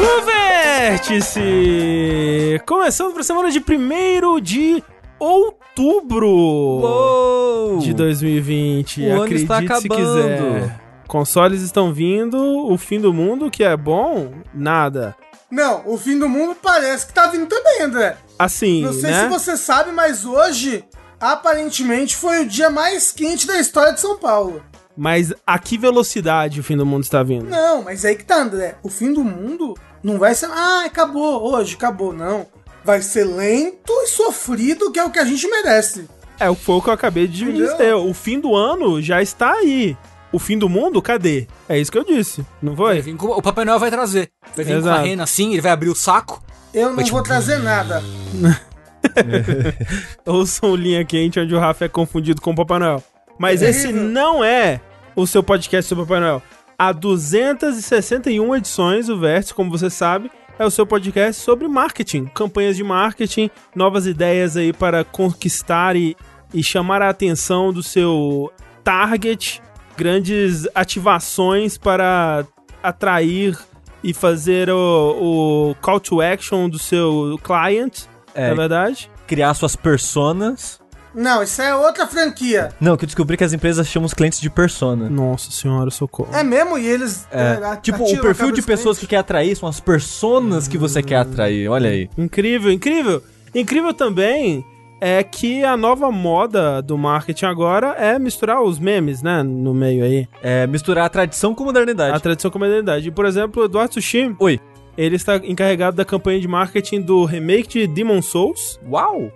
O Vértice! Começando para a semana de 1º de outubro de 2020. O ano está Acredite se acabando. quiser. Consoles estão vindo, o fim do mundo, que é bom, nada. Não, o fim do mundo parece que tá vindo também, André. Assim, Não sei né? se você sabe, mas hoje, aparentemente, foi o dia mais quente da história de São Paulo. Mas a que velocidade o fim do mundo está vindo? Não, mas aí que tá, André. O fim do mundo não vai ser... Ah, acabou, hoje, acabou, não. Vai ser lento e sofrido, que é o que a gente merece. Foi o que eu acabei de dizer. O fim do ano já está aí. O fim do mundo, cadê? É isso que eu disse, não foi? O Papai Noel vai trazer. Vai vir com a rena assim, ele vai abrir o saco. Eu não vou trazer nada. Ouçam Linha Quente, onde o Rafa é confundido com o Papai Noel. Mas esse não é o seu podcast sobre Papai Noel. Há 261 edições, o Vértice, como você sabe, é o seu podcast sobre marketing, campanhas de marketing, novas ideias aí para conquistar e chamar a atenção do seu target, grandes ativações para atrair e fazer o call to action do seu client, na verdade. Criar suas personas. Não, isso é outra franquia. Não, que eu descobri que as empresas chamam os clientes de persona. Nossa senhora, socorro. É mesmo? E eles... Tipo, o perfil de pessoas que quer atrair são as personas que você quer atrair, olha aí. Incrível, incrível. Incrível também é que a nova moda do marketing agora é misturar os memes, né, no meio aí. É misturar a tradição com modernidade. A tradição com a modernidade. E, por exemplo, o Eduardo Sushi, Oi. ele está encarregado da campanha de marketing do remake de Demon's Souls. Uau!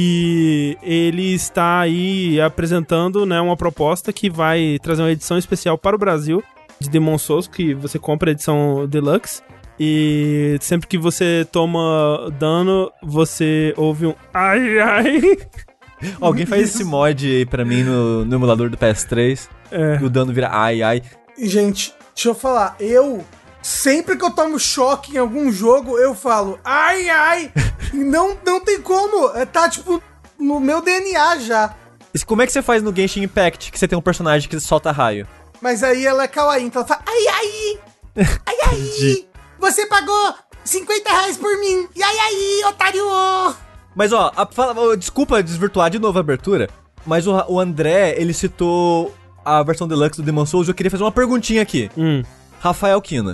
E ele está aí apresentando, né, uma proposta que vai trazer uma edição especial para o Brasil de Demon's Souls, que você compra a edição Deluxe. E sempre que você toma dano, você ouve um ai, ai. Alguém faz esse mod aí pra mim no emulador do PS3. E o dano vira ai, ai. Gente, deixa eu falar. Sempre que eu tomo choque em algum jogo, eu falo ai, ai. Não tem como. Tá, tipo, no meu DNA já. E como é que você faz no Genshin Impact, que você tem um personagem que solta raio? Mas aí ela é kawaii, então ela fala ai, ai. Ai, ai. Você pagou 50 reais por mim. E aí, otário! Mas ó, desculpa desvirtuar de novo a abertura, mas o André, ele citou a versão Deluxe do Demon's Souls e eu queria fazer uma perguntinha aqui. Rafael Kina,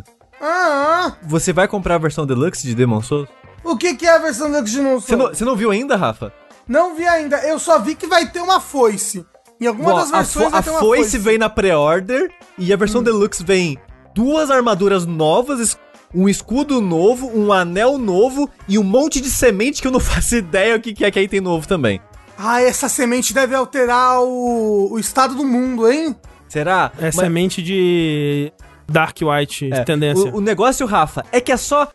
você vai comprar a versão Deluxe de Demon's Souls? O que é a versão Deluxe de Demon's Souls? Você não viu ainda, Rafa? Não vi ainda, eu só vi que vai ter uma foice. Em alguma das versões vai ter uma foice. A foice vem na pré-order e a versão Deluxe vem 2 armaduras novas, um escudo novo, um anel novo e um monte de semente que eu não faço ideia o que é que aí tem novo também. Essa semente deve alterar o estado do mundo, hein? Será? Semente de Dark White, tendência. O negócio, Rafa, é que é só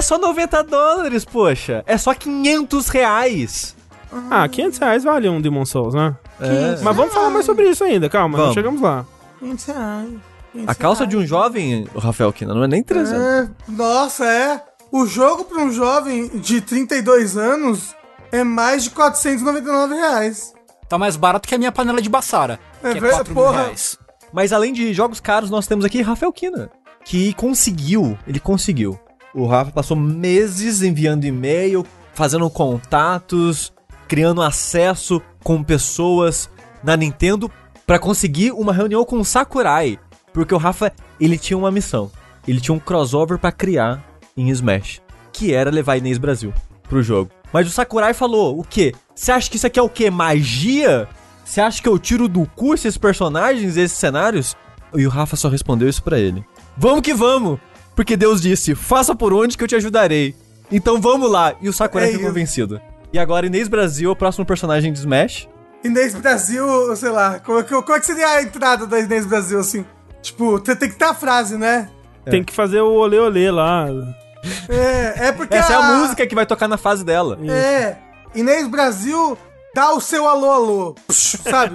$90, poxa. É só R$500. R$500 vale um Demon's Souls, né? Mas vamos falar mais sobre isso ainda, calma, não chegamos lá. R$500. A calça de um jovem, Rafael Kina, não é nem 300. Nossa, O jogo pra um jovem de 32 anos é mais de R$499. Tá mais barato que a minha panela de Bassara, que é R$4.000. Mas além de jogos caros, nós temos aqui Rafael Kina, que conseguiu. O Rafa passou meses enviando e-mail, fazendo contatos, criando acesso com pessoas na Nintendo pra conseguir uma reunião com o Sakurai. Porque o Rafa, ele tinha uma missão. Ele tinha um crossover pra criar em Smash, que era levar Inês Brasil pro jogo. Mas o Sakurai falou, o quê? Você acha que isso aqui é o quê? Magia? Você acha que eu tiro do cu esses personagens, esses cenários? E o Rafa só respondeu isso pra ele. Vamos que vamos! Porque Deus disse, faça por onde que eu te ajudarei. Então vamos lá. E o Sakurai ficou vencido. E agora Inês Brasil é o próximo personagem de Smash. Inês Brasil, sei lá, como é que seria a entrada da Inês Brasil, assim? Tipo, tem que ter a frase, né? Tem que fazer o olê olê lá. É porque essa é a música que vai tocar na fase dela. Inês Brasil dá o seu alô alô, sabe?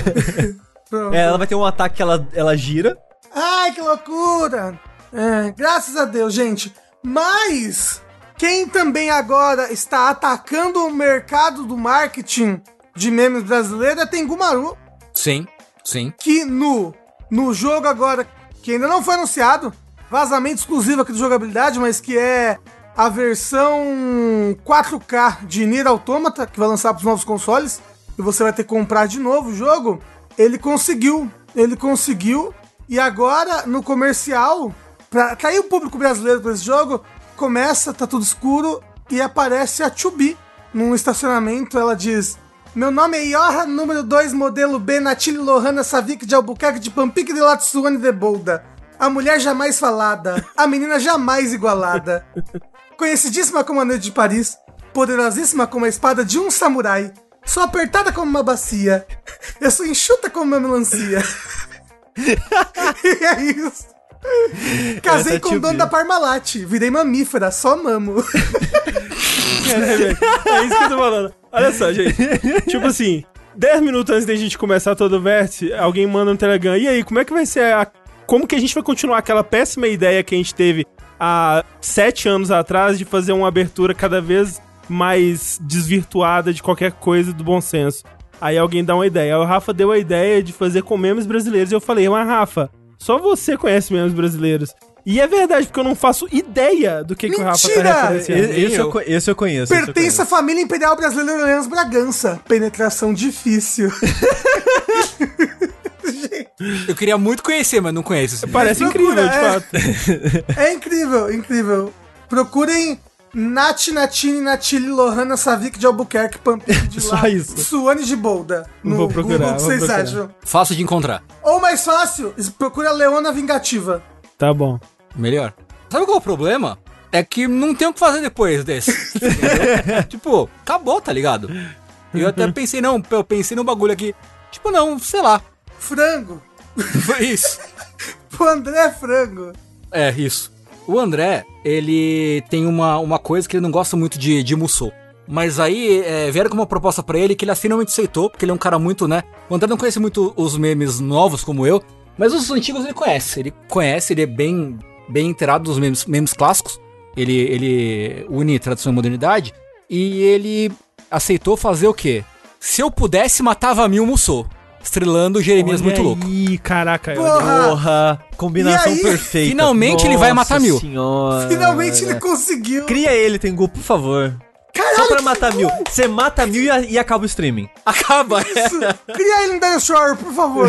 Ela vai ter um ataque que ela gira. Ai, que loucura! Graças a Deus, gente. Mas quem também agora está atacando o mercado do marketing de memes brasileiro é Tengu Maru. Sim. Que no jogo agora, que ainda não foi anunciado, vazamento exclusivo aqui do Jogabilidade, mas que é a versão 4K de Nier Automata, que vai lançar para os novos consoles, e você vai ter que comprar de novo o jogo. Ele conseguiu, e agora no comercial, pra atrair o público brasileiro para esse jogo, começa, tá tudo escuro, e aparece a 2B num estacionamento. Ela diz: meu nome é Yoha, número 2, modelo B, Nathalie Lohana Savic de Albuquerque de Pampique de Latsuane de Bolda. A mulher jamais falada, a menina jamais igualada. Conhecidíssima como a noite de Paris, poderosíssima como a espada de um samurai. Sou apertada como uma bacia. Eu sou enxuta como uma melancia. E é isso. Casei com o dono da Parmalat. Virei mamífera, só mamo. É isso que eu tô falando. Olha só, gente. Tipo assim, 10 minutos antes da gente começar todo o vértice, alguém manda um Telegram. E aí, como é que vai ser como que a gente vai continuar aquela péssima ideia que a gente teve há 7 anos atrás de fazer uma abertura cada vez mais desvirtuada de qualquer coisa do bom senso? Aí alguém dá uma ideia. Aí o Rafa deu a ideia de fazer com memes brasileiros. E eu falei: mas Rafa, só você conhece memes brasileiros. E é verdade, porque eu não faço ideia do que o Rafa tá referenciando. Esse eu conheço. Pertence à família imperial brasileira Orleans Bragança. Penetração difícil. Eu queria muito conhecer, mas não conheço. Parece incrível, de fato. É incrível. Procurem Nathalie Lohana Savic de Albuquerque, Pampique de Só isso. Suane de Bolda. Vou procurar. O que vocês acham? Fácil de encontrar. Ou mais fácil, procura Leona Vingativa. Tá bom. Melhor. Sabe qual é o problema? É que não tem o que fazer depois desse. Tipo, acabou, tá ligado? Eu até pensei, eu pensei num bagulho aqui. Tipo, não, sei lá. Frango. Foi isso. O André é frango. É, isso. O André, ele tem uma coisa que ele não gosta muito de Musou. Mas aí, vieram com uma proposta pra ele que ele finalmente aceitou, porque ele é um cara muito, né? O André não conhece muito os memes novos como eu, mas os antigos ele conhece. Ele é bem inteirado dos memes clássicos. Ele une tradição e modernidade. E ele aceitou fazer o quê? Se eu pudesse, matava 1000 Musou. Estrelando Jeremias muito louco. Ih, caraca. Porra! Combinação perfeita. Finalmente ele vai matar 1000. Senhora. Finalmente ele conseguiu. Cria ele, Tengu, por favor. Caralho, só pra matar 1000. Você mata 1000 e acaba o streaming. Acaba. Isso. Cria ele no Dinosaur, por favor.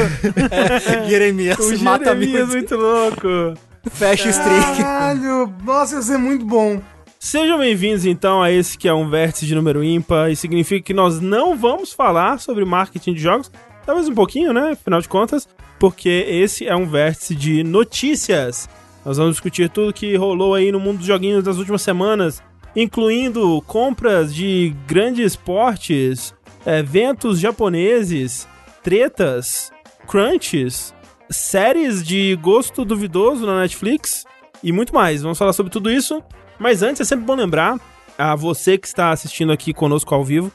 Jeremias mata 1000. Jeremias muito louco. Fecha o stream. Caralho. Nossa, ia ser muito bom. Sejam bem-vindos, então, a esse que é um vértice de número ímpar. E significa que nós não vamos falar sobre marketing de jogos. Talvez um pouquinho, né? Afinal de contas, porque esse é um vértice de notícias. Nós vamos discutir tudo que rolou aí no mundo dos joguinhos das últimas semanas, incluindo compras de grandes portes, eventos japoneses, tretas, crunches, séries de gosto duvidoso na Netflix e muito mais. Vamos falar sobre tudo isso, mas antes é sempre bom lembrar a você que está assistindo aqui conosco ao vivo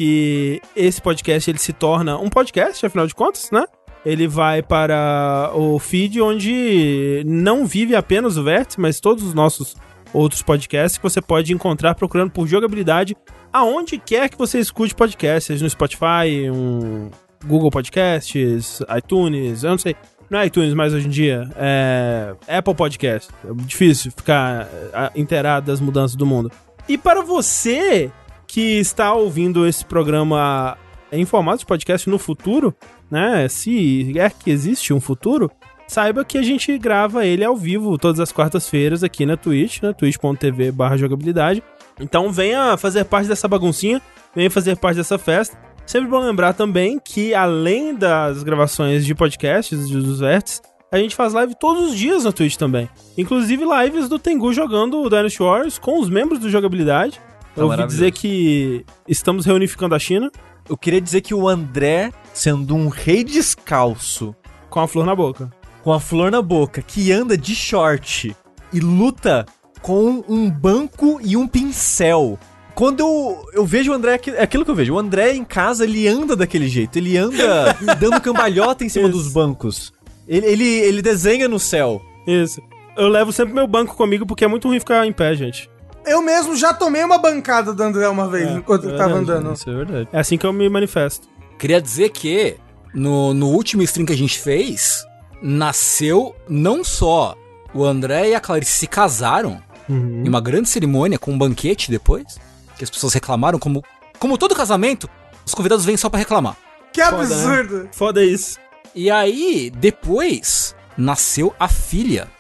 que esse podcast ele se torna um podcast, afinal de contas, né? Ele vai para o feed onde não vive apenas o Vértice, mas todos os nossos outros podcasts que você pode encontrar procurando por jogabilidade aonde quer que você escute podcasts, no Spotify, Google Podcasts, iTunes, eu não sei. Não é iTunes mais hoje em dia, é Apple Podcast. É difícil ficar inteirado das mudanças do mundo. E para você que está ouvindo esse programa em formato de podcast no futuro, né? Se é que existe um futuro, saiba que a gente grava ele ao vivo todas as quartas-feiras aqui na Twitch, né? twitch.tv/jogabilidade. Então venha fazer parte dessa baguncinha, venha fazer parte dessa festa. Sempre bom lembrar também que, além das gravações de podcasts dos Vértices, a gente faz live todos os dias na Twitch também. Inclusive lives do Tengu jogando o Dynasty Warriors com os membros do Jogabilidade. Eu ouvi dizer que estamos reunificando a China. Eu queria dizer que o André, sendo um rei descalço, com a flor na boca. Com a flor na boca, que anda de short e luta com um banco e um pincel. Quando eu vejo o André, é aquilo que eu vejo. O André em casa, ele anda daquele jeito. Ele anda dando cambalhota em cima dos bancos. Ele desenha no céu. Isso. Eu levo sempre meu banco comigo porque é muito ruim ficar em pé, gente. Eu mesmo já tomei uma bancada do André uma vez, enquanto eu tava andando. Isso é verdade. É assim que eu me manifesto. Queria dizer que no último stream que a gente fez, nasceu não só O André e a Clarice se casaram em uma grande cerimônia com um banquete depois, que as pessoas reclamaram, como todo casamento, os convidados vêm só pra reclamar. Que absurdo! Né? Foda isso. E aí, depois, nasceu a filha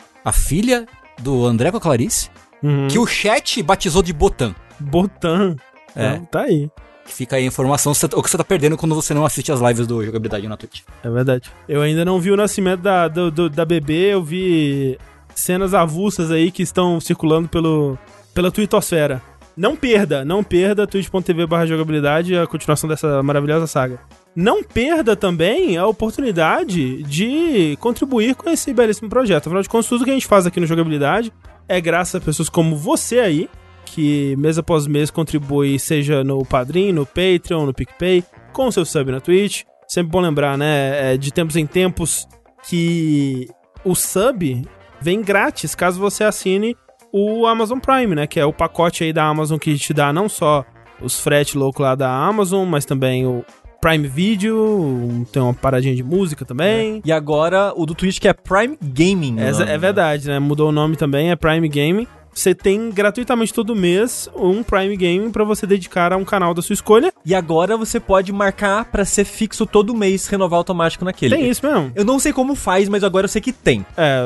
do André com a Clarice, que o chat batizou de Botan. Botan. É. Tá aí. Fica aí a informação, o que você tá perdendo quando você não assiste as lives do Jogabilidade na Twitch. É verdade. Eu ainda não vi o nascimento da bebê, eu vi cenas avulsas aí que estão circulando pela twittosfera. Não perda, twitch.tv/jogabilidade, a continuação dessa maravilhosa saga. Não perda também a oportunidade de contribuir com esse belíssimo projeto. Afinal de contas, tudo que a gente faz aqui no Jogabilidade é graças a pessoas como você aí, que mês após mês contribui, seja no Padrim, no Patreon, no PicPay, com o seu sub na Twitch. Sempre bom lembrar, né, de tempos em tempos, que o sub vem grátis caso você assine o Amazon Prime, né, que é o pacote aí da Amazon que te dá não só os frete louco lá da Amazon, mas também o Prime Video, tem uma paradinha de música também. E agora o do Twitch, que é Prime Gaming. É verdade, né, mudou o nome também, é Prime Gaming. Você tem gratuitamente todo mês um Prime Gaming pra você dedicar a um canal da sua escolha. E agora você pode marcar pra ser fixo todo mês, renovar automático naquele. Tem isso mesmo. Eu não sei como faz, mas agora eu sei que tem.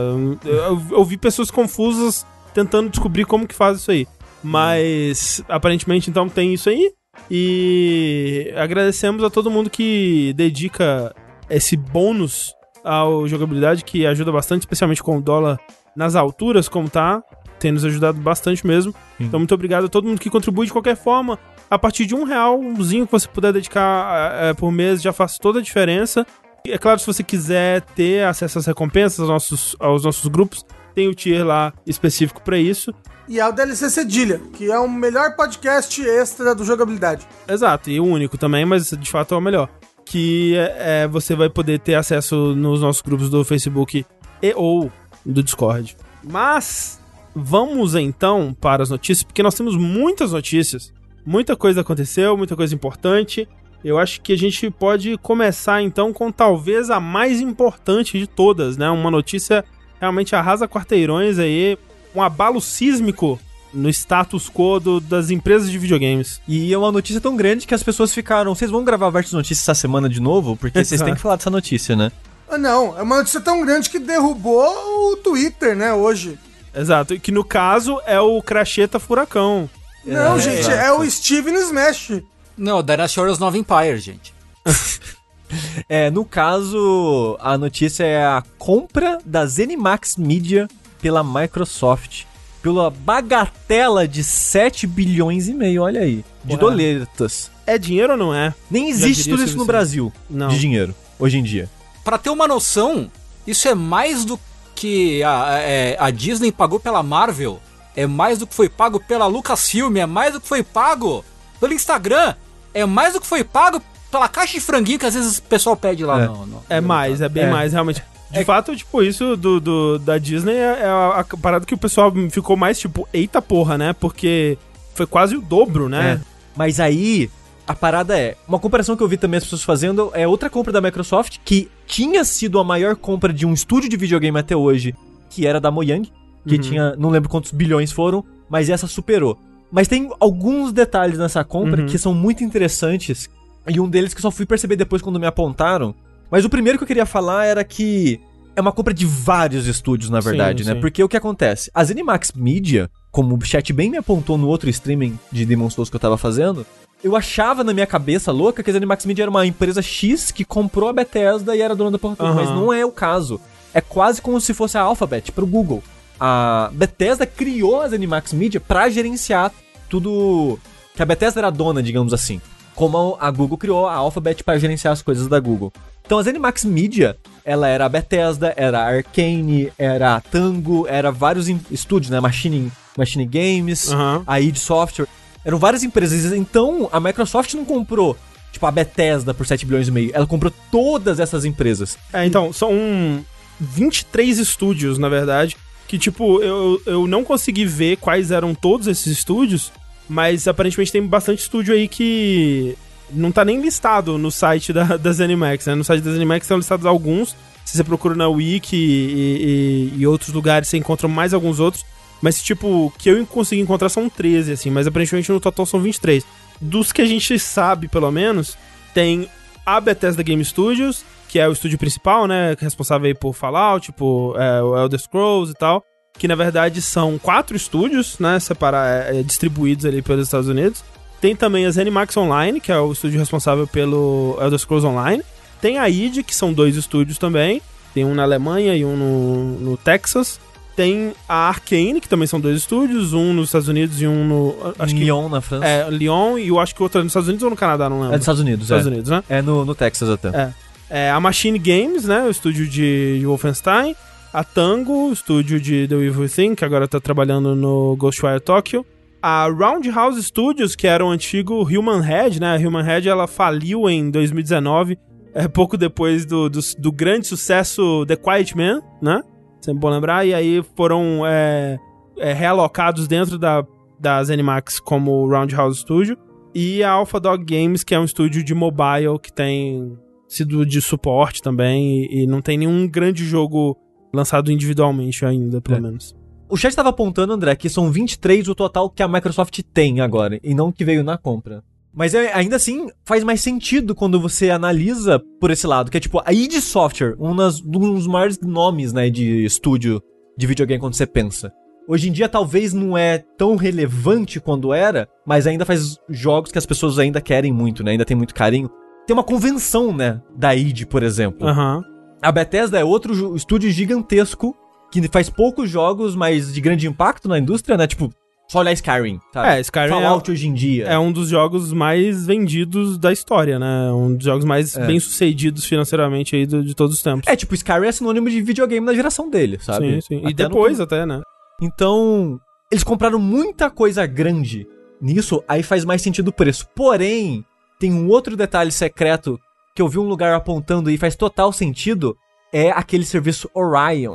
Eu vi pessoas confusas tentando descobrir como que faz isso aí. Mas, aparentemente, então, tem isso aí. E agradecemos a todo mundo que dedica esse bônus ao Jogabilidade, que ajuda bastante, especialmente com o dólar nas alturas, como tá. Tem nos ajudado bastante mesmo. Então, muito obrigado a todo mundo que contribui de qualquer forma. A partir de R$1 que você puder dedicar por mês já faz toda a diferença. E é claro, se você quiser ter acesso às recompensas, aos nossos grupos, tem o tier lá específico pra isso. E é o DLC Cedilha, que é o melhor podcast extra do Jogabilidade. Exato, e o único também, mas de fato é o melhor. Que você vai poder ter acesso nos nossos grupos do Facebook e ou do Discord. Mas vamos então para as notícias, porque nós temos muitas notícias. Muita coisa aconteceu, muita coisa importante. Eu acho que a gente pode começar então com talvez a mais importante de todas, né? Uma notícia realmente arrasa quarteirões aí, um abalo sísmico no status quo das empresas de videogames. E é uma notícia tão grande que as pessoas ficaram... Vocês vão gravar Versus Notícias essa semana de novo? Porque vocês têm que falar dessa notícia, né? Não, é uma notícia tão grande que derrubou o Twitter, né, hoje. Exato, que no caso é o Cracheta Furacão. Não, gente, é o Steven Smash. Não, Dynasty Warriors Nova Empire, gente. No caso, a notícia é a compra da ZeniMax Media pela Microsoft. Pela bagatela de 7 bilhões e meio, olha aí, de doletas. É dinheiro ou não é? Nem existe tudo isso no Brasil, de dinheiro, hoje em dia. Pra ter uma noção, isso é mais do que a Disney pagou pela Marvel, é mais do que foi pago pela Lucasfilm, é mais do que foi pago pelo Instagram, é mais do que foi pago pela caixa de franguinho que às vezes o pessoal pede lá. É bem mais, realmente. De fato, tipo, isso da Disney é a parada que o pessoal ficou mais tipo, eita porra, né? Porque foi quase o dobro, né? Mas aí, a parada uma comparação que eu vi também as pessoas fazendo, é outra compra da Microsoft, que tinha sido a maior compra de um estúdio de videogame até hoje, que era da Mojang, que tinha, não lembro quantos bilhões foram, mas essa superou. Mas tem alguns detalhes nessa compra que são muito interessantes, e um deles que eu só fui perceber depois quando me apontaram. Mas o primeiro que eu queria falar era que é uma compra de vários estúdios, na verdade, né? Porque o que acontece? A ZeniMax Media, como o chat bem me apontou no outro streaming de Demon's Souls que eu tava fazendo, eu achava na minha cabeça louca que a ZeniMax Media era uma empresa X que comprou a Bethesda e era dona da porra toda, mas não é o caso. É quase como se fosse a Alphabet pro Google. A Bethesda criou a ZeniMax Media pra gerenciar tudo que a Bethesda era dona, digamos assim. Como a Google criou a Alphabet para gerenciar as coisas da Google. Então a ZeniMax Media, ela era a Bethesda, era a Arcane, era a Tango, era vários estúdios, né? Machine Games, a id Software. Eram várias empresas. Então a Microsoft não comprou, tipo, a Bethesda por 7 bilhões e meio. Ela comprou todas essas empresas. Então, são 23 estúdios, na verdade, que, tipo, eu não consegui ver quais eram todos esses estúdios, mas aparentemente tem bastante estúdio aí que não tá nem listado no site da ZeniMax, né? No site da ZeniMax são listados alguns, Se você procura na Wiki e outros lugares, você encontra mais alguns outros. Mas, tipo, o que eu consegui encontrar são 13, assim. Mas, aparentemente, no total são 23. Dos que a gente sabe, pelo menos, tem a Bethesda Game Studios, que é o estúdio principal, né? Responsável aí por Fallout, por o Elder Scrolls e tal. Que, na verdade, são 4 estúdios, né? Distribuídos ali pelos Estados Unidos. Tem também a ZeniMax Online, que é o estúdio responsável pelo Elder Scrolls Online. Tem a id, que são 2 estúdios também. Tem um na Alemanha e um no Texas. Tem a Arcane, que também são 2 estúdios. Um nos Estados Unidos e um no... Lyon, na França. Lyon, e eu acho que o outro é nos Estados Unidos ou no Canadá, não lembro. É dos Estados Unidos, Estados Unidos, né? É no Texas até. A Machine Games, né? O estúdio de Wolfenstein. A Tango, o estúdio de The Evil Within, que agora tá trabalhando no Ghostwire Tokyo. A Roundhouse Studios, que era o antigo Human Head, né? A Human Head, ela faliu em 2019, pouco depois do grande sucesso The Quiet Man, né? Sempre bom lembrar. E aí foram realocados dentro da ZeniMax como Roundhouse Studio. E a Alpha Dog Games, que é um estúdio de mobile que tem sido de suporte também. E não tem nenhum grande jogo lançado individualmente ainda, pelo menos. O chat estava apontando, André, que são 23 o total que a Microsoft tem agora, e não que veio na compra. Mas ainda assim, faz mais sentido quando você analisa por esse lado, que é tipo, a id Software, um dos maiores nomes, né, de estúdio de videogame quando você pensa. Hoje em dia talvez não é tão relevante quando era, mas ainda faz jogos que as pessoas ainda querem muito, né, ainda tem muito carinho. Tem uma convenção, né, da id, por exemplo. A Bethesda é outro estúdio gigantesco, que faz poucos jogos, mas de grande impacto na indústria, né? Tipo, só olhar Skyrim, sabe? Skyrim Fallout hoje em dia. É um dos jogos mais vendidos da história, né? Um dos jogos mais bem-sucedidos financeiramente aí de todos os tempos. Tipo, Skyrim é sinônimo de videogame na geração dele, sabe? Sim. E depois até, né? Então, eles compraram muita coisa grande nisso, aí faz mais sentido o preço. Porém, tem um outro detalhe secreto que eu vi um lugar apontando e faz total sentido, é aquele serviço Orion.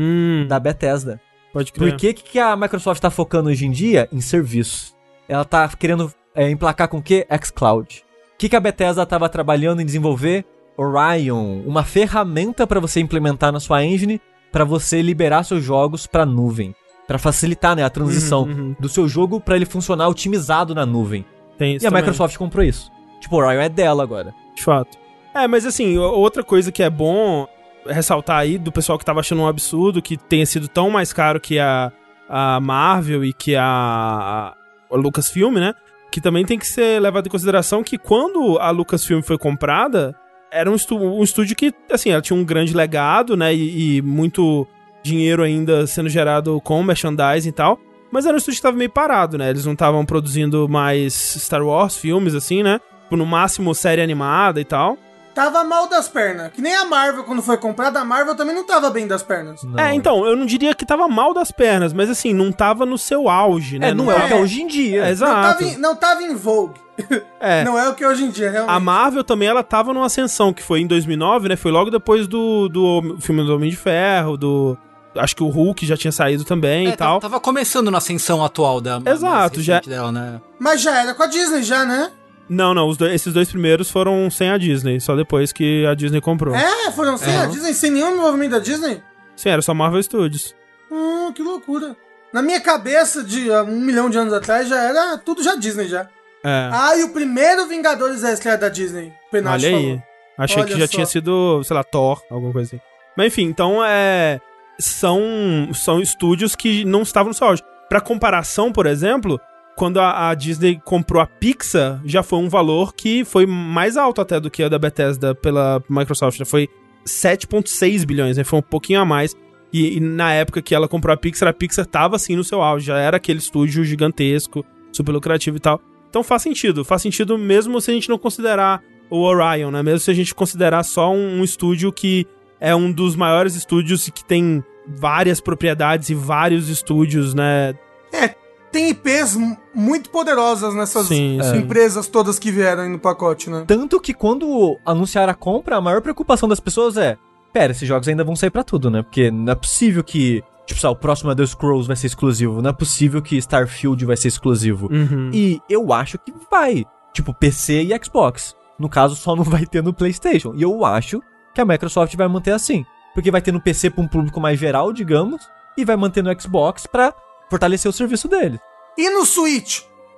Da Bethesda. Pode crer. Por que a Microsoft tá focando hoje em dia? Em serviços. Ela tá querendo emplacar com o quê? xCloud. O que a Bethesda tava trabalhando em desenvolver? Orion, uma ferramenta para você implementar na sua engine, para você liberar seus jogos pra nuvem. Pra facilitar, né, a transição do seu jogo pra ele funcionar otimizado na nuvem. Tem isso e a também. Microsoft comprou isso. Tipo, Orion é dela agora. De fato. Mas assim, outra coisa que é bom ressaltar aí do pessoal que tava achando um absurdo que tenha sido tão mais caro que a Marvel e que a Lucasfilm, né? Que também tem que ser levado em consideração que quando a Lucasfilm foi comprada, era um estúdio que, assim, ela tinha um grande legado, né? E muito dinheiro ainda sendo gerado com merchandising e tal. Mas era um estúdio que tava meio parado, né? Eles não estavam produzindo mais Star Wars filmes, assim, né? No máximo série animada e tal. Tava mal das pernas. Que nem a Marvel, quando foi comprada, a Marvel também não tava bem das pernas. Não. Então, eu não diria que tava mal das pernas, mas assim, não tava no seu auge, né? Não é o que é hoje em dia. Exato. Não tava em vogue. Não é o que hoje em dia, realmente. A Marvel também, ela tava numa ascensão, que foi em 2009, né? Foi logo depois do filme do Homem de Ferro, acho que o Hulk já tinha saído também e tal. Tava começando na ascensão atual Exato, já dela, né? Mas já era com a Disney, já, né? Não, esses 2 primeiros foram sem a Disney, só depois que a Disney comprou. Foram sem a Disney, sem nenhum envolvimento da Disney? Sim, era só Marvel Studios. Que loucura. Na minha cabeça, de 1 milhão de anos atrás, já era tudo já Disney, já. E o primeiro Vingadores era da Disney. Olha aí. Achei que já tinha sido, sei lá, Thor, alguma coisa assim. Mas enfim, então são estúdios que não estavam no seu auge. Pra comparação, por exemplo, quando a Disney comprou a Pixar, já foi um valor que foi mais alto até do que a da Bethesda pela Microsoft. Já foi 7,6 bilhões, né? Foi um pouquinho a mais. E na época que ela comprou a Pixar tava assim no seu auge. Já era aquele estúdio gigantesco, super lucrativo e tal. Então faz sentido mesmo se a gente não considerar o Orion, né? Mesmo se a gente considerar só um estúdio que é um dos maiores estúdios e que tem várias propriedades e vários estúdios, né? Tem IPs muito poderosas nessas empresas todas que vieram aí no pacote, né? Tanto que quando anunciaram a compra, a maior preocupação das pessoas pera, esses jogos ainda vão sair pra tudo, né? Porque não é possível que, tipo, o próximo Elder Scrolls vai ser exclusivo, não é possível que Starfield vai ser exclusivo. E eu acho que vai. Tipo, PC e Xbox. No caso, só não vai ter no PlayStation. E eu acho que a Microsoft vai manter assim. porque vai ter no PC pra um público mais geral, digamos, e vai manter no Xbox pra fortalecer o serviço deles. E no Switch?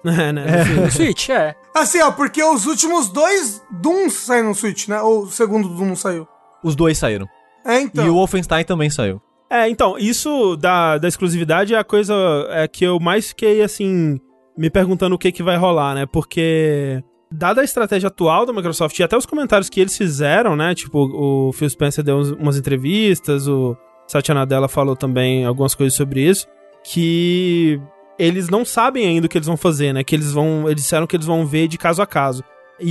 No Switch, Assim, ó, porque os últimos 2 Dooms saíram no Switch, né? Ou o segundo Doom não saiu. Os dois saíram. Então. E o Wolfenstein também saiu. Então, isso da exclusividade é a coisa que eu mais fiquei, assim, me perguntando o que vai rolar, né? Porque, dada a estratégia atual da Microsoft e até os comentários que eles fizeram, né? Tipo, o Phil Spencer deu umas entrevistas, o Satya Nadella falou também algumas coisas sobre isso, que eles não sabem ainda o que eles vão fazer, né? Que eles disseram que eles vão ver de caso a caso.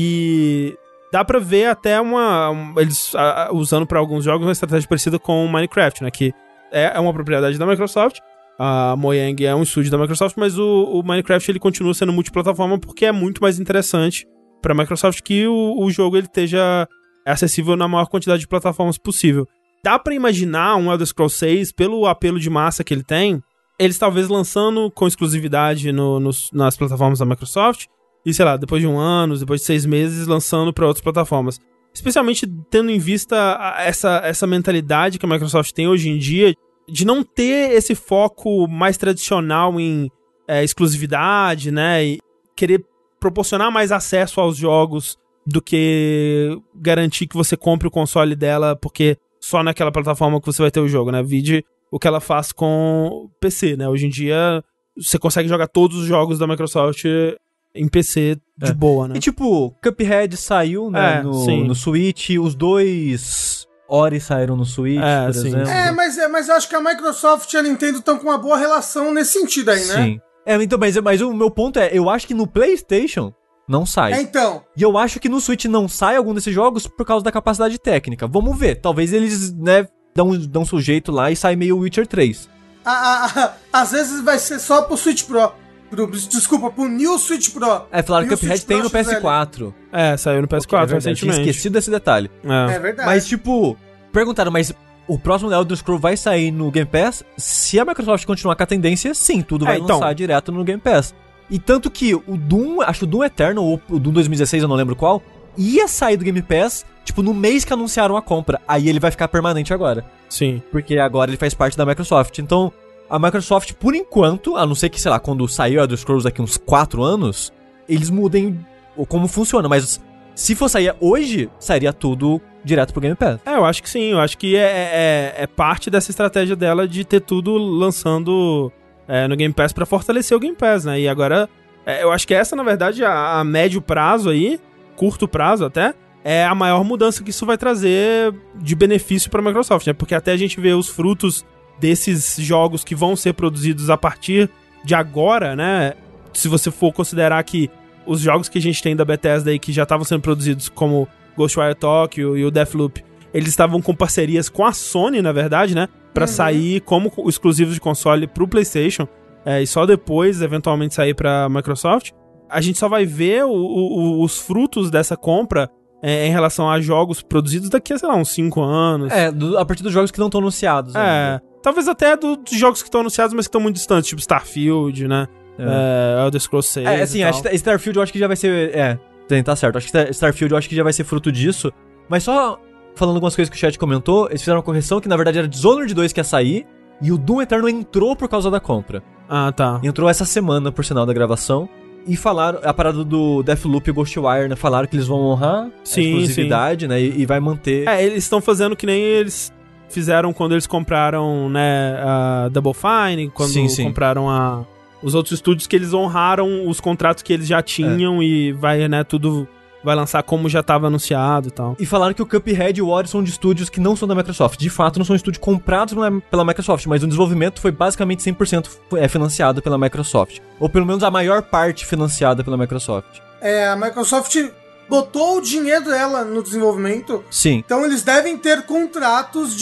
E dá pra ver até eles usando pra alguns jogos uma estratégia parecida com o Minecraft, né? Que é uma propriedade da Microsoft. A Mojang é um estúdio da Microsoft, mas o Minecraft ele continua sendo multiplataforma porque é muito mais interessante pra Microsoft que o jogo ele esteja acessível na maior quantidade de plataformas possível. Dá pra imaginar um Elder Scrolls 6, pelo apelo de massa que ele tem, eles talvez lançando com exclusividade nas plataformas da Microsoft e, sei lá, depois de 1 ano, depois de 6 meses, lançando pra outras plataformas. Especialmente tendo em vista essa mentalidade que a Microsoft tem hoje em dia de não ter esse foco mais tradicional em exclusividade, né? E querer proporcionar mais acesso aos jogos do que garantir que você compre o console dela porque só naquela plataforma que você vai ter o jogo, né? Vide o que ela faz com o PC, né? Hoje em dia, você consegue jogar todos os jogos da Microsoft em PC de boa, né? E tipo, Cuphead saiu, né, no Switch, os 2 Ori saíram no Switch, por exemplo. Mas eu acho que a Microsoft e a Nintendo estão com uma boa relação nesse sentido aí, né? Sim. Então, mas o meu ponto eu acho que no PlayStation não sai. Então. E eu acho que no Switch não sai algum desses jogos por causa da capacidade técnica. Vamos ver, talvez eles, né, dão sujeito lá e sai meio Witcher 3. Às vezes vai ser só pro Switch Pro. Desculpa, pro New Switch Pro. Falaram que o Cuphead tem no PS4. Saiu no PS4 recentemente. Eu tinha esquecido desse detalhe. É verdade. Mas, tipo, perguntaram, mas o próximo Elder Scrolls vai sair no Game Pass? Se a Microsoft continuar com a tendência, sim, tudo vai lançar direto no Game Pass. E tanto que o Doom, acho que o Doom Eternal, ou o Doom 2016, eu não lembro qual, ia sair do Game Pass, tipo, no mês que anunciaram a compra. Aí ele vai ficar permanente agora. Sim. Porque agora ele faz parte da Microsoft. Então, a Microsoft, por enquanto, a não ser que, sei lá, quando sair o Elder Scrolls daqui uns 4 anos, eles mudem como funciona. Mas se for sair hoje, sairia tudo direto pro Game Pass. Eu acho que sim. Eu acho que é parte dessa estratégia dela de ter tudo lançando no Game Pass pra fortalecer o Game Pass, né? E agora, eu acho que essa, na verdade, a médio prazo aí, curto prazo até, é a maior mudança que isso vai trazer de benefício pra Microsoft, né? Porque até a gente vê os frutos desses jogos que vão ser produzidos a partir de agora, né? Se você for considerar que os jogos que a gente tem da Bethesda aí que já estavam sendo produzidos, como Ghostwire Tokyo e o Deathloop, eles estavam com parcerias com a Sony, na verdade, né? Pra sair como exclusivos de console pro PlayStation e só depois, eventualmente, sair pra Microsoft. A gente só vai ver os frutos dessa compra em relação a jogos produzidos daqui a, sei lá, uns 5 anos. A partir dos jogos que não estão anunciados. Talvez até dos jogos que estão anunciados, mas que estão muito distantes, tipo Starfield, né? Elder Scrolls 6 assim, Starfield eu acho que já vai ser... tá certo. Acho que Starfield eu acho que já vai ser fruto disso. Mas só falando algumas coisas que o chat comentou, eles fizeram uma correção que na verdade era Dishonored 2 que ia sair, e o Doom Eternal entrou por causa da compra. Tá. Entrou essa semana, por sinal da gravação. E falaram, a parada do Deathloop e Ghostwire, né? Falaram que eles vão honrar a exclusividade, né? E vai manter... eles estão fazendo que nem eles fizeram quando eles compraram, né, a Double Fine, quando compraram os outros estúdios, que eles honraram os contratos que eles já tinham e vai, né, tudo vai lançar como já estava anunciado e tal. E falaram que o Cuphead e o Ori são de estúdios que não são da Microsoft. De fato, não são estúdios comprados pela Microsoft, mas o desenvolvimento foi basicamente 100% financiado pela Microsoft. Ou pelo menos a maior parte financiada pela Microsoft. A Microsoft botou o dinheiro dela no desenvolvimento. Sim. Então eles devem ter contratos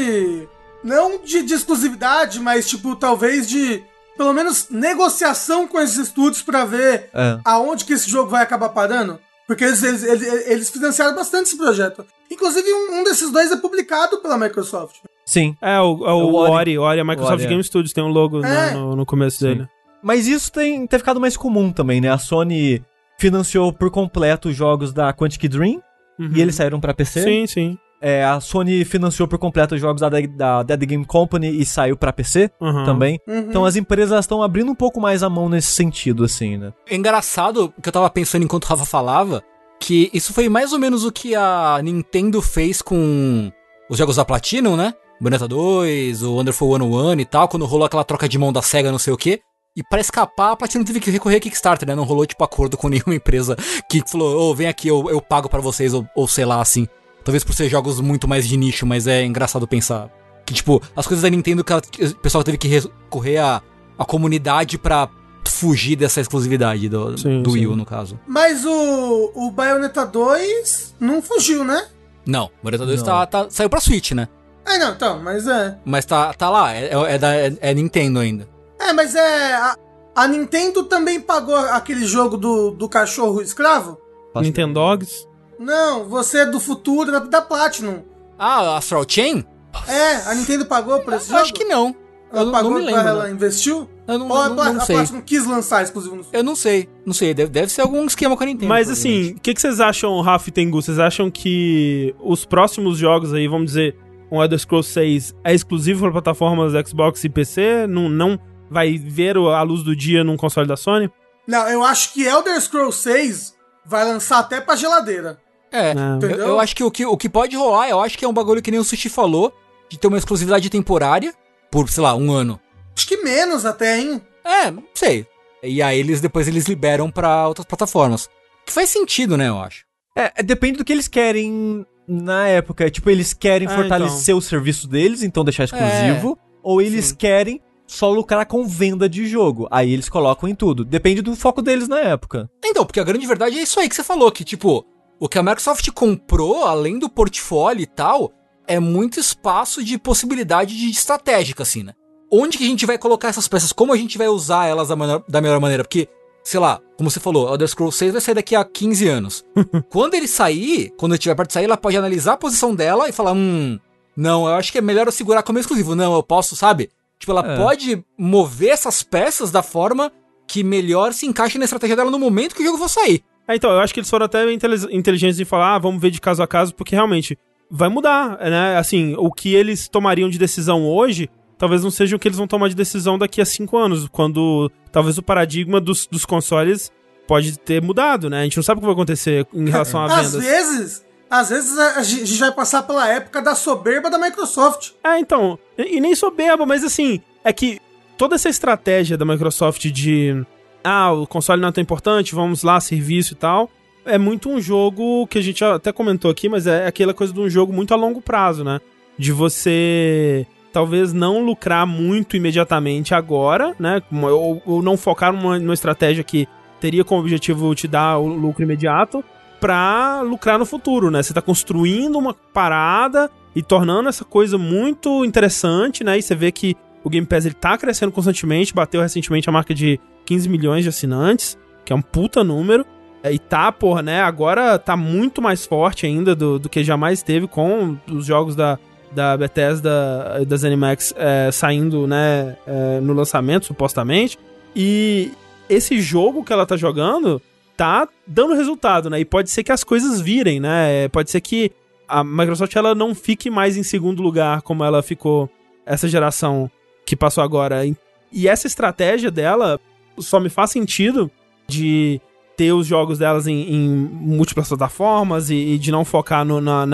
não de exclusividade, mas tipo, talvez de... pelo menos negociação com esses estúdios pra ver aonde que esse jogo vai acabar parando. Porque eles financiaram bastante esse projeto. Inclusive, um desses dois é publicado pela Microsoft. Sim. O Ori, a Microsoft Game Studios tem um logo no começo dele. Mas isso tem ficado mais comum também, né? A Sony financiou por completo os jogos da Quantic Dream, e eles saíram pra PC. Sim. a Sony financiou por completo os jogos da Dead Game Company e saiu pra PC também. Então as empresas estão abrindo um pouco mais a mão nesse sentido, assim, né? É engraçado, que eu tava pensando enquanto o Rafa falava, que isso foi mais ou menos o que a Nintendo fez com os jogos da Platinum, né? Bayonetta 2, o Wonderful 101 e tal, quando rolou aquela troca de mão da SEGA, não sei o quê. E pra escapar, a Platinum teve que recorrer a Kickstarter, né? Não rolou, tipo, acordo com nenhuma empresa que falou, vem aqui, eu pago pra vocês, ou sei lá, assim. Talvez por ser jogos muito mais de nicho, mas é engraçado pensar que, tipo, as coisas da Nintendo, o pessoal teve que recorrer à comunidade pra fugir dessa exclusividade do Wii U, no caso. Mas o Bayonetta 2 não fugiu, né? Não, o Bayonetta 2 saiu pra Switch, né? Não, então, mas é... Mas tá lá, é Nintendo ainda. Mas a Nintendo também pagou aquele jogo do cachorro escravo? Nintendo Dogs? Não, você é do futuro, da Platinum. Ah, Astral Chain? A Nintendo pagou por esse jogo? Acho que não. Ela pagou, não me lembro, ela investiu? Eu não, Ou a não sei. Platinum quis lançar exclusivo no... Eu não sei. Deve ser algum esquema com a Nintendo. Mas assim, o que vocês acham, Rafa e Tengu? Vocês acham que os próximos jogos aí, vamos dizer, o Elder Scrolls 6 é exclusivo para plataformas Xbox e PC? Não vai ver a luz do dia num console da Sony? Não, eu acho que Elder Scrolls 6 vai lançar até pra geladeira. Eu acho que o que pode rolar, eu acho que é um bagulho que nem o Sushi falou, de ter uma exclusividade temporária por, sei lá, 1 ano. Acho que menos até, hein? Não sei. E aí depois eles liberam pra outras plataformas. Que faz sentido, né, eu acho. Depende do que eles querem na época. Tipo, eles querem fortalecer o serviço deles, então deixar exclusivo, ou eles querem só lucrar com venda de jogo. Aí eles colocam em tudo. Depende do foco deles na época. Então, porque a grande verdade é isso aí que você falou, que tipo, o que a Microsoft comprou, além do portfólio e tal, é muito espaço de possibilidade de estratégica, assim, né? Onde que a gente vai colocar essas peças? Como a gente vai usar elas da melhor maneira? Porque, sei lá, como você falou, Elder Scrolls 6 vai sair daqui a 15 anos. Quando ele sair, quando ele estiver perto de sair, ela pode analisar a posição dela e falar, não, eu acho que é melhor eu segurar como exclusivo. Não, eu posso, sabe? Tipo, ela pode mover essas peças da forma que melhor se encaixa na estratégia dela no momento que o jogo for sair. Então, eu acho que eles foram até inteligentes em falar, vamos ver de caso a caso, porque realmente vai mudar, né? Assim, o que eles tomariam de decisão hoje, talvez não seja o que eles vão tomar de decisão daqui a 5 anos, quando talvez o paradigma dos consoles pode ter mudado, né? A gente não sabe o que vai acontecer em relação a vendas. Às vezes a gente vai passar pela época da soberba da Microsoft. Então, e nem soberba, mas assim, é que toda essa estratégia da Microsoft de o console não é tão importante, vamos lá, serviço e tal, é muito um jogo que a gente até comentou aqui, mas é aquela coisa de um jogo muito a longo prazo, né? De você talvez não lucrar muito imediatamente agora, né? Ou não focar numa estratégia que teria como objetivo te dar o lucro imediato pra lucrar no futuro, né? Você tá construindo uma parada e tornando essa coisa muito interessante, né? E você vê que o Game Pass ele tá crescendo constantemente, bateu recentemente a marca de 15 milhões de assinantes, que é um puta número. E tá, né? Agora tá muito mais forte ainda do que jamais teve com os jogos da Bethesda e da ZeniMax saindo, né? No lançamento, supostamente. E esse jogo que ela tá jogando tá dando resultado, né? E pode ser que as coisas virem, né? Pode ser que a Microsoft ela não fique mais em segundo lugar como ela ficou essa geração que passou agora. E essa estratégia dela só me faz sentido de ter os jogos delas em múltiplas plataformas e de não focar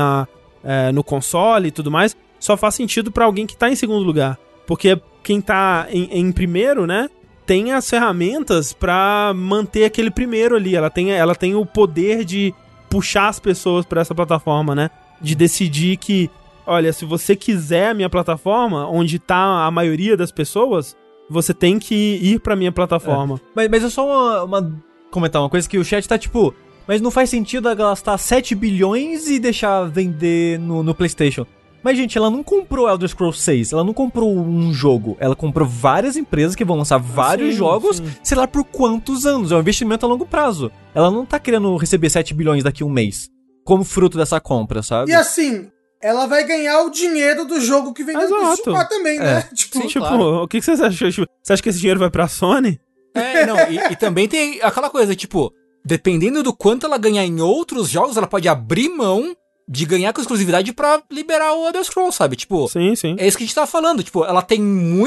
no console e tudo mais. Só faz sentido pra alguém que tá em segundo lugar. Porque quem tá em primeiro, né? Tem as ferramentas pra manter aquele primeiro ali. Ela tem o poder de puxar as pessoas pra essa plataforma, né? De decidir que, olha, se você quiser a minha plataforma, onde tá a maioria das pessoas, você tem que ir pra minha plataforma. Mas é só comentar uma coisa que o chat tá tipo, mas não faz sentido ela gastar 7 bilhões e deixar vender no PlayStation. Mas, gente, ela não comprou Elder Scrolls 6, ela não comprou um jogo, ela comprou várias empresas que vão lançar vários jogos, sei lá por quantos anos, é um investimento a longo prazo. Ela não tá querendo receber 7 bilhões daqui a um mês, como fruto dessa compra, sabe? E assim, ela vai ganhar o dinheiro do jogo que vendeu do Super também, né? Claro. O que vocês acham? Você acha que esse dinheiro vai pra Sony? E também tem aquela coisa, tipo, dependendo do quanto ela ganhar em outros jogos, ela pode abrir mão de ganhar com exclusividade pra liberar o Elder Scrolls, sabe? Tipo, Sim. é isso que a gente tava falando. Tipo, ela tem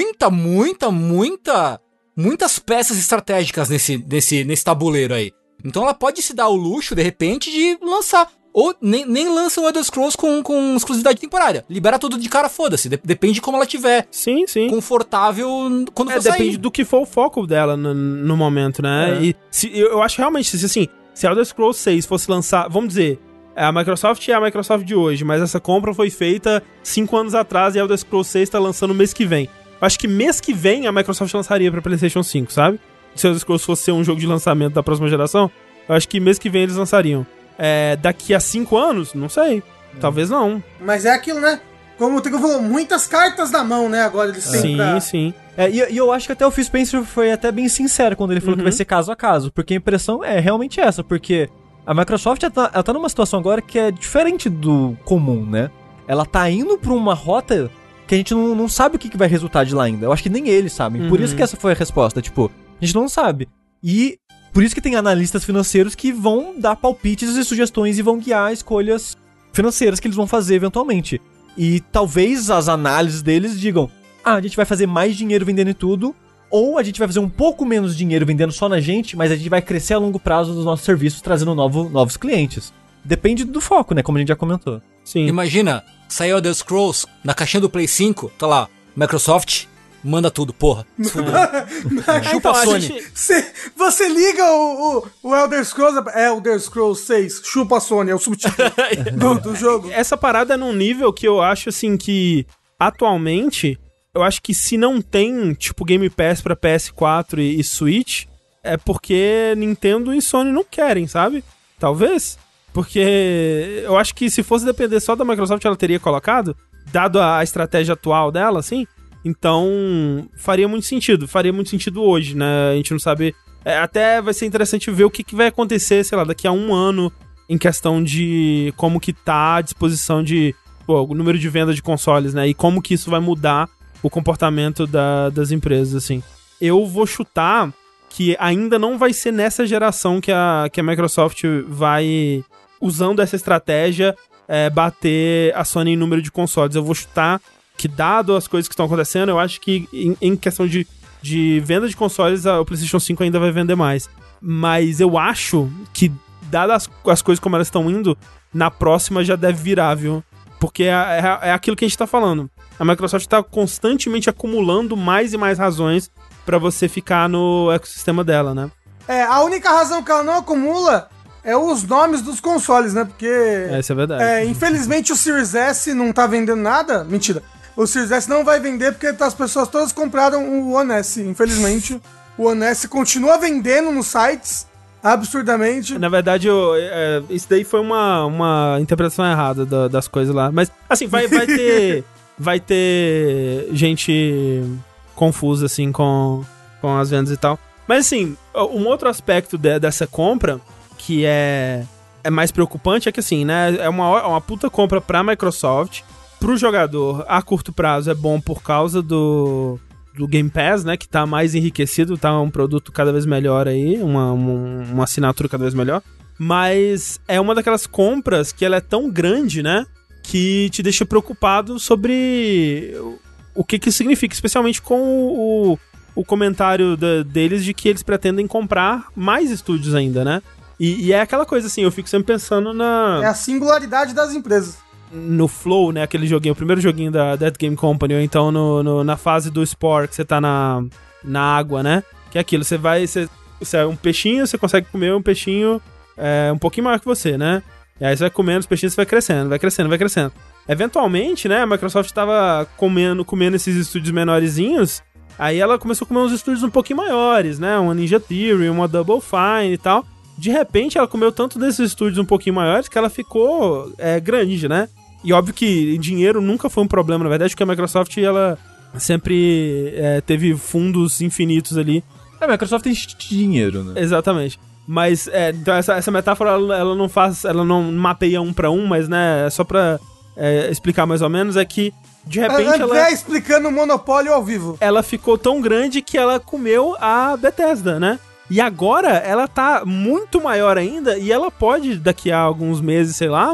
muitas peças estratégicas nesse tabuleiro aí. Então ela pode se dar o luxo, de repente, de lançar. Ou nem lança o Elder Scrolls com exclusividade temporária. Libera tudo de cara, foda-se. Depende de como ela tiver. Sim. Confortável quando for sair. Depende do que for o foco dela no momento, né? E eu acho realmente, se Elder Scrolls 6 fosse lançar, vamos dizer, a Microsoft é a Microsoft de hoje, mas essa compra foi feita 5 anos atrás e Elder Scrolls 6 tá lançando mês que vem. Eu acho que mês que vem a Microsoft lançaria pra PlayStation 5, sabe? Se Elder Scrolls fosse ser um jogo de lançamento da próxima geração, eu acho que mês que vem eles lançariam. Daqui a 5 anos, não sei. Talvez não. Mas é aquilo, né? Como o Trigo falou, muitas cartas na mão, né? Agora eles têm Sim. E eu acho que até o Phil Spencer foi até bem sincero quando ele falou que vai ser caso a caso, porque a impressão é realmente essa, porque a Microsoft ela tá numa situação agora que é diferente do comum, né? Ela tá indo pra uma rota que a gente não sabe o que vai resultar de lá ainda. Eu acho que nem eles sabem. Por isso que essa foi a resposta, tipo, a gente não sabe. E por isso que tem analistas financeiros que vão dar palpites e sugestões e vão guiar escolhas financeiras que eles vão fazer eventualmente. E talvez as análises deles digam: a gente vai fazer mais dinheiro vendendo tudo, ou a gente vai fazer um pouco menos dinheiro vendendo só na gente, mas a gente vai crescer a longo prazo dos nossos serviços, trazendo novos clientes. Depende do foco, né? Como a gente já comentou. Sim. Imagina, saiu Elder Scrolls, na caixinha do Play 5, tá lá, Microsoft, manda tudo, porra. Chupa a Sony. Você liga o Elder Scrolls, Elder Scrolls 6, chupa a Sony, é o subtítulo do jogo. Essa parada é num nível que eu acho, assim, que atualmente, eu acho que se não tem, tipo, Game Pass pra PS4 e Switch, é porque Nintendo e Sony não querem, sabe? Talvez. Porque eu acho que se fosse depender só da Microsoft, ela teria colocado, dado a estratégia atual dela, assim. Então, faria muito sentido hoje, né? A gente não sabe. Até vai ser interessante ver o que vai acontecer, sei lá, daqui a 1 ano, em questão de como que tá a disposição de o número de venda de consoles, né? E como que isso vai mudar o comportamento das empresas, assim. Eu vou chutar que ainda não vai ser nessa geração que a Microsoft vai, usando essa estratégia, bater a Sony em número de consoles. Eu vou chutar que, dado as coisas que estão acontecendo, eu acho que em questão de venda de consoles, o PlayStation 5 ainda vai vender mais. Mas eu acho que, dadas as coisas como elas estão indo, na próxima já deve virar, viu? Porque é aquilo que a gente tá falando. A Microsoft tá constantemente acumulando mais e mais razões pra você ficar no ecossistema dela, né? A única razão que ela não acumula é os nomes dos consoles, né? Porque... Isso é verdade. Infelizmente o Series S não tá vendendo nada. Mentira. O Series S não vai vender porque as pessoas todas compraram o One S. Infelizmente, o One S continua vendendo nos sites absurdamente. Na verdade, isso daí foi uma interpretação errada das coisas lá. Mas, assim, vai ter gente confusa, assim, com as vendas e tal. Mas, assim, um outro aspecto dessa compra que é mais preocupante é que, assim, né, é uma puta compra pra Microsoft. Pro jogador, a curto prazo, é bom por causa do Game Pass, né, que tá mais enriquecido, tá um produto cada vez melhor aí, uma assinatura cada vez melhor. Mas é uma daquelas compras que ela é tão grande, né, que te deixa preocupado sobre o que isso significa, especialmente com o comentário deles de que eles pretendem comprar mais estúdios ainda, né? E é aquela coisa assim, eu fico sempre pensando na... É a singularidade das empresas. No Flow, né, aquele joguinho, o primeiro joguinho da Dead Game Company, ou então na fase do Spore, que você tá na água, né? Que é aquilo, você é um peixinho, você consegue comer um peixinho um pouquinho maior que você, né? E aí você vai comendo os peixinhos, você vai crescendo. Eventualmente, né, a Microsoft tava comendo esses estúdios menorzinhos, aí ela começou a comer uns estúdios um pouquinho maiores, né? Uma Ninja Theory, uma Double Fine e tal. De repente, ela comeu tanto desses estúdios um pouquinho maiores que ela ficou grande, né? E óbvio que dinheiro nunca foi um problema, na verdade, porque a Microsoft, ela sempre teve fundos infinitos ali. A Microsoft tem dinheiro, né? Exatamente. Mas, então essa metáfora, ela não mapeia 1 pra 1, mas, né, só pra explicar mais ou menos, é que, de repente, ela explicando o monopólio ao vivo. Ela ficou tão grande que ela comeu a Bethesda, né? E agora ela tá muito maior ainda e ela pode, daqui a alguns meses, sei lá,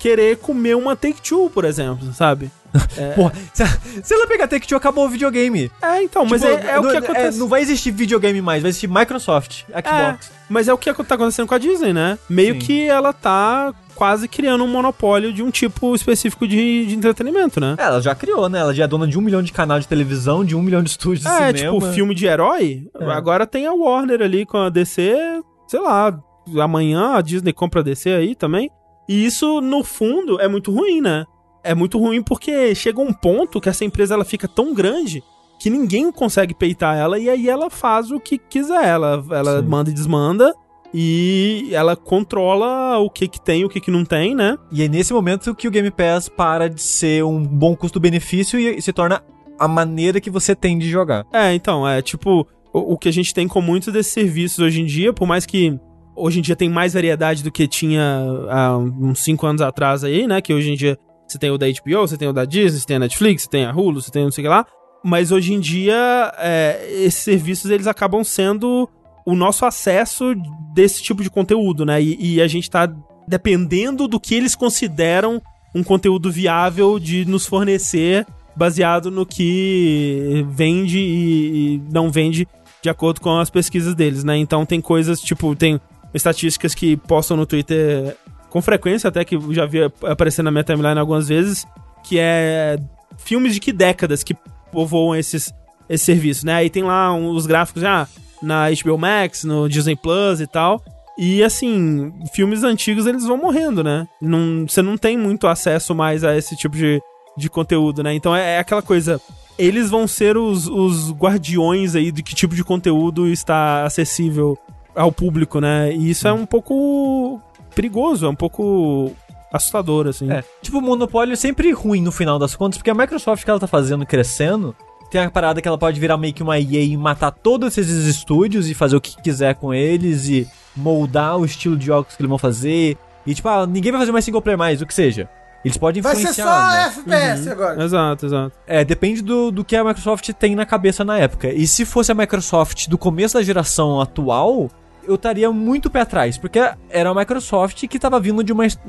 querer comer uma Take-Two, por exemplo, sabe? Porra, se ela pegar Take-Two, acabou o videogame. Então, mas Tipo, é o que acontece. Não vai existir videogame mais, vai existir Microsoft, Xbox. Mas é o que tá acontecendo com a Disney, né? Meio Sim. que ela tá quase criando um monopólio de um tipo específico de entretenimento, né? Ela já criou, né? Ela já é dona de 1 milhão de canal de televisão, de 1 milhão de estúdios de cinema. Tipo, filme de herói. Agora tem a Warner ali com a DC, sei lá, amanhã a Disney compra a DC aí também. E isso, no fundo, é muito ruim, né? É muito ruim porque chega um ponto que essa empresa ela fica tão grande que ninguém consegue peitar ela e aí ela faz o que quiser. Ela manda e desmanda e ela controla o que tem e o que não tem, né? E é nesse momento que o Game Pass para de ser um bom custo-benefício e se torna a maneira que você tem de jogar. Então, tipo, o que a gente tem com muitos desses serviços hoje em dia, por mais que hoje em dia tem mais variedade do que tinha há uns 5 anos atrás aí, né? Que hoje em dia você tem o da HBO, você tem o da Disney, você tem a Netflix, você tem a Hulu, você tem não sei o que lá. Mas hoje em dia, esses serviços, eles acabam sendo o nosso acesso desse tipo de conteúdo, né? E a gente tá dependendo do que eles consideram um conteúdo viável de nos fornecer, baseado no que vende e não vende de acordo com as pesquisas deles, né? Então tem coisas, tipo, tem estatísticas que postam no Twitter com frequência, até que eu já vi aparecer na minha timeline algumas vezes, que é filmes de que décadas que povoam esses serviços, né? Aí tem lá os gráficos na HBO Max, no Disney Plus e tal. E assim, filmes antigos eles vão morrendo, né? Você não tem muito acesso mais a esse tipo de conteúdo, né? Então é aquela coisa, eles vão ser os guardiões aí de que tipo de conteúdo está acessível ao público, né? E isso é um pouco perigoso, é um pouco assustador, assim. Tipo, o monopólio é sempre ruim no final das contas, porque a Microsoft que ela tá fazendo crescendo, tem a parada que ela pode virar meio que uma EA e matar todos esses estúdios e fazer o que quiser com eles e moldar o estilo de jogos que eles vão fazer. E tipo, ninguém vai fazer mais single player mais, o que seja. Eles podem influenciar. Vai ser só FPS agora. Exato. Depende do que a Microsoft tem na cabeça na época. E se fosse a Microsoft do começo da geração atual, eu estaria muito pé atrás, porque era a Microsoft que tava vindo de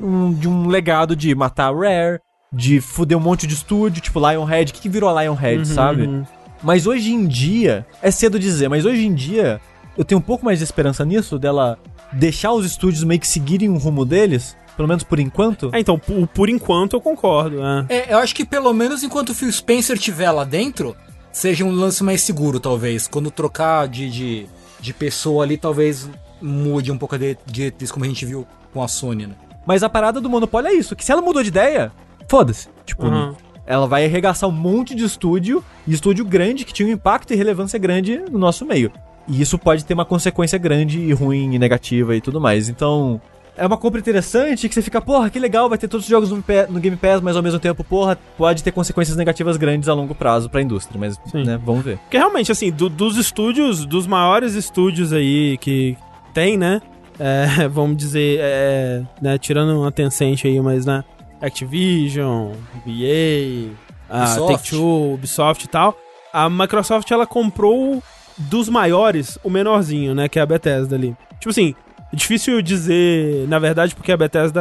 um legado de matar a Rare, de fuder um monte de estúdio, tipo Lionhead. O que virou a Lionhead, sabe? Mas hoje em dia, é cedo dizer, mas hoje em dia, eu tenho um pouco mais de esperança nisso, dela deixar os estúdios meio que seguirem o rumo deles, pelo menos por enquanto. Então, por enquanto eu concordo, eu acho que pelo menos enquanto o Phil Spencer estiver lá dentro, seja um lance mais seguro, talvez. Quando trocar de pessoa ali, talvez mude um pouco de diretriz, como a gente viu com a Sony, né? Mas a parada do monopólio é isso, que se ela mudou de ideia, foda-se. Tipo, ela vai arregaçar um monte de estúdio, e estúdio grande, que tinha um impacto e relevância grande no nosso meio. E isso pode ter uma consequência grande e ruim e negativa e tudo mais. Então, é uma compra interessante que você fica, porra, que legal, vai ter todos os jogos no Game Pass, mas ao mesmo tempo, porra, pode ter consequências negativas grandes a longo prazo pra indústria. Mas, né, vamos ver. Porque realmente, assim, dos estúdios, dos maiores estúdios aí que tem, né, vamos dizer, né, tirando uma Tencent aí, mas, né, Activision, EA, Take-Two, Ubisoft e tal, a Microsoft, ela comprou dos maiores, o menorzinho, né, que é a Bethesda ali. Tipo assim, é difícil dizer, na verdade, porque a Bethesda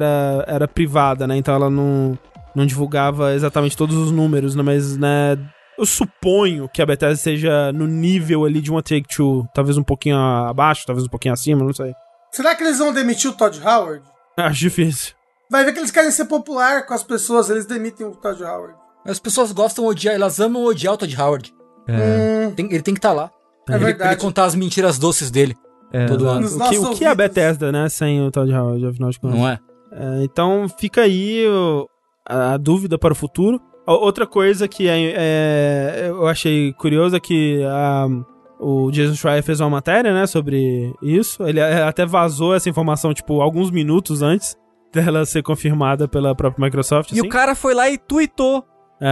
era privada, né, então ela não divulgava exatamente todos os números, né, mas, né, eu suponho que a Bethesda seja no nível ali de uma Take-Two, talvez um pouquinho abaixo, talvez um pouquinho acima, não sei. Será que eles vão demitir o Todd Howard? Acho difícil. Vai ver que eles querem ser popular com as pessoas, eles demitem o Todd Howard. As pessoas gostam de odiar, elas amam odiar o Todd Howard. Ele tem que estar lá. É verdade. Pra ele contar as mentiras doces dele todo ano. O que é a Bethesda, né, sem o Todd Howard, afinal de contas? Não é? Então fica aí a dúvida para o futuro. Outra coisa que eu achei curiosa é que o Jason Schreier fez uma matéria, né, sobre isso. Ele até vazou essa informação, tipo, alguns minutos antes dela ser confirmada pela própria Microsoft. E o cara foi lá e tweetou.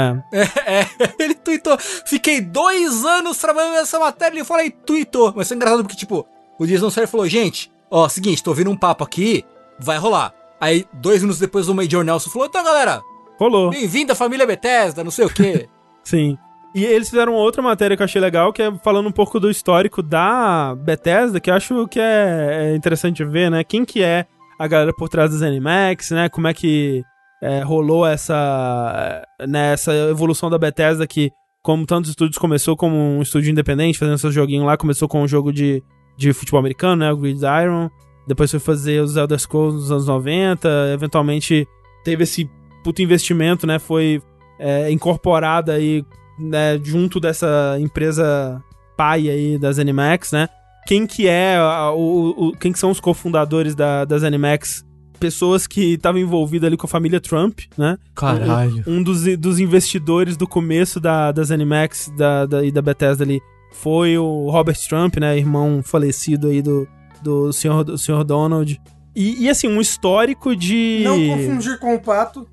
Ele tweetou. Fiquei 2 anos trabalhando nessa matéria, ele foi lá e tweetou. Mas foi engraçado porque, tipo, o Jason Schreier falou, gente, seguinte, tô ouvindo um papo aqui, vai rolar. Aí, 2 minutos depois, o Major Nelson falou, então, galera, rolou. Bem-vindo à família Bethesda, não sei o quê. Sim. E eles fizeram outra matéria que eu achei legal, que é falando um pouco do histórico da Bethesda, que eu acho que é interessante ver, né? Quem que é a galera por trás das ZeniMax, né? Como é que rolou essa evolução da Bethesda que, como tantos estúdios, começou como um estúdio independente, fazendo seus joguinhos lá, começou com um jogo de futebol americano, né? O Gridiron. Depois foi fazer os Elder Scrolls nos anos 90, eventualmente teve esse puto investimento, né? Foi incorporada aí, né, junto dessa empresa pai aí da ZeniMax, né? Quem que quem que são os cofundadores da ZeniMax? Pessoas que estavam envolvidas ali com a família Trump, né? Caralho. Um dos investidores do começo da ZeniMax e da Bethesda ali foi o Robert Trump, né? Irmão falecido aí do senhor Donald. E assim, um histórico de... Não confundir com o Pato.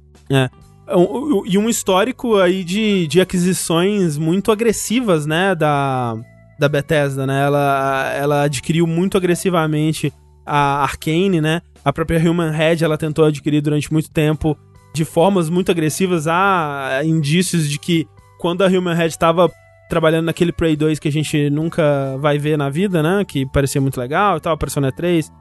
E um histórico aí de aquisições muito agressivas, né, da Bethesda, né? Ela adquiriu muito agressivamente a Arcane, né? A própria Human Head, ela tentou adquirir durante muito tempo de formas muito agressivas. Há indícios de que quando a Human Head estava trabalhando naquele Prey 2 que a gente nunca vai ver na vida, né? Que parecia muito legal e tal, apareceu na E3.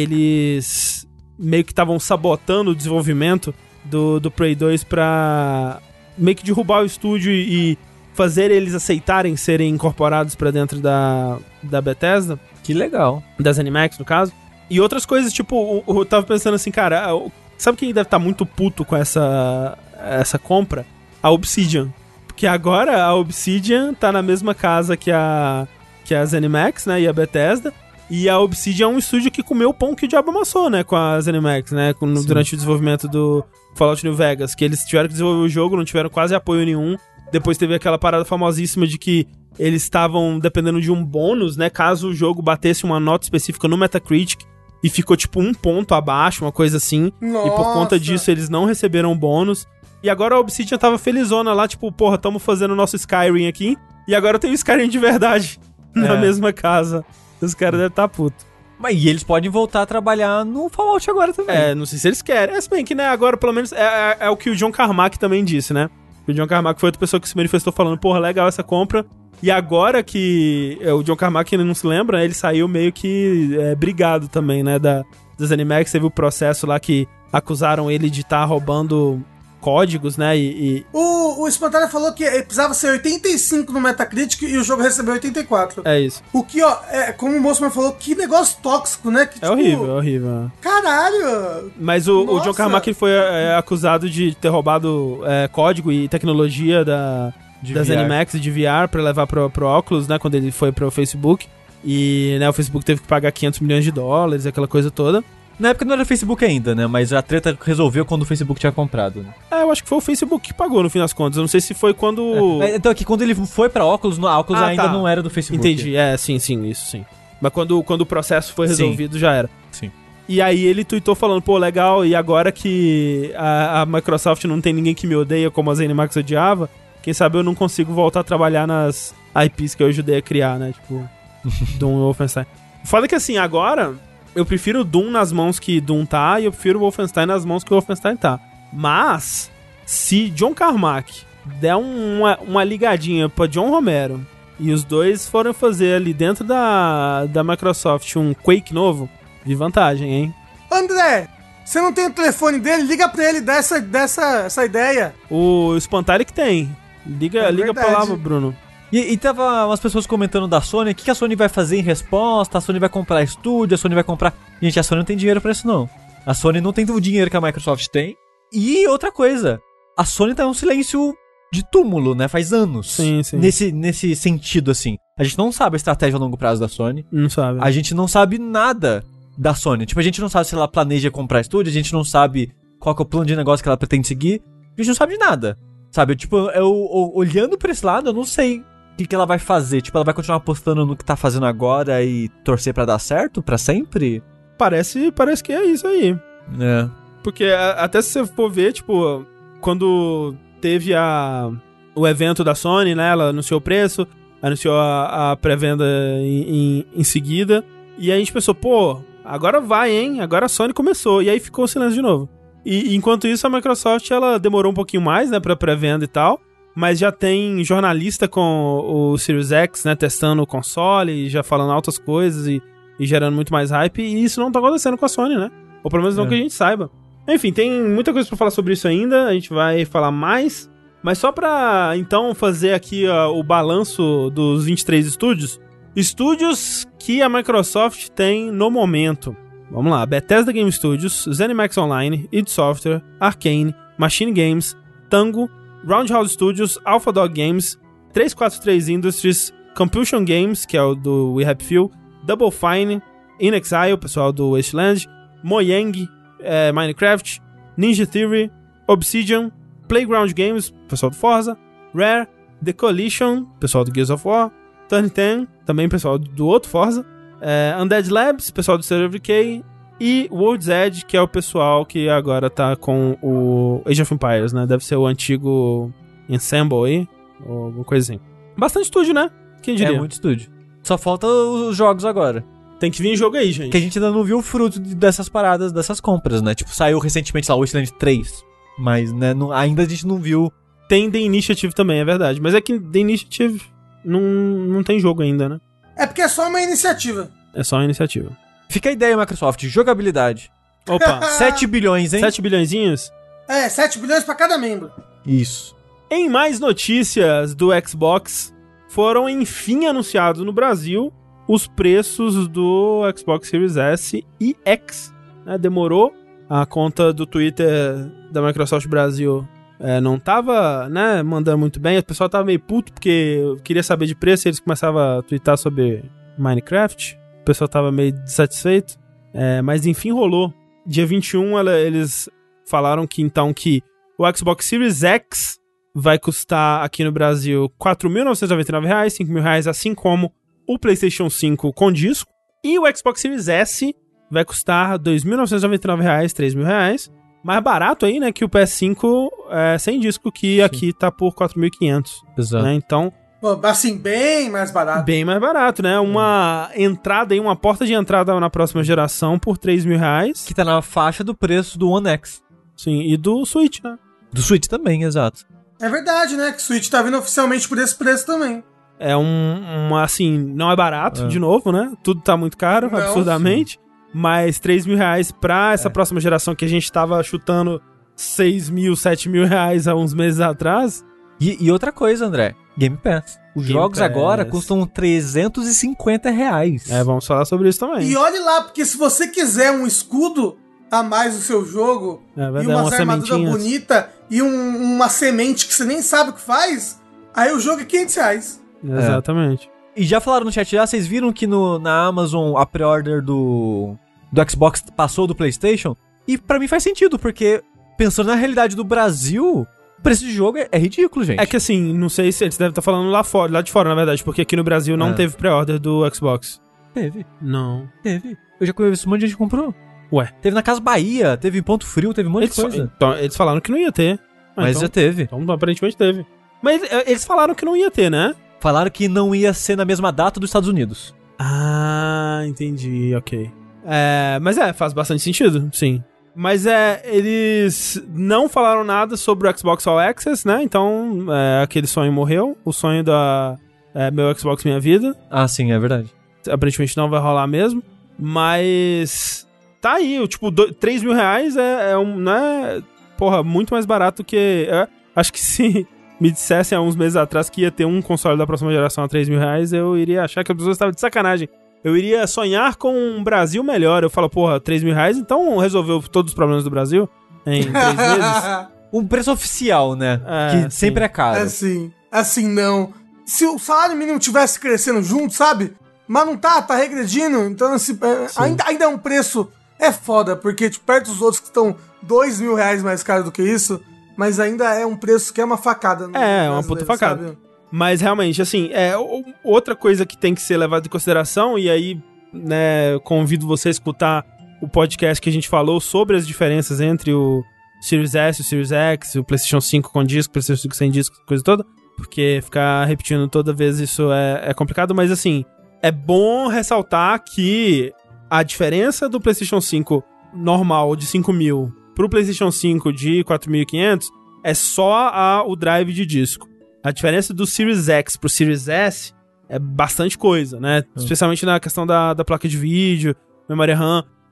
Eles meio que estavam sabotando o desenvolvimento do Prey 2 pra meio que derrubar o estúdio e fazer eles aceitarem serem incorporados pra dentro da Bethesda. Que legal. Das ZeniMax, no caso. E outras coisas, tipo, eu tava pensando assim, cara, sabe quem deve estar muito puto com essa compra? A Obsidian. Porque agora a Obsidian tá na mesma casa que a ZeniMax, né, e a Bethesda. E a Obsidian é um estúdio que comeu o pão que o diabo amassou, né, com a ZeniMax, né, durante o desenvolvimento do Fallout New Vegas. Que eles tiveram que desenvolver o jogo, não tiveram quase apoio nenhum. Depois teve aquela parada famosíssima de que eles estavam dependendo de um bônus, né, caso o jogo batesse uma nota específica no Metacritic. E ficou tipo 1 ponto abaixo, uma coisa assim. Nossa. E por conta disso eles não receberam bônus. E agora a Obsidian tava felizona lá, tipo, porra, tamo fazendo o nosso Skyrim aqui. E agora tem o Skyrim de verdade na mesma casa. Os caras devem estar putos. Mas e eles podem voltar a trabalhar no Fallout agora também. Não sei se eles querem. Se bem que, né, agora pelo menos é o que o John Carmack também disse, né? O John Carmack foi outra pessoa que se manifestou falando, porra, legal essa compra. E agora que o John Carmack ainda não se lembra, né, ele saiu meio que brigado também, né, da ZeniMax. Teve o processo lá que acusaram ele de estar roubando códigos, né, O Espantalho falou que precisava ser 85 no Metacritic e o jogo recebeu 84. É isso. O que, como o Moço falou, que negócio tóxico, né? Que, é horrível, é horrível. Caralho! Mas o John Carmack ele foi acusado de ter roubado código e tecnologia da ZeniMax e de VR pra levar pro Oculus, né, quando ele foi pro Facebook. E, né, o Facebook teve que pagar $500 milhões, aquela coisa toda. Na época não era Facebook ainda, né, mas a treta resolveu quando o Facebook tinha comprado, né? Eu acho que foi o Facebook que pagou no fim das contas. Eu não sei se foi quando... Então aqui, quando ele foi pra Oculus, a Oculus ainda não era do Facebook. Entendi, sim, isso sim. Mas quando o processo foi resolvido, já era. Sim. E aí ele tweetou falando, pô, legal, e agora que a Microsoft não tem ninguém que me odeia como a ZeniMax odiava, quem sabe eu não consigo voltar a trabalhar nas IPs que eu ajudei a criar, né? Tipo, Doom e Wolfenstein. Foda que assim, agora eu prefiro Doom nas mãos que Doom tá e eu prefiro Wolfenstein nas mãos que o Wolfenstein tá. Mas, se John Carmack der uma ligadinha pra John Romero e os dois forem fazer ali dentro da Microsoft um Quake novo, de vantagem, hein? André, você não tem o telefone dele? Liga pra ele, dá essa ideia. O Espantalho que tem. Liga pra lá, Bruno. E tava umas pessoas comentando da Sony, o que a Sony vai fazer em resposta, a Sony vai comprar estúdio, a Sony vai comprar... Gente, a Sony não tem dinheiro pra isso, não. A Sony não tem o dinheiro que a Microsoft tem. E outra coisa, a Sony tá em um silêncio de túmulo, né? Faz anos. Sim. Nesse sentido, assim. A gente não sabe a estratégia a longo prazo da Sony. Não sabe. A gente não sabe nada da Sony. Tipo, a gente não sabe se ela planeja comprar estúdio, a gente não sabe qual que é o plano de negócio que ela pretende seguir. A gente não sabe de nada. Sabe? Tipo, olhando pra esse lado, eu não sei o que ela vai fazer. Tipo, ela vai continuar apostando no que tá fazendo agora e torcer pra dar certo pra sempre? Parece que é isso aí. É. Porque até se você for ver, tipo, quando teve o evento da Sony, né, ela anunciou o preço, anunciou a pré-venda em seguida, e aí a gente pensou, pô, agora vai, hein, agora a Sony começou, e aí ficou o silêncio de novo. E enquanto isso, a Microsoft, ela demorou um pouquinho mais, né, pra pré-venda e tal, mas já tem jornalista com o Series X, né, testando o console, e já falando altas coisas e gerando muito mais hype, e isso não tá acontecendo com a Sony, né? Ou pelo menos não que a gente saiba. Enfim, tem muita coisa pra falar sobre isso ainda, a gente vai falar mais. Mas só pra, então, fazer aqui o balanço dos 23 estúdios. Estúdios que a Microsoft tem no momento. Vamos lá, Bethesda Game Studios, ZeniMax Online, id Software, Arcane, Machine Games, Tango, Roundhouse Studios, Alpha Dog Games, 343 Industries, Compulsion Games, que é o do We Happy Few, Double Fine, In Exile, o pessoal do Wasteland, Mojang, Minecraft, Ninja Theory, Obsidian, Playground Games, pessoal do Forza, Rare, The Coalition, pessoal do Gears of War, Turn 10, também pessoal do outro Forza, Undead Labs, pessoal do State of Decay, e World's Edge, que é o pessoal que agora tá com o Age of Empires, né? Deve ser o antigo Ensemble aí, ou alguma coisa assim. Bastante estúdio, né? Quem diria? É muito estúdio. Só falta os jogos agora. Tem que vir jogo aí, gente. Que a gente ainda não viu o fruto dessas paradas, dessas compras, né? Tipo, saiu recentemente lá o Wasteland 3. Mas, né, ainda a gente não viu. Tem The Initiative também, é verdade. Mas é que The Initiative não tem jogo ainda, né? É porque é só uma iniciativa. É só uma iniciativa. Fica a ideia, Microsoft. Jogabilidade. Opa, 7 bilhões, hein? 7 bilhõezinhos? 7 bilhões pra cada membro. Isso. Em mais notícias do Xbox, foram enfim anunciados no Brasil os preços do Xbox Series S e X. Demorou. A conta do Twitter da Microsoft Brasil não tava, né, mandando muito bem. O pessoal tava meio puto porque eu queria saber de preço e eles começavam a tweetar sobre Minecraft. O pessoal tava meio desatisfeito. Mas enfim rolou. Dia 21 eles falaram que então que o Xbox Series X vai custar aqui no Brasil R$ 4.999, R$ 5.000, assim como o PlayStation 5 com disco. E o Xbox Series S vai custar R$ 2.999, R$ 3.000. Mais barato aí, né, que o PS5 sem disco, que sim, aqui tá por 4.500. Exato. Né? Então, assim, bem mais barato. Bem mais barato, né? Uma entrada aí, uma porta de entrada na próxima geração por R$3.000. Que tá na faixa do preço do One X. Sim, e do Switch, né? Do Switch também, exato. É verdade, né? Que o Switch tá vindo oficialmente por esse preço também. É assim, não é barato, de novo, né? Tudo tá muito caro, não, absurdamente. Sim. Mas R$3.000 pra essa próxima geração que a gente tava chutando R$6.000, R$7.000 há uns meses atrás. E outra coisa, André, Game Pass. Os jogos agora custam R$350. Vamos falar sobre isso também. E olhe lá, porque se você quiser um escudo a mais do seu jogo, e umas armaduras bonitas, e uma semente que você nem sabe o que faz, aí o jogo é R$500. Exatamente. E já falaram no chat, vocês viram que na Amazon a pre-order do Xbox passou do PlayStation? E pra mim faz sentido, porque pensando na realidade do Brasil, o preço de jogo é ridículo, gente. É que assim, não sei se eles devem estar falando lá de fora, na verdade, porque aqui no Brasil não teve pre-order do Xbox. Teve. Não. Teve. Eu já conheci um monte de gente que comprou. Ué. Teve na Casa Bahia, teve em Ponto Frio, teve um monte de coisa. Então, eles falaram que não ia ter. Mas então, já teve. Então, aparentemente teve. Mas eles falaram que não ia ter, né? Falaram que não ia ser na mesma data dos Estados Unidos. Ah, entendi, ok. Mas faz bastante sentido, sim. Mas eles não falaram nada sobre o Xbox All Access, né? Então, aquele sonho morreu. O sonho da meu Xbox Minha Vida. Ah, sim, é verdade. Aparentemente não vai rolar mesmo. Mas tá aí, tipo, R$3.000 né? Porra, muito mais barato que... acho que se me dissessem há uns meses atrás que ia ter um console da próxima geração a R$3.000, eu iria achar que as pessoas estavam de sacanagem. Eu iria sonhar com um Brasil melhor. Eu falo, porra, R$3.000, então resolveu todos os problemas do Brasil em 3 meses? Um preço oficial, né? Que sempre é caro. Assim não. Se o salário mínimo tivesse crescendo junto, sabe? Mas não tá regredindo. Então, assim, ainda é um preço... É foda, porque tipo, perto dos outros que estão R$2.000 mais caro do que isso, mas ainda é um preço que é uma facada. Uma puta facada. Sabe? Mas realmente, assim, outra coisa que tem que ser levada em consideração, e aí, né, convido você a escutar o podcast que a gente falou sobre as diferenças entre o Series S, o Series X, o PlayStation 5 com disco, o PlayStation 5 sem disco, coisa toda, porque ficar repetindo toda vez isso é complicado, mas assim, é bom ressaltar que a diferença do PlayStation 5 normal de 5.000 pro PlayStation 5 de 4.500 é só o drive de disco. A diferença do Series X pro Series S é bastante coisa, né? Especialmente na questão da placa de vídeo, memória RAM.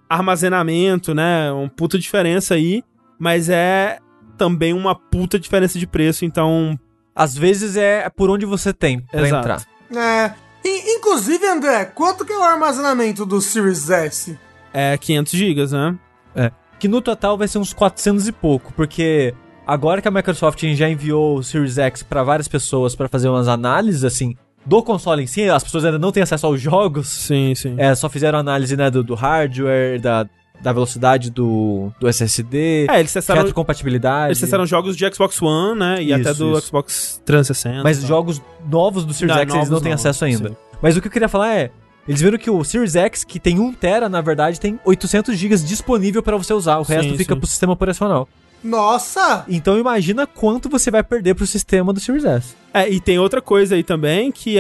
armazenamento, né? Uma puta diferença aí, mas é também uma puta diferença de preço, então... Às vezes é por onde você tem pra Exato. entrar. Inclusive, André, quanto que é o armazenamento do Series S? É 500 GB, né? Que no total vai ser uns 400 e pouco, porque agora que a Microsoft já enviou o Series X pra várias pessoas pra fazer umas análises, assim, do console em si, as pessoas ainda não têm acesso aos jogos. Sim. Só fizeram análise, né, do hardware, da velocidade do SSD, Eles testaram... retrocompatibilidade. Eles testaram jogos de Xbox One, né? E até do Xbox 360. Mas jogos novos do Series X eles não têm acesso ainda. Sim. Mas o que eu queria falar é... Eles viram que o Series X, que tem 1 TB, na verdade, tem 800 GB disponível pra você usar. O resto fica pro sistema operacional. Nossa! Então imagina quanto você vai perder pro sistema do Series S. E tem outra coisa aí também, que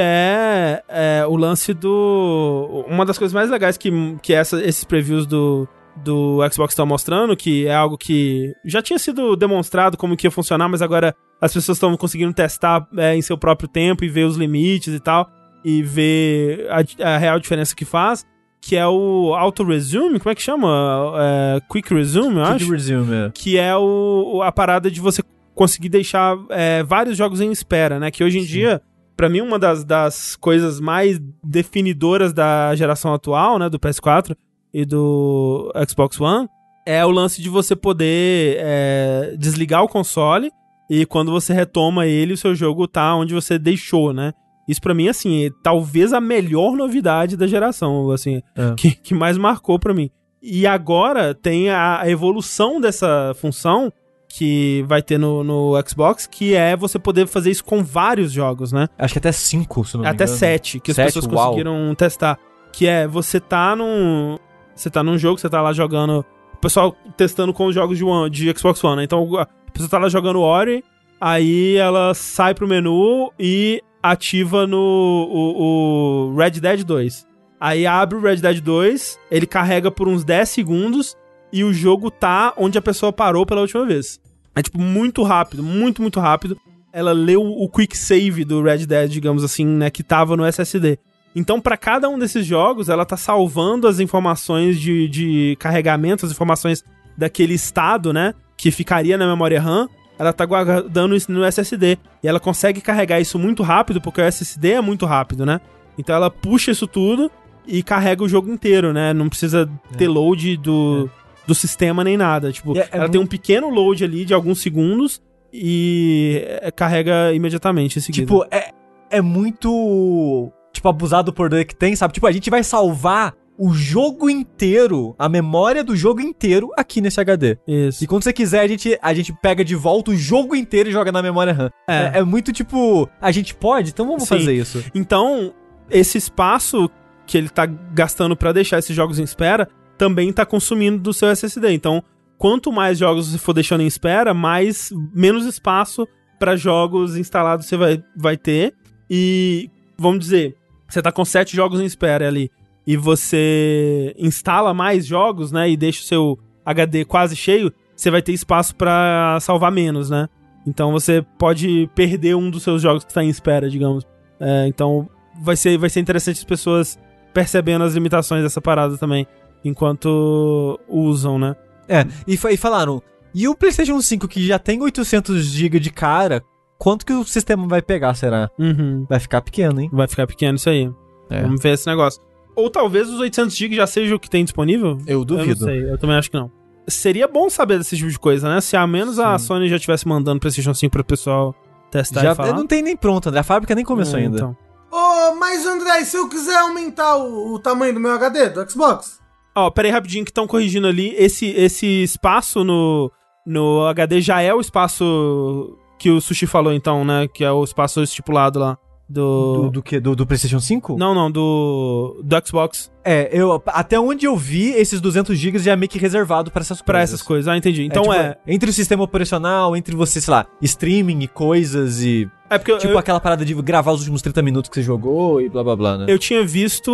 é o lance do... Uma das coisas mais legais que esses previews do Xbox estão mostrando, que é algo que já tinha sido demonstrado como que ia funcionar, mas agora as pessoas estão conseguindo testar em seu próprio tempo e ver os limites e tal, e ver a real diferença que faz, que é o Auto Resume, como é que chama? Quick Resume, eu acho? Quick Resume, Que é a parada de você conseguir deixar vários jogos em espera, né? Que hoje em dia, pra mim, uma das coisas mais definidoras da geração atual, né? Do PS4 e do Xbox One, é o lance de você poder desligar o console e quando você retoma ele, o seu jogo tá onde você deixou, né? Isso pra mim, assim, talvez a melhor novidade da geração, assim, que mais marcou pra mim. E agora tem a evolução dessa função que vai ter no Xbox, que é você poder fazer isso com vários jogos, né? Acho que até 5, se não me engano. Até 7, que as pessoas conseguiram testar. Que é, você tá num jogo, você tá lá jogando... O pessoal testando com os jogos de Xbox One, né? Então, a pessoa tá lá jogando Ori, aí ela sai pro menu e ativa o Red Dead 2. Aí abre o Red Dead 2, ele carrega por uns 10 segundos e o jogo tá onde a pessoa parou pela última vez. É tipo muito rápido, muito, muito rápido. Ela leu o quick save do Red Dead, digamos assim, né, que tava no SSD. Então, pra cada um desses jogos, ela tá salvando as informações de carregamento, as informações daquele estado, né, que ficaria na memória RAM. Ela tá guardando isso no SSD. E ela consegue carregar isso muito rápido, porque o SSD é muito rápido, né? Então ela puxa isso tudo e carrega o jogo inteiro, né? Não precisa ter load do sistema nem nada. Tipo, ela tem um pequeno load ali de alguns segundos e carrega imediatamente em seguida. Tipo, é muito... Tipo, abusado do poder que tem, sabe? Tipo, a gente vai salvar o jogo inteiro, a memória do jogo inteiro aqui nesse HD. Isso. E quando você quiser, a gente pega de volta o jogo inteiro e joga na memória RAM. É muito tipo, a gente pode? Então vamos fazer isso. Então, esse espaço que ele tá gastando pra deixar esses jogos em espera, também tá consumindo do seu SSD. Então, quanto mais jogos você for deixando em espera, menos espaço pra jogos instalados você vai ter. E, vamos dizer, você tá com 7 jogos em espera ali, e você instala mais jogos, né, e deixa o seu HD quase cheio, você vai ter espaço pra salvar menos, né? Então você pode perder um dos seus jogos que está em espera, digamos. Então vai ser interessante as pessoas percebendo as limitações dessa parada também, enquanto usam, né? E falaram, e o PlayStation 5 que já tem 800 GB de cara, quanto que o sistema vai pegar, será? Vai ficar pequeno, hein? Vai ficar pequeno isso aí. Vamos ver esse negócio. Ou talvez os 800 GB já seja o que tem disponível? Eu duvido. Eu não sei, eu também acho que não. Seria bom saber desse tipo de coisa, né? Se ao menos a Sony já estivesse mandando PlayStation 5 pro pessoal testar e falar. Não tem nem pronto, André. A fábrica nem começou ainda. Então. Mas André, se eu quiser aumentar o tamanho do meu HD, do Xbox? Pera aí rapidinho que estão corrigindo ali. Esse espaço no HD já é o espaço que o Sushi falou, então, né? Que é o espaço estipulado lá. Do que? Do PlayStation 5? Não, do Xbox. Até onde eu vi, esses 200 GB já é meio que reservado pra essas coisas. Pra essas coisas, entendi. Então tipo, entre o sistema operacional, entre você, sei lá, streaming e coisas e... porque aquela parada de gravar os últimos 30 minutos que você jogou e blá blá blá, né? Eu tinha visto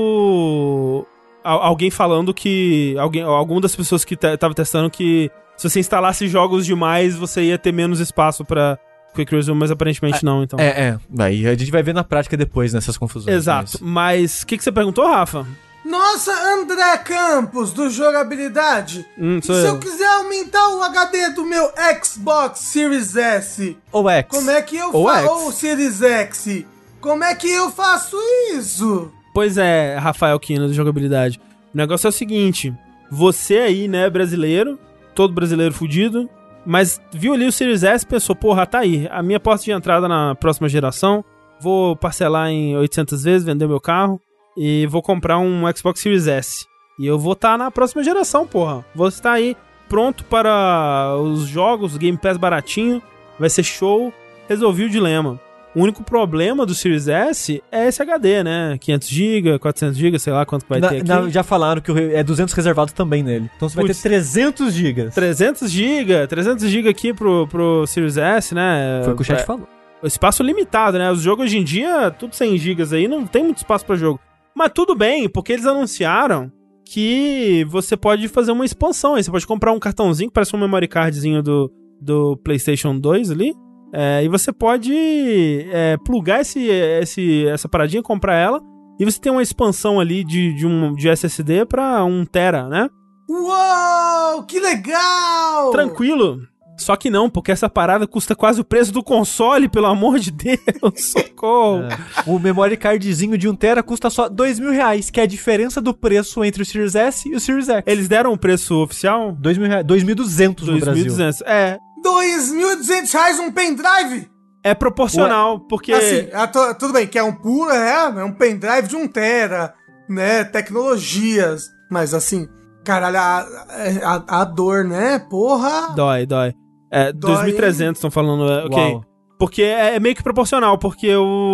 alguém falando que... Alguma das pessoas que tava testando que se você instalasse jogos demais, você ia ter menos espaço pra Quick Resume, mas aparentemente não, então. Aí a gente vai ver na prática depois nessas confusões. Exato. Mas o que você perguntou, Rafa? Nossa, André Campos, do Jogabilidade. Sou Se eu. eu quiser aumentar o HD do meu Xbox Series S, Ou X. como é que eu Ou faço? X. Ou Series X, como é que eu faço isso? Pois é, Rafael Kina, do Jogabilidade. O negócio é o seguinte, você aí, né, brasileiro, todo brasileiro fudido, mas viu ali o Series S e pensou, porra, tá aí, a minha porta de entrada na próxima geração, vou parcelar em 800 vezes, vender meu carro e vou comprar um Xbox Series S. E eu vou estar na próxima geração, porra. Vou estar aí pronto para os jogos, Game Pass baratinho, vai ser show, resolvi o dilema. O único problema do Series S é esse HD, né? 500GB, 400GB, sei lá quanto vai ter aqui. Já falaram que é 200 reservado também nele. Então você vai ter 300 GB. 300GB aqui pro Series S, né? Foi o que o chat falou. Espaço limitado, né? Os jogos hoje em dia, tudo 100 GB aí, não tem muito espaço pra jogo. Mas tudo bem, porque eles anunciaram que você pode fazer uma expansão aí. Você pode comprar um cartãozinho, que parece um memory cardzinho do PlayStation 2 ali. E você pode plugar essa paradinha, comprar ela, e você tem uma expansão ali de SSD pra 1 tera, né? Uou, que legal! Tranquilo. Só que não, porque essa parada custa quase o preço do console, pelo amor de Deus, socorro. O memory cardzinho de 1 tera custa só R$2.000, que é a diferença do preço entre o Series S e o Series X. Eles deram o preço oficial? R$2.000, 2.200 no Brasil. 2.200, R$2.200 um pendrive? É proporcional, porque... Assim, tudo bem, que é um pendrive de 1 tera, né, tecnologias, mas assim, caralho, a dor, né, porra... Dói. 2.300 estão falando, ok. Uau. Porque é meio que proporcional, porque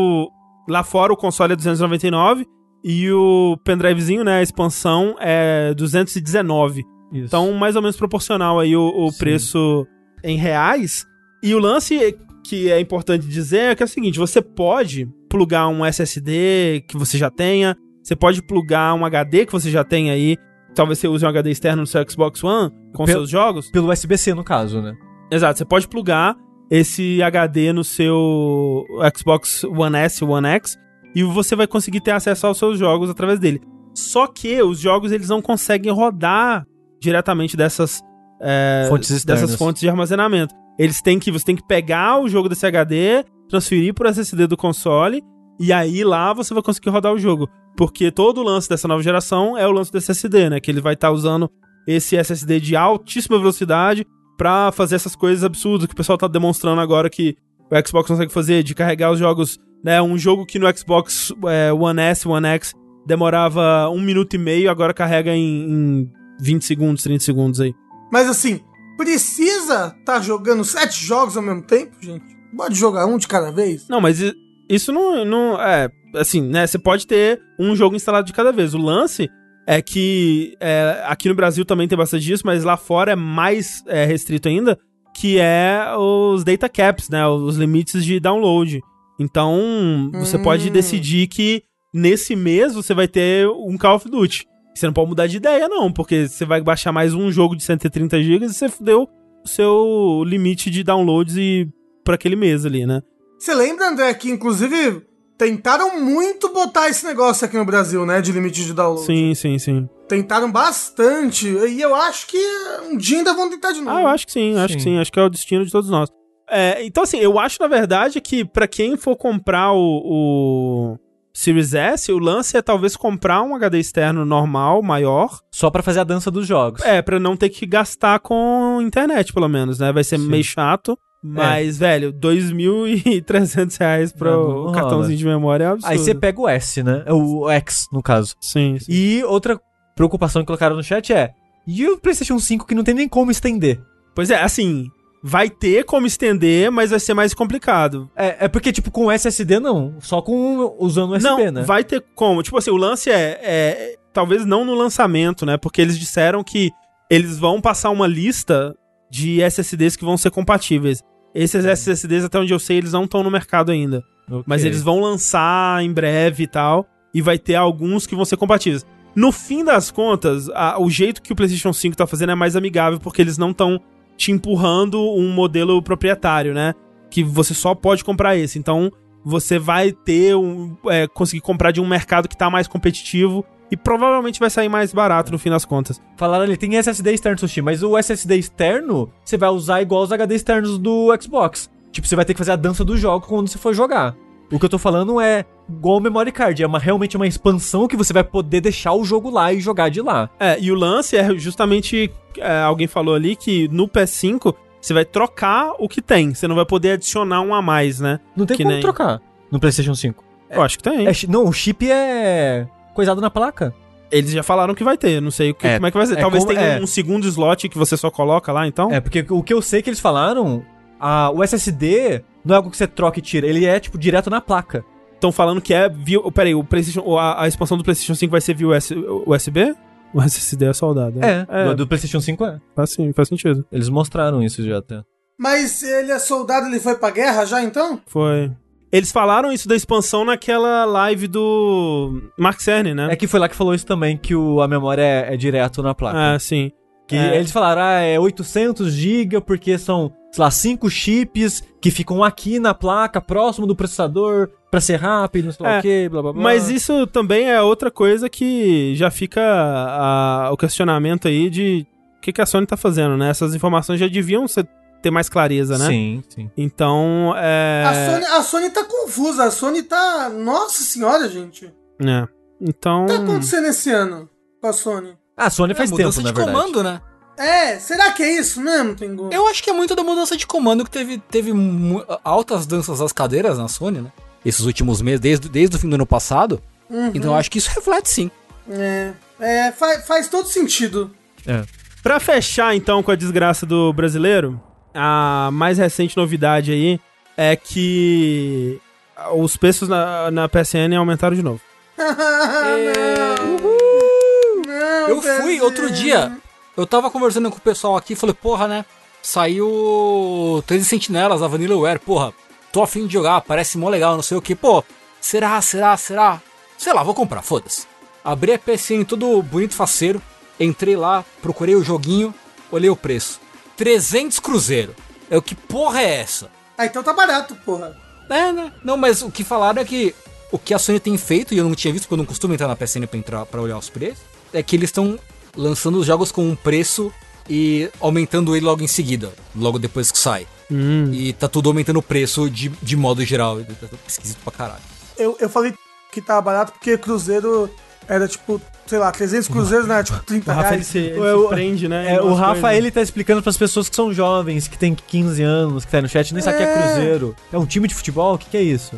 lá fora o console é 299 e o pendrivezinho, né, a expansão é 219. Isso. Então, mais ou menos proporcional aí o preço em reais. E o lance que é importante dizer é que é o seguinte, você pode plugar um SSD que você já tenha, você pode plugar um HD que você já tem aí, talvez você use um HD externo no seu Xbox One com seus jogos. Pelo USB-C, no caso, né? Exato, você pode plugar esse HD no seu Xbox One S, One X, e você vai conseguir ter acesso aos seus jogos através dele. Só que os jogos eles não conseguem rodar diretamente dessas fontes de armazenamento. Você tem que pegar o jogo desse HD, transferir para o SSD do console, e aí lá você vai conseguir rodar o jogo. Porque todo o lance dessa nova geração é o lance do SSD, né? Que ele vai estar usando esse SSD de altíssima velocidade pra fazer essas coisas absurdas que o pessoal tá demonstrando agora que o Xbox consegue fazer, de carregar os jogos, né? Um jogo que no Xbox One S, One X demorava 1 minuto e meio, agora carrega em 20 segundos, 30 segundos aí. Mas assim, precisa tá jogando 7 jogos ao mesmo tempo, gente? Pode jogar um de cada vez? Não, mas isso não é... Assim, né? Você pode ter um jogo instalado de cada vez. O lance é que aqui no Brasil também tem bastante disso, mas lá fora é mais restrito ainda, que é os data caps, né? Os limites de download. Então, você pode decidir que nesse mês você vai ter um Call of Duty. Você não pode mudar de ideia, não, porque você vai baixar mais um jogo de 130 GB e você fudeu o seu limite de downloads para aquele mês ali, né? Você lembra, André, que inclusive tentaram muito botar esse negócio aqui no Brasil, né, de limite de download? Sim. Tentaram bastante, e eu acho que um dia ainda vão tentar de novo. Eu acho que sim, acho que é o destino de todos nós. Então assim, eu acho na verdade que pra quem for comprar o Series S, o lance é talvez comprar um HD externo normal, maior. Só pra fazer a dança dos jogos. Pra não ter que gastar com internet, pelo menos, né? Vai ser meio chato. Mas, velho, R$2.300 pro cartãozinho de memória é absurdo. Aí você pega o S, né? O X, no caso. Sim. E outra preocupação que colocaram no chat e o PlayStation 5 que não tem nem como estender? Pois é, assim, vai ter como estender, mas vai ser mais complicado. É porque, tipo, com SSD não, só usando USB, não, né? Vai ter como. Tipo assim, o lance talvez não no lançamento, né? Porque eles disseram que eles vão passar uma lista de SSDs que vão ser compatíveis. Esses SSDs, até onde eu sei, eles não estão no mercado ainda. Okay. Mas eles vão lançar em breve e tal, e vai ter alguns que vão ser compatíveis. No fim das contas, o jeito que o PlayStation 5 tá fazendo é mais amigável, porque eles não estão te empurrando um modelo proprietário, né? Que você só pode comprar esse. Então, você vai ter conseguir comprar de um mercado que tá mais competitivo e provavelmente vai sair mais barato no fim das contas. Falaram ali, tem SSD externo, Sushi, mas o SSD externo você vai usar igual os HD externos do Xbox. Tipo, você vai ter que fazer a dança do jogo quando você for jogar. O que eu tô falando é igual o Memory Card, realmente uma expansão que você vai poder deixar o jogo lá e jogar de lá. E o lance é justamente, alguém falou ali que no PS5 você vai trocar o que tem, você não vai poder adicionar um a mais, né? Não tem como trocar no PlayStation 5. Eu acho que tem. Não, o chip é coisado na placa. Eles já falaram que vai ter, não sei como é que vai ser. Talvez tenha um segundo slot que você só coloca lá, então? Porque o que eu sei que eles falaram, o SSD não é algo que você troca e tira, ele é, tipo, direto na placa. Estão falando que peraí, o PlayStation, a expansão do PlayStation 5 vai ser via USB? O SSD é soldado. Do PlayStation 5 é. Faz sentido. Eles mostraram isso já até. Mas ele é soldado, ele foi pra guerra já, então? Foi. Eles falaram isso da expansão naquela live do Mark Cerny, né? É que foi lá que falou isso também, que a memória é direto na placa. Sim. Que eles falaram, é 800 GB porque são, sei lá, 5 chips que ficam aqui na placa, próximo do processador, pra ser rápido, sei lá o quê, blá blá blá. Mas isso também é outra coisa que já fica o questionamento aí de o que a Sony tá fazendo, né? Essas informações já deviam ter mais clareza, né? Sim. Então, A Sony tá confusa, a Sony tá... Nossa senhora, gente. Então... O que tá acontecendo esse ano com a Sony? A Sony faz tempo, na verdade. Mudança de comando, né? Será que é isso mesmo, Tengu? Eu acho que é muito da mudança de comando que teve altas danças das cadeiras na Sony, né? Esses últimos meses, desde o fim do ano passado. Então eu acho que isso reflete, sim. Faz todo sentido. Pra fechar, então, com a desgraça do brasileiro, a mais recente novidade aí é que os preços na PSN aumentaram de novo. Eu fui outro dia, eu tava conversando com o pessoal aqui e falei, porra, né? Saiu 13 Sentinelas, a Vanillaware, porra, tô afim de jogar, parece mó legal, não sei o que, pô, será? Sei lá, vou comprar, foda-se. Abri a PSN todo bonito, faceiro, entrei lá, procurei o joguinho, olhei o preço. 300 cruzeiro. Que porra é essa? Então tá barato, porra. Né? Não, mas o que falaram é que o que a Sony tem feito, e eu não tinha visto porque eu não costumo entrar na PSN pra olhar os preços, é que eles estão lançando os jogos com um preço e aumentando ele logo em seguida, logo depois que sai. E tá tudo aumentando o preço de modo geral. Tá esquisito pra caralho. Eu falei que tava barato porque cruzeiro era tipo, sei lá, 300 cruzeiros, né? Tipo, 30 reais. Ele se prende, né? O Rafa, ele tá explicando pras pessoas que são jovens, que tem 15 anos, que tá aí no chat, nem sabe o que é cruzeiro. É um time de futebol? O que é isso?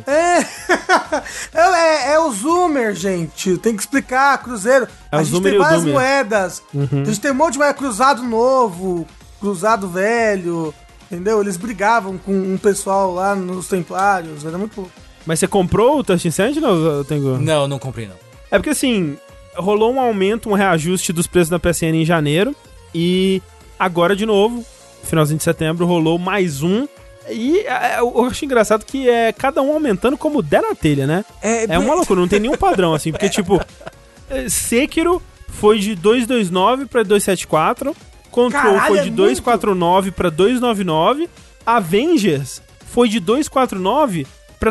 É o Zoomer, gente. Tem que explicar, cruzeiro. A gente tem várias moedas. A gente tem um monte de moeda, cruzado novo, cruzado velho, entendeu? Eles brigavam com um pessoal lá nos Templários, era muito louco. Mas você comprou o Touch Sentinel, Tengu? Não comprei não. É porque assim, rolou um aumento, um reajuste dos preços da PSN em janeiro. E agora de novo, finalzinho de setembro, rolou mais um. E eu acho engraçado que é cada um aumentando como der na telha, né? É uma loucura, não tem nenhum padrão assim. Porque tipo, Sekiro foi de 229 pra 274. Control foi de 249 pra 299. Avengers foi de 249 pra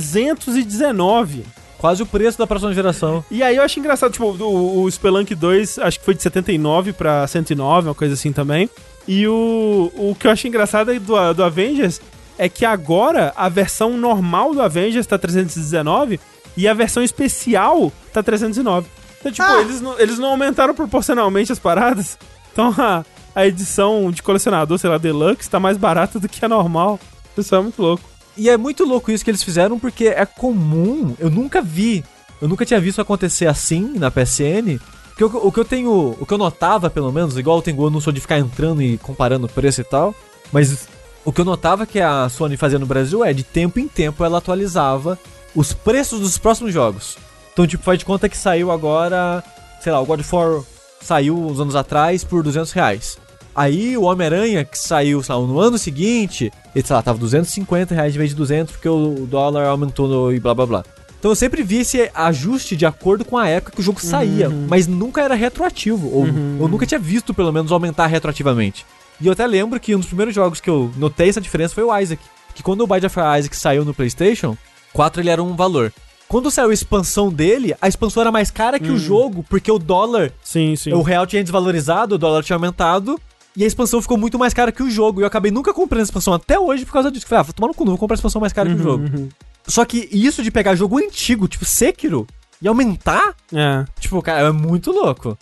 319. Quase o preço da próxima geração. E aí eu acho engraçado, tipo, o Spelunk 2, acho que foi de 79 pra 109, uma coisa assim também. E o que eu acho engraçado do Avengers é que agora a versão normal do Avengers tá 319 e a versão especial tá 309. Então, tipo, eles não aumentaram proporcionalmente as paradas. Então a edição de colecionador, sei lá, Deluxe, tá mais barata do que a normal. Isso é muito louco. E é muito louco isso que eles fizeram, porque é comum, eu nunca tinha visto acontecer assim na PSN, porque o que eu notava, pelo menos, igual o Tengu, eu não sou de ficar entrando e comparando o preço e tal, mas o que eu notava que a Sony fazia no Brasil é, de tempo em tempo, ela atualizava os preços dos próximos jogos. Então, tipo, faz de conta que saiu agora, sei lá, o God of War saiu uns anos atrás por R$200. Aí o Homem-Aranha, que saiu, sei lá, no ano seguinte, ele, sei lá, tava R$250 em vez de 200, porque o dólar aumentou e blá blá blá. Então eu sempre vi esse ajuste de acordo com a época que o jogo saía, mas nunca era retroativo, ou eu nunca tinha visto, pelo menos, aumentar retroativamente. E eu até lembro que um dos primeiros jogos que eu notei essa diferença foi o Isaac, que quando o Binding of Isaac saiu no PlayStation 4, ele era um valor. quando saiu a expansão dele, a expansão era mais cara que o jogo, porque o dólar, Sim. o real tinha desvalorizado, o dólar tinha aumentado, e a expansão ficou muito mais cara que o jogo. E eu acabei nunca comprando a expansão até hoje por causa disso. Falei, vou tomar no cu, não vou comprar a expansão mais cara que o jogo. Só que isso de pegar jogo antigo, tipo Sekiro, e aumentar, tipo, cara, é muito louco.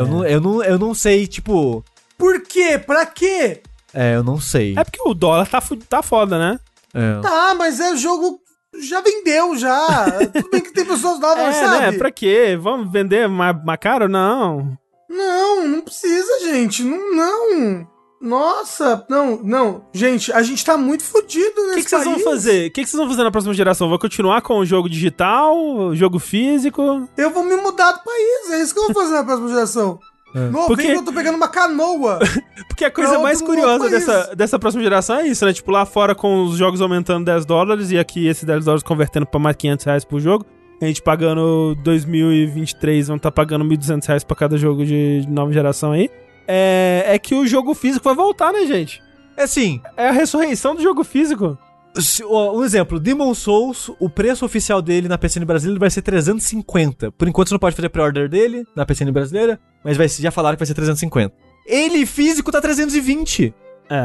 Eu não sei, tipo... Por quê? Pra quê? Eu não sei. É porque o dólar tá foda, né? Tá, mas o jogo já vendeu, já. Tudo bem que tem pessoas novas, sabe? Né? Pra quê? Vamos vender mais caro? Não. Não precisa, gente. Não. Nossa, não. Gente, a gente tá muito fodido nesse O que vocês vão fazer? O que vocês vão fazer na próxima geração? Vão continuar com o jogo digital, jogo físico? Eu vou me mudar do país, é isso que eu vou fazer na próxima geração. Novembro eu tô pegando uma canoa. Porque a coisa mais curiosa dessa próxima geração é isso, né? Tipo, lá fora com os jogos aumentando $10 e aqui esses $10 convertendo pra mais R$500 por jogo. A gente pagando 2023, vamos estar pagando R$1.200 pra cada jogo de nova geração aí. É que o jogo físico vai voltar, né, gente? É assim, é a ressurreição do jogo físico. Um exemplo, Demon's Souls, o preço oficial dele na PCN brasileira vai ser 350. Por enquanto você não pode fazer pré-order dele na PCN brasileira, mas já falaram que vai ser 350. Ele físico tá 320.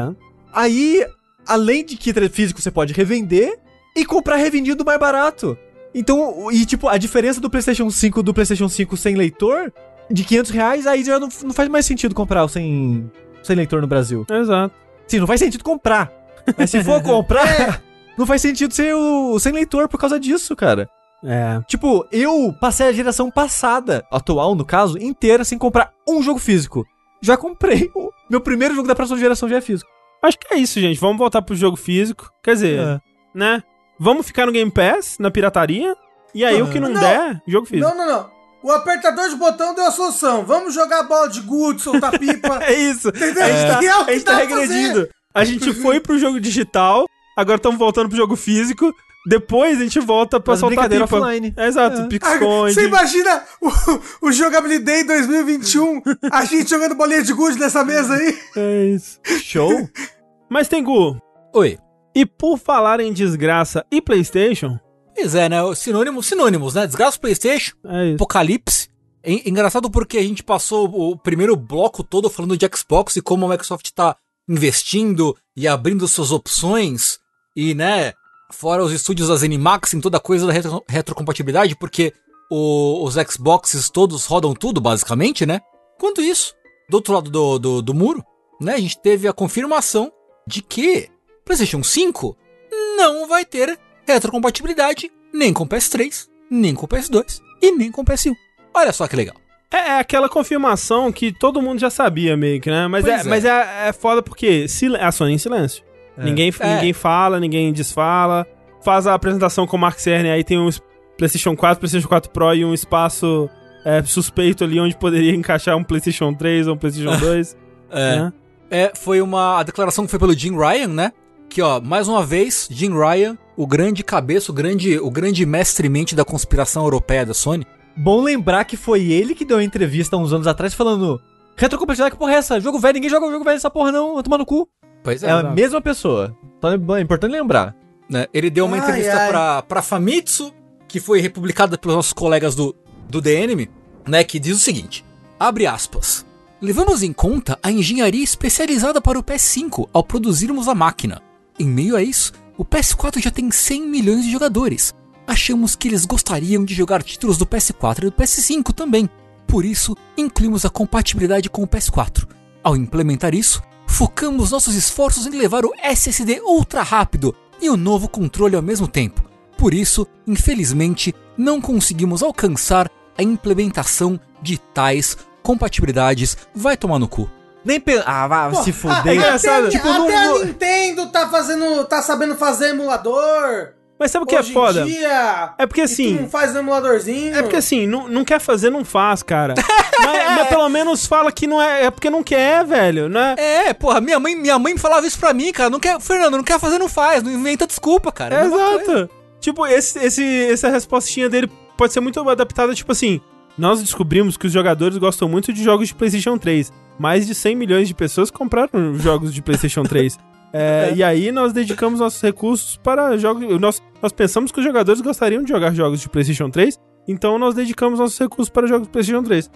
Aí, além de que físico você pode revender e comprar revendido mais barato. Então, e tipo, a diferença do PlayStation 5 sem leitor, de R$500, aí já não faz mais sentido comprar o sem leitor no Brasil. Exato. Sim, não faz sentido comprar. Mas se for comprar, não faz sentido ser o sem leitor por causa disso, cara. Tipo, eu passei a geração passada, atual no caso, inteira sem comprar um jogo físico. Já comprei. Meu primeiro jogo da próxima geração já é físico. Acho que é isso, gente. Vamos voltar pro jogo físico. Quer dizer, né? Vamos ficar no Game Pass, na pirataria. E aí o que não der, jogo físico. Não. O apertador de botão deu a solução. Vamos jogar bola de gude, soltar pipa. É isso. Entendeu? A gente tá regredindo. A gente foi pro jogo digital, agora estamos voltando pro jogo físico. Depois a gente volta pra soltar pipa. Offline. Exato, pique-esconde. Você imagina o Jogabilidade 2021, a gente jogando bolinha de gude nessa mesa aí? É isso. Show. Mas, Tengu. Oi. E por falar em desgraça e PlayStation... Pois é, né? Sinônimos, né? Desgraça, PlayStation, Apocalipse. É engraçado porque a gente passou o primeiro bloco todo falando de Xbox e como a Microsoft tá investindo e abrindo suas opções. E, né, fora os estúdios da ZeniMax em toda a coisa da retrocompatibilidade, porque os Xboxes todos rodam tudo, basicamente, né? Quanto isso, do outro lado do muro, né? A gente teve a confirmação de que PlayStation 5 não vai ter retrocompatibilidade nem com PS3, nem com PS2 e nem com PS1. Olha só que legal. É aquela confirmação que todo mundo já sabia meio que, né? Mas é foda porque a Sony em silêncio. Ninguém fala, ninguém desfala. Faz a apresentação com o Mark Cerny, aí tem um PlayStation 4, PlayStation 4 Pro e um espaço suspeito ali onde poderia encaixar um PlayStation 3 ou um PlayStation 2. Foi a declaração que foi pelo Jim Ryan, né? Que, ó, mais uma vez, Jim Ryan, o grande cabeça, o grande mestre-mente da conspiração europeia da Sony. Bom lembrar que foi ele que deu uma entrevista uns anos atrás falando: retrocompatibilidade, que porra é essa? Jogo velho, ninguém joga jogo velho nessa porra não, vai tomar no cu. Pois é. É a mesma pessoa. Então é importante lembrar. Né? Ele deu uma entrevista pra Famitsu, que foi republicada pelos nossos colegas do The Enemy, né? Que diz o seguinte, abre aspas: levamos em conta a engenharia especializada para o PS5 ao produzirmos a máquina. Em meio a isso, o PS4 já tem 100 milhões de jogadores. Achamos que eles gostariam de jogar títulos do PS4 e do PS5 também. Por isso, incluímos a compatibilidade com o PS4. Ao implementar isso, focamos nossos esforços em levar o SSD ultra rápido e o novo controle ao mesmo tempo. Por isso, infelizmente, não conseguimos alcançar a implementação de tais compatibilidades. Vai tomar no cu. Nem vai se fuder. É engraçado. Tipo, até a Nintendo tá sabendo fazer emulador. Mas sabe o que é foda? Dia, é porque assim... tu não faz um emuladorzinho. É porque assim, não quer fazer, não faz, cara. mas pelo menos fala que não é... É porque não quer, velho, né? Porra, minha mãe falava isso pra mim, cara. Não quer, Fernando, não quer fazer, não faz. Não inventa desculpa, cara. Exato. Tipo, essa respostinha dele pode ser muito adaptada, tipo assim... Nós descobrimos que os jogadores gostam muito de jogos de PlayStation 3. Mais de 100 milhões de pessoas compraram jogos de PlayStation 3. E aí nós dedicamos nossos recursos para jogos... Nós pensamos que os jogadores gostariam de jogar jogos de PlayStation 3, então nós dedicamos nossos recursos para jogos de PlayStation 3.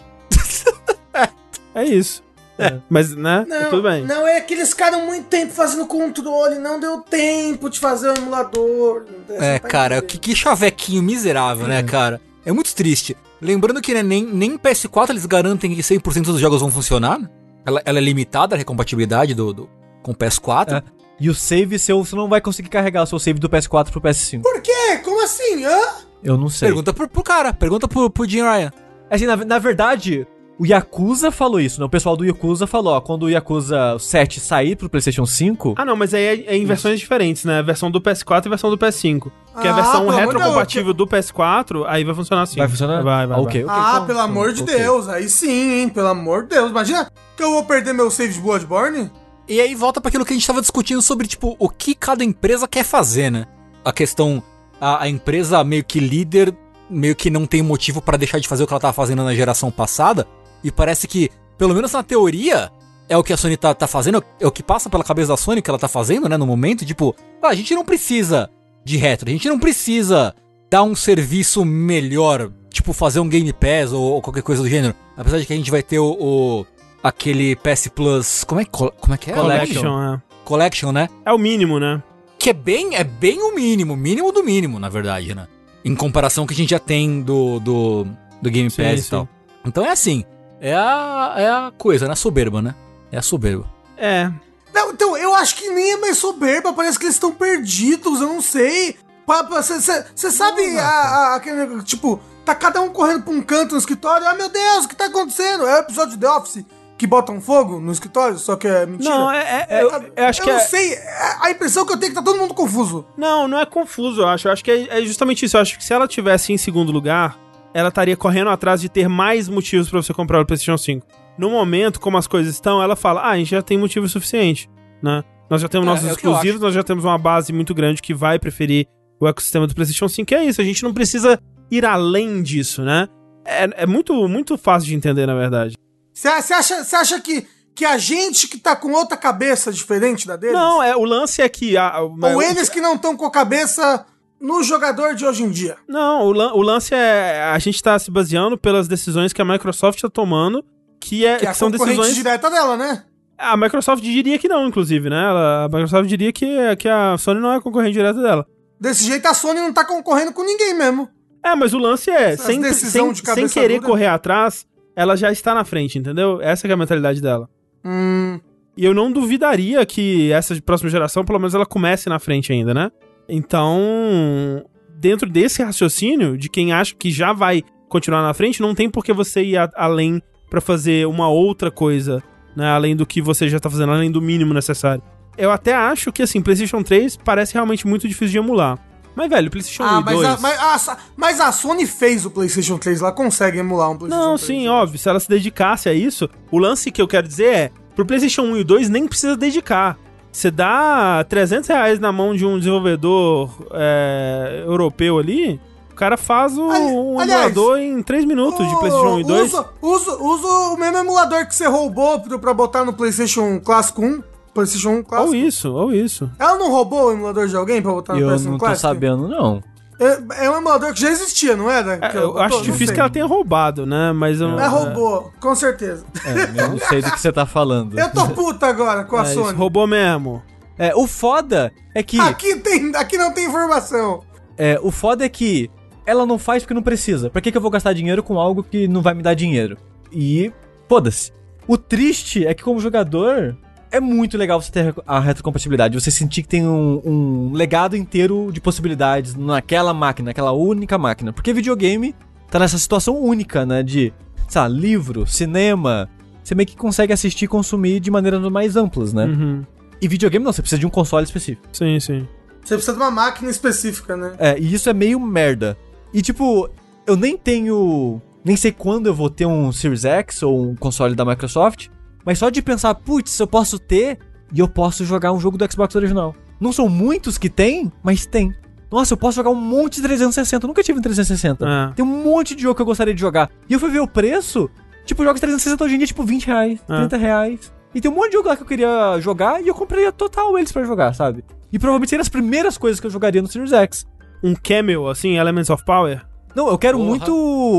É isso. Mas, né? Tudo bem. Não, é que eles ficaram muito tempo fazendo controle, não deu tempo de fazer o emulador. Cara, que chavequinho miserável, né, cara? É muito triste. Lembrando que, né, nem PS4 eles garantem que 100% dos jogos vão funcionar. Ela é limitada, a recompatibilidade com o PS4. E o save seu, você não vai conseguir carregar o seu save do PS4 pro PS5. Por quê? Como assim? Eu não sei. Pergunta pro cara, pergunta pro Jim Ryan. Assim, na verdade, o Yakuza falou isso, né? O pessoal do Yakuza falou, ó, quando o Yakuza 7 sair pro PlayStation 5... Ah, não, mas aí é em versões diferentes, né? A versão do PS4 e a versão do PS5. Porque a versão retrocompatível do PS4, aí vai funcionar assim. Vai funcionar? Vai. Ok, então, pelo amor de Deus, aí sim, hein? Pelo amor de Deus. Imagina que eu vou perder meu save de Bloodborne? E aí volta pra aquilo que a gente tava discutindo sobre, tipo, o que cada empresa quer fazer, né? A questão, a empresa meio que líder, meio que não tem motivo pra deixar de fazer o que ela tava fazendo na geração passada. E parece que, pelo menos na teoria, é o que a Sony tá fazendo, é o que passa pela cabeça da Sony que ela tá fazendo, né, no momento. Tipo, a gente não precisa de retro, a gente não precisa dar um serviço melhor, tipo, fazer um Game Pass ou qualquer coisa do gênero. Apesar de que a gente vai ter aquele PS Plus, como é que é? Collection, né? É o mínimo, né? Que é bem o mínimo do mínimo, na verdade, né? Em comparação que a gente já tem do Game Pass e tal. Então é assim... É a coisa, né? A soberba, né? É a soberba. Não, então, eu acho que nem é mais soberba. Parece que eles estão perdidos, eu não sei. Você sabe aquele, tipo, tá cada um correndo pra um canto no escritório. Ah, meu Deus, o que tá acontecendo? É o episódio de The Office que botam fogo no escritório, só que é mentira. Não, eu acho que eu não sei, a impressão que eu tenho é que tá todo mundo confuso. Não é confuso, eu acho. Eu acho que é justamente isso. Eu acho que se ela tivesse em segundo lugar... ela estaria correndo atrás de ter mais motivos pra você comprar o PlayStation 5. No momento, como as coisas estão, ela fala, a gente já tem motivo suficiente, né? Nós já temos nossos exclusivos, nós já temos uma base muito grande que vai preferir o ecossistema do PlayStation 5, é isso, a gente não precisa ir além disso, né? É muito, muito fácil de entender, na verdade. Você acha que a gente que tá com outra cabeça diferente da deles? Não, o lance é que... Ou eles que não estão com a cabeça... no jogador de hoje em dia. Não, o lance é... a gente tá se baseando pelas decisões que a Microsoft tá tomando, que são decisões... direta dela, né? A Microsoft diria que não, inclusive, né? A Microsoft diria que a Sony não é concorrente direta dela. Desse jeito a Sony não tá concorrendo com ninguém mesmo. Mas o lance é, sem querer correr atrás, ela já está na frente, entendeu? Essa que é a mentalidade dela. E eu não duvidaria que essa próxima geração, pelo menos, ela comece na frente ainda, né? Então, dentro desse raciocínio, de quem acha que já vai continuar na frente, não tem por que você ir além pra fazer uma outra coisa, né? Além do que você já tá fazendo, além do mínimo necessário. Eu até acho que, assim, PlayStation 3 parece realmente muito difícil de emular. Mas, velho, PlayStation 1 e 2... Mas a Sony fez o PlayStation 3, ela consegue emular um PlayStation 3. Não, sim, óbvio, se ela se dedicasse a isso, o lance que eu quero dizer é, pro PlayStation 1 e 2 nem precisa dedicar. Você dá R$300 na mão de um desenvolvedor europeu ali, o cara faz um emulador em 3 minutos de PlayStation 1 e 2. Usa o mesmo emulador que você roubou pra botar no PlayStation Clássico 1. PlayStation 1 Clássico. Ou isso. Ela não roubou o emulador de alguém pra botar no PlayStation Clássico? Eu não tô sabendo, não. É um emulador que já existia, não era? Eu acho difícil que ela tenha roubado, né? Mas roubou, com certeza. Eu não sei do que você tá falando. Eu tô puta agora com a Sony. Isso, roubou mesmo. O foda é que... Aqui não tem informação. O foda é que ela não faz porque não precisa. Pra que eu vou gastar dinheiro com algo que não vai me dar dinheiro? E foda-se. O triste é que como jogador... é muito legal você ter a retrocompatibilidade, você sentir que tem um legado inteiro de possibilidades naquela máquina, naquela única máquina. Porque videogame tá nessa situação única, né? De, sei lá, livro, cinema, você meio que consegue assistir e consumir de maneiras mais amplas, né? Uhum. E videogame não, você precisa de um console específico. Sim. Você precisa de uma máquina específica, né? E isso é meio merda. E tipo, eu nem sei quando eu vou ter um Series X ou um console da Microsoft... mas só de pensar, putz, eu posso ter e eu posso jogar um jogo do Xbox original. Não são muitos que tem, mas tem. Nossa, eu posso jogar um monte de 360. Eu nunca tive um 360. Tem um monte de jogo que eu gostaria de jogar. E eu fui ver o preço. Tipo, jogos 360 hoje em dia, tipo, R$20, R$30. E tem um monte de jogo lá que eu queria jogar e eu compraria total eles pra jogar, sabe? E provavelmente seriam as primeiras coisas que eu jogaria no Series X. Um Camel, assim, Elements of Power? Não, eu quero muito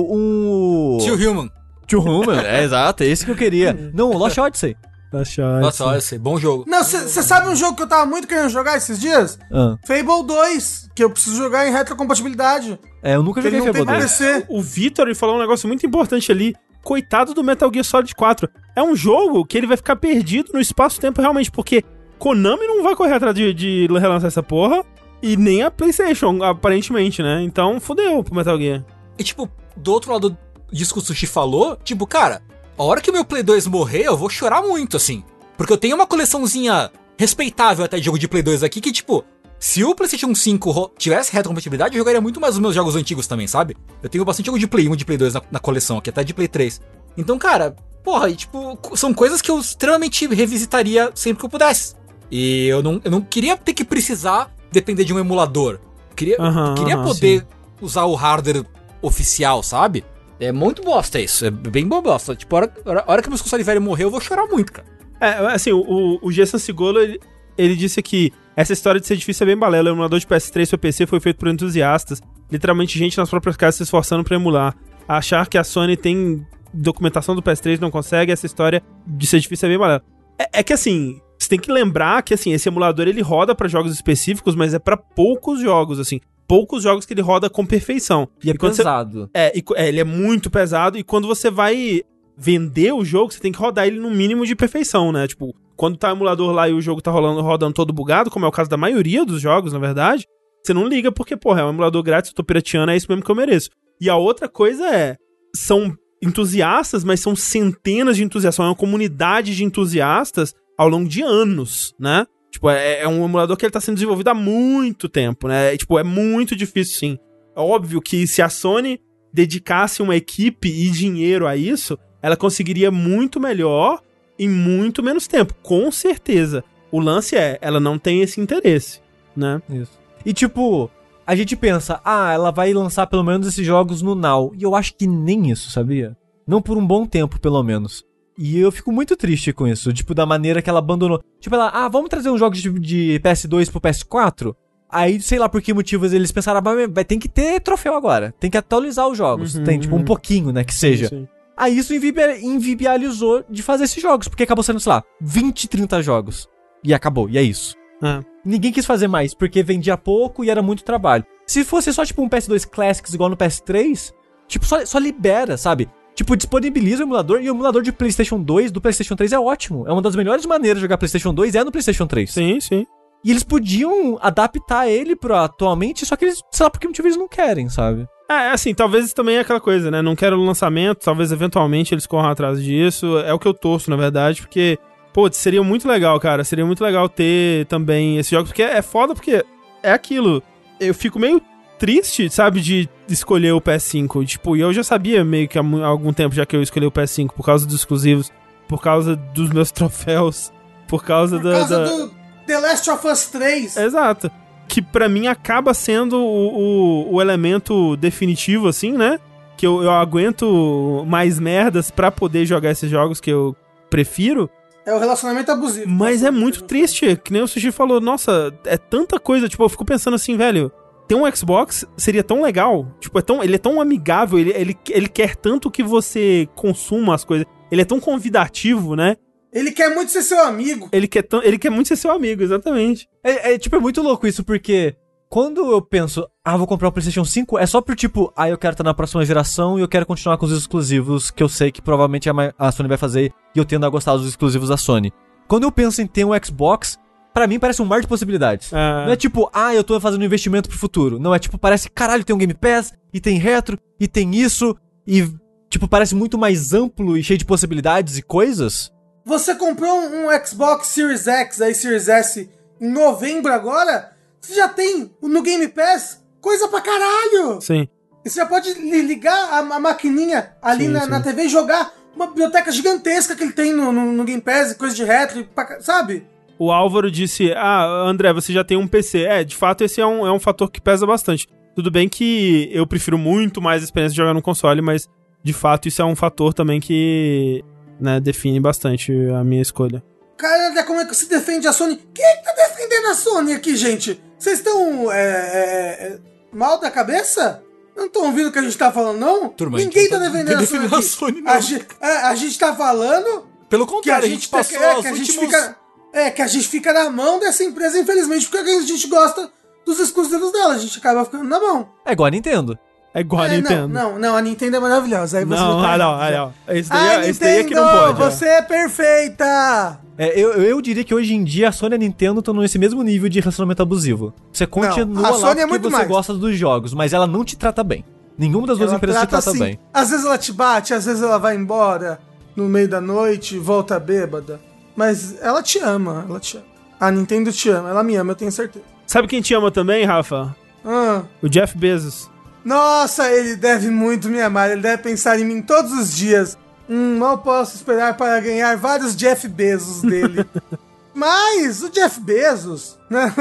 um... Tio Human. Tio Human, exato, é esse que eu queria. Não, Lost Odyssey. Nossa, olha esse, bom jogo. Não, você sabe um jogo que eu tava muito querendo jogar esses dias? Fable 2, que eu preciso jogar em retrocompatibilidade. Eu nunca joguei Fable 2. PC. O Vitor falou um negócio muito importante ali. Coitado do Metal Gear Solid 4. É um jogo que ele vai ficar perdido no espaço-tempo realmente, porque Konami não vai correr atrás de relançar essa porra, e nem a PlayStation, aparentemente, né? Então, fodeu pro Metal Gear. E, tipo, do outro lado disso que o Sushi falou, tipo, cara, a hora que o meu Play 2 morrer, eu vou chorar muito, assim. Porque eu tenho uma coleçãozinha respeitável até de jogo de Play 2 aqui, que, tipo, se o PlayStation 5 tivesse retrocompatibilidade, eu jogaria muito mais os meus jogos antigos também, sabe? Eu tenho bastante jogo de Play 1 e de Play 2 na coleção aqui, até de Play 3. Então, cara, porra, e, tipo, são coisas que eu extremamente revisitaria sempre que eu pudesse. E eu não queria ter que precisar depender de um emulador. Queria poder usar o hardware oficial, sabe? É muito bosta isso, é bem bosta. Tipo, a hora que meus consoles velhos morrer, eu vou chorar muito, cara. Assim, o Gerson Sigolo, ele disse que essa história de ser difícil é bem balela. O emulador de PS3 para PC foi feito por entusiastas, literalmente gente nas próprias casas se esforçando pra emular. Achar que a Sony tem documentação do PS3 não consegue, essa história de ser difícil é bem balela. É que assim, você tem que lembrar que assim, esse emulador ele roda pra jogos específicos, mas é pra poucos jogos, assim. Poucos jogos que ele roda com perfeição. E é pesado. Ele é muito pesado, e quando você vai vender o jogo, você tem que rodar ele no mínimo de perfeição, né? Tipo, quando tá o emulador lá e o jogo tá rodando todo bugado, como é o caso da maioria dos jogos, na verdade, você não liga porque, porra, é um emulador grátis, eu tô pirateando, é isso mesmo que eu mereço. E a outra coisa são entusiastas, mas são centenas de entusiastas, é uma comunidade de entusiastas ao longo de anos, né? Tipo, é um emulador que ele tá sendo desenvolvido há muito tempo, né? Tipo, é muito difícil, sim. É óbvio que se a Sony dedicasse uma equipe e dinheiro a isso, ela conseguiria muito melhor em muito menos tempo, com certeza. O lance ela não tem esse interesse, né? Isso. E tipo, a gente pensa, ela vai lançar pelo menos esses jogos no Now. E eu acho que nem isso, sabia? Não por um bom tempo, pelo menos. E eu fico muito triste com isso, tipo, da maneira que ela abandonou. Tipo, ela, vamos trazer um jogo de PS2 pro PS4? Aí, sei lá por que motivos eles pensaram, tem que ter troféu agora, tem que atualizar os jogos. Tem, tipo, um pouquinho, né, que seja. Sim. Aí isso inviabilizou de fazer esses jogos, porque acabou sendo, sei lá, 20, 30 jogos. E acabou, e é isso. Ninguém quis fazer mais, porque vendia pouco e era muito trabalho. Se fosse só, tipo, um PS2 Classics igual no PS3, tipo, só libera, sabe? Tipo, disponibiliza o emulador, e o emulador de PlayStation 2 do PlayStation 3 é ótimo. É uma das melhores maneiras de jogar PlayStation 2, no PlayStation 3. Sim, sim. E eles podiam adaptar ele pra atualmente, só que eles, sei lá por que motivo eles não querem, sabe? Assim, talvez também é aquela coisa, né? Não quero o lançamento, talvez eventualmente eles corram atrás disso. É o que eu torço, na verdade, porque, seria muito legal, cara. Seria muito legal ter também esse jogo, porque é foda, porque é aquilo. Eu fico meio triste, sabe, de escolher o PS5. Tipo, e eu já sabia meio que há algum tempo já que eu escolhi o PS5 por causa dos exclusivos, por causa dos meus troféus, por causa do The Last of Us 3. Exato. Que pra mim acaba sendo o elemento definitivo, assim, né? Que eu aguento mais merdas pra poder jogar esses jogos que eu prefiro. É o relacionamento abusivo. Mas é muito triste, que nem o Sushi falou. Nossa, é tanta coisa. Tipo, eu fico pensando assim, velho, ter um Xbox seria tão legal. Tipo, ele é tão amigável, ele quer tanto que você consuma as coisas. Ele é tão convidativo, né? Ele quer muito ser seu amigo. Ele quer muito ser seu amigo, exatamente. Tipo, é muito louco isso, porque quando eu penso, vou comprar o PlayStation 5, é só por tipo, eu quero estar na próxima geração e eu quero continuar com os exclusivos que eu sei que provavelmente a Sony vai fazer e eu tendo a gostar dos exclusivos da Sony. Quando eu penso em ter um Xbox, pra mim parece um mar de possibilidades. Não é tipo, eu tô fazendo um investimento pro futuro. Não, é tipo, parece, caralho, tem um Game Pass, e tem retro, e tem isso, e tipo, parece muito mais amplo e cheio de possibilidades e coisas. Você comprou um Xbox Series X, aí Series S, em novembro agora, você já tem no Game Pass coisa pra caralho. Sim. E você já pode ligar a maquininha ali na TV e jogar uma biblioteca gigantesca que ele tem no Game Pass, coisa de retro, sabe? O Álvaro disse, André, você já tem um PC. De fato, esse é um fator que pesa bastante. Tudo bem que eu prefiro muito mais a experiência de jogar no console, mas, de fato, isso é um fator também que né, define bastante a minha escolha. Cara, como é que se defende a Sony? Quem é que tá defendendo a Sony aqui, gente? Vocês estão mal da cabeça? Não estão ouvindo o que a gente tá falando, não? Turma, Ninguém tá defendendo a Sony aqui. Sony, não. A gente tá falando Pelo que contrário, a gente passou os últimos... que a gente fica na mão dessa empresa, infelizmente, porque a gente gosta dos exclusivos dela. A gente acaba ficando na mão. É igual a Nintendo. É igual a Nintendo. Não, a Nintendo é maravilhosa. Aí você Não. Esse daí é que não Nintendo, pode. você é perfeita! Eu diria que hoje em dia a Sony e a Nintendo estão nesse mesmo nível de relacionamento abusivo. Você continua a lá Sony é porque muito você mais. gosta dos jogos, mas ela não te trata bem. Nenhuma das duas Ela empresas te trata assim. bem. Às vezes ela te bate, às vezes ela vai embora no meio da noite, volta bêbada. Mas ela te ama, A Nintendo te ama, ela me ama, eu tenho certeza. Sabe quem te ama também, Rafa? O Jeff Bezos. Nossa, ele deve muito me amar, ele deve pensar em mim todos os dias. Mal posso esperar para ganhar vários Jeff Bezos dele. Mas o Jeff Bezos, né?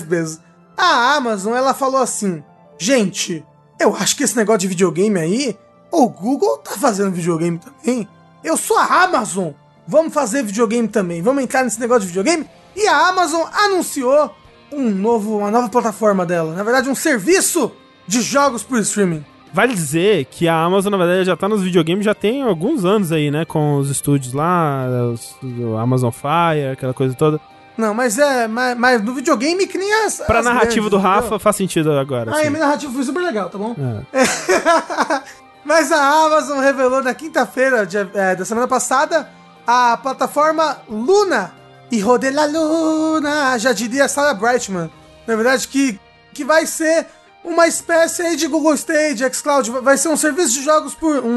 A Amazon, ela falou assim: gente, eu acho que esse negócio de videogame aí, o Google tá fazendo videogame também. Eu sou a Amazon, vamos fazer videogame também, vamos entrar nesse negócio de videogame. E a Amazon anunciou uma nova plataforma dela, na verdade um serviço de jogos por streaming. Vale dizer que a Amazon, na verdade, já tá nos videogames já tem alguns anos aí, né? Com os estúdios lá, o Amazon Fire, aquela coisa toda. Não, mas no videogame que nem as... Pra as narrativa grandes, do entendeu? Rafa faz sentido agora. A Assim. minha narrativa foi super legal, tá bom? É. Mas a Amazon revelou na quinta-feira da semana passada a plataforma Luna. Hijo de la Luna, já diria Sarah Brightman. Na verdade, que vai ser uma espécie aí de Google Stage, xCloud. Vai ser um serviço de jogos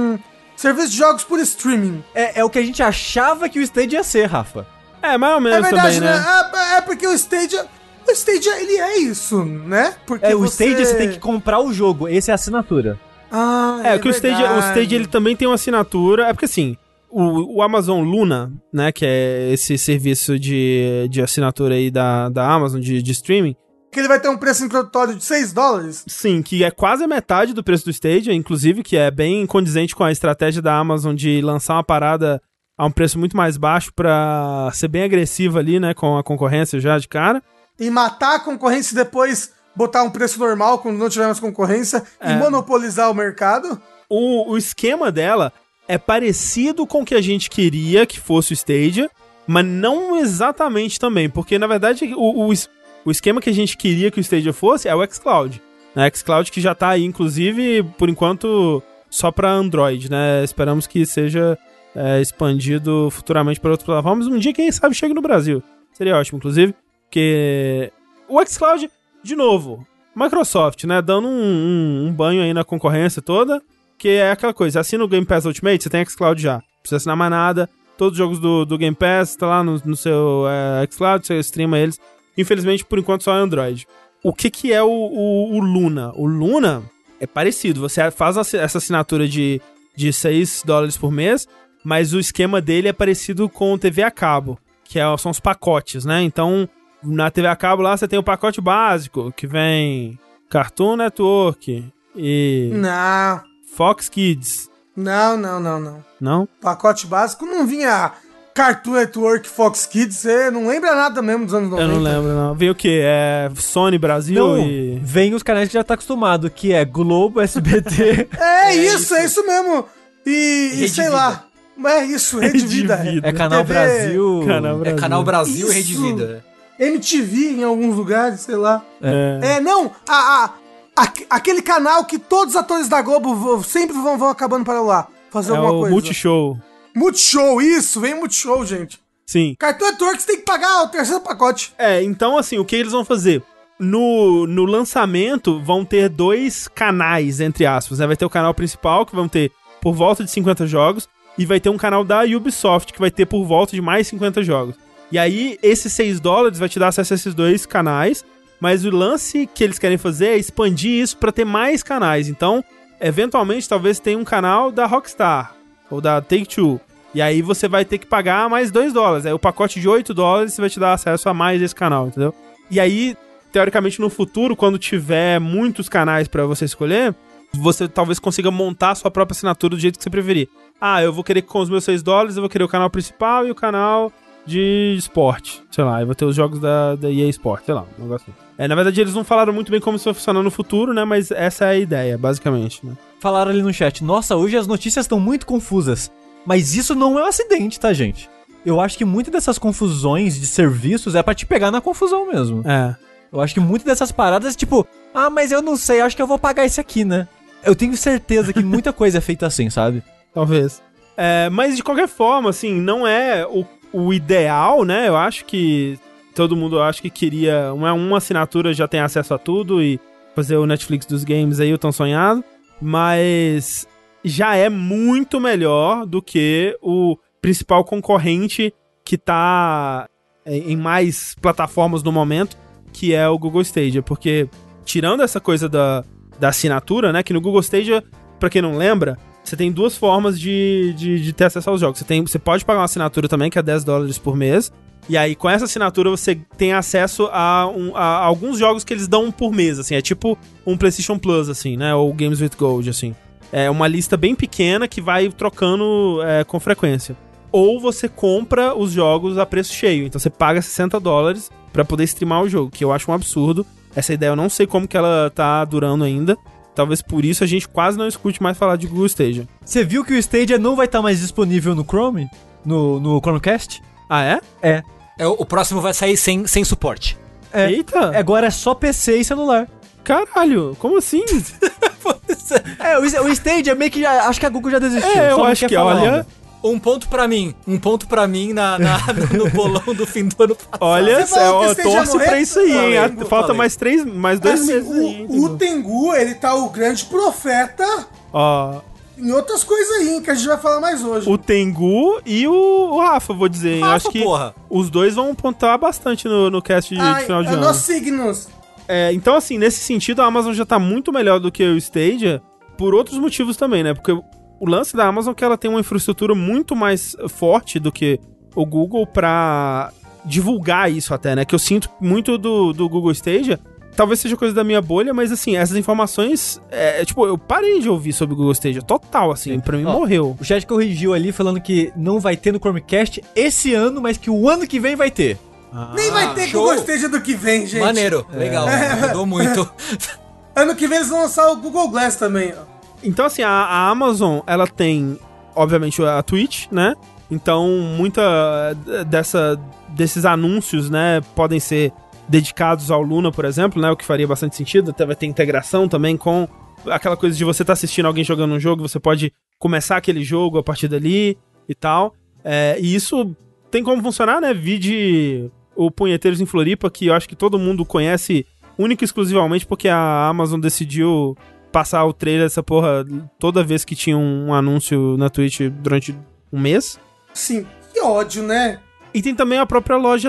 por streaming. É o que a gente achava que o Stadia ia ser, Rafa. É, mais ou menos É verdade, também, né? É porque o Stadia, ele é isso, né? Porque O Stadia você tem que comprar o jogo, esse é a assinatura. Que o Stadia ele também tem uma assinatura. É porque assim, o Amazon Luna, né, que é esse serviço de assinatura aí da Amazon de streaming, que ele vai ter um preço introdutório de $6. sim, que é quase a metade do preço do Stadia, inclusive, que é bem condizente com a estratégia da Amazon de lançar uma parada a um preço muito mais baixo pra ser bem agressiva ali, né, com a concorrência já de cara. E matar a concorrência e depois botar um preço normal quando não tiver mais concorrência e monopolizar o mercado. O esquema dela é parecido com o que a gente queria que fosse o Stadia, mas não exatamente também, porque na verdade o esquema que a gente queria que o Stadia fosse é o xCloud. O xCloud que já tá aí, inclusive, por enquanto, só pra Android, né? Esperamos que seja expandido futuramente para outras plataformas. Um dia, quem sabe, chega no Brasil. Seria ótimo, inclusive, porque o xCloud, de novo, Microsoft, né? Dando um banho aí na concorrência toda, que é aquela coisa, assina o Game Pass Ultimate, você tem xCloud já. Não precisa assinar mais nada. Todos os jogos do Game Pass tá lá no seu xCloud, você streama eles. Infelizmente, por enquanto, só é Android. O que é o Luna? O Luna é parecido. Você faz essa assinatura de $6 por mês, mas o esquema dele é parecido com o TV a cabo, que são os pacotes, né? Então, na TV a cabo lá, você tem o pacote básico, que vem Cartoon Network e... Não. Fox Kids. Não. Não? Pacote básico não vinha Cartoon Network, Fox Kids, você não lembra nada mesmo dos anos 90. Eu não lembro, não. Vem o quê? Sony Brasil Não, e... vem os canais que já tá acostumado, que é Globo, SBT... É isso mesmo. E sei lá. É isso, Rede Vida. É Canal TV, Brasil... É Canal Brasil e Rede Isso. Vida. MTV em alguns lugares, sei lá. É. Não, aquele canal que todos os atores da Globo sempre vão acabando para lá fazer alguma o coisa. Multishow. Multishow, isso, vem Multishow, gente. Sim. Cartoon Network você tem que pagar o terceiro pacote. Então assim, o que eles vão fazer? No lançamento vão ter 2 canais, entre aspas, né? Vai ter o canal principal, que vão ter por volta de 50 jogos, e vai ter um canal da Ubisoft, que vai ter por volta de mais 50 jogos. E aí, esses $6 vai te dar acesso a esses 2 canais, mas o lance que eles querem fazer é expandir isso pra ter mais canais. Então, eventualmente, talvez tenha um canal da Rockstar, ou da Take-Two. E aí você vai ter que pagar mais $2. Aí o pacote de $8 vai te dar acesso a mais esse canal, entendeu? E aí, teoricamente, no futuro, quando tiver muitos canais pra você escolher, você talvez consiga montar a sua própria assinatura do jeito que você preferir. Ah, eu vou querer com os meus $6, eu vou querer o canal principal e o canal de esporte. Sei lá, eu vou ter os jogos da EA Sport, sei lá, um negócio assim. Na verdade, eles não falaram muito bem como isso vai funcionar no futuro, né? Mas essa é a ideia, basicamente, né? Falaram ali no chat, nossa, hoje as notícias estão muito confusas. Mas isso não é um acidente, tá, gente? Eu acho que muitas dessas confusões de serviços é pra te pegar na confusão mesmo. Eu acho que muitas dessas paradas, tipo, ah, mas eu não sei, acho que eu vou pagar esse aqui, né? Eu tenho certeza que muita coisa é feita assim, sabe? Talvez. Mas de qualquer forma, assim, não é o ideal, né? Eu acho que todo mundo acha que queria uma assinatura já tem acesso a tudo e fazer o Netflix dos games aí, o tão sonhado. Mas já é muito melhor do que o principal concorrente que tá em mais plataformas no momento, que é o Google Stadia. Porque, tirando essa coisa da assinatura, né? Que no Google Stadia, pra quem não lembra, você tem duas formas de ter acesso aos jogos. Você pode pagar uma assinatura também, que é $10 por mês. E aí, com essa assinatura, você tem acesso a alguns jogos que eles dão por mês, assim. É tipo um PlayStation Plus, assim, né? Ou Games with Gold, assim. É uma lista bem pequena que vai trocando com frequência. Ou você compra os jogos a preço cheio. Então, você paga $60 pra poder streamar o jogo, que eu acho um absurdo. Essa ideia eu não sei como que ela tá durando ainda. Talvez por isso a gente quase não escute mais falar de Google Stadia. Você viu que o Stadia não vai estar mais disponível no Chrome? No Chromecast? Ah, é? É. O próximo vai sair sem suporte. Eita! Agora é só PC e celular. Caralho, como assim? O Stadia meio que já... Acho que a Google já desistiu. Eu acho que, olha... Um ponto pra mim no bolão do fim do ano passado. Olha, Você torce pra isso aí, hein? Falta falei. mais 2 Assim, meses aí. o Tengu, ele tá o grande profeta Ó, em outras coisas aí, hein, que a gente vai falar mais hoje. o Tengu e o Rafa, vou dizer, hein? Eu acho que porra. os dois vão pontuar bastante no cast de final de ano. Nós signos. Então, assim, nesse sentido, a Amazon já tá muito melhor do que o Stadia, por outros motivos também, né? Porque o lance da Amazon é que ela tem uma infraestrutura muito mais forte do que o Google pra divulgar isso até, né? Que eu sinto muito do Google Stadia. Talvez seja coisa da minha bolha, mas assim, essas informações... eu parei de ouvir sobre o Google Stadia total, assim, Sim. pra mim morreu. O chat corrigiu ali falando que não vai ter no Chromecast esse ano, mas que o ano que vem vai ter. Nem vai ter show. Google Stadia do que vem, gente. Maneiro, legal, mudou muito. Ano que vem eles vão lançar o Google Glass também, ó. Então, assim, a Amazon, ela tem, obviamente, a Twitch, né? Então, muita desses anúncios, né, podem ser dedicados ao Luna, por exemplo, né? O que faria bastante sentido. Até vai ter integração também com aquela coisa de você estar assistindo alguém jogando um jogo, você pode começar aquele jogo a partir dali e tal. E isso tem como funcionar, né? Vide o Punheteiros em Floripa, que eu acho que todo mundo conhece única e exclusivamente porque a Amazon decidiu passar o trailer dessa porra toda vez que tinha um anúncio na Twitch durante um mês. Sim, que ódio, né? E tem também a própria loja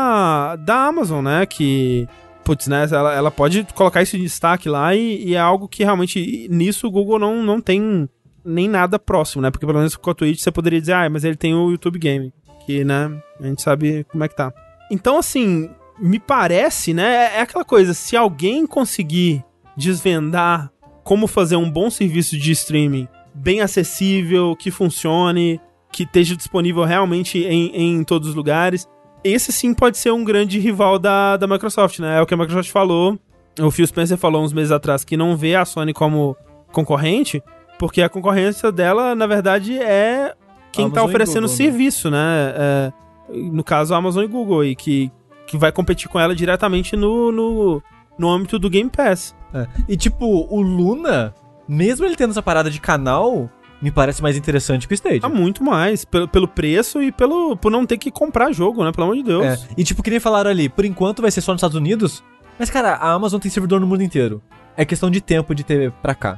da Amazon, né? Que, putz, né? Ela pode colocar isso em destaque lá e é algo que realmente nisso o Google não tem nem nada próximo, né? Porque pelo menos com a Twitch você poderia dizer, mas ele tem o YouTube Gaming, que, né? A gente sabe como é que tá. Então, assim, me parece, né? É aquela coisa, se alguém conseguir desvendar como fazer um bom serviço de streaming bem acessível, que funcione, que esteja disponível realmente em todos os lugares, esse sim pode ser um grande rival da Microsoft, né? É o que a Microsoft falou. O Phil Spencer falou uns meses atrás que não vê a Sony como concorrente, porque a concorrência dela, na verdade, é quem está oferecendo Google, serviço, né? No caso, a Amazon e Google, e que vai competir com ela diretamente no âmbito do Game Pass. E tipo, o Luna, mesmo ele tendo essa parada de canal, me parece mais interessante que o Stadia. Muito mais, pelo preço e por não ter que comprar jogo, né? Pelo amor de Deus. E tipo, que nem falaram ali, por enquanto vai ser só nos Estados Unidos, mas cara, a Amazon tem servidor no mundo inteiro. É questão de tempo de ter pra cá.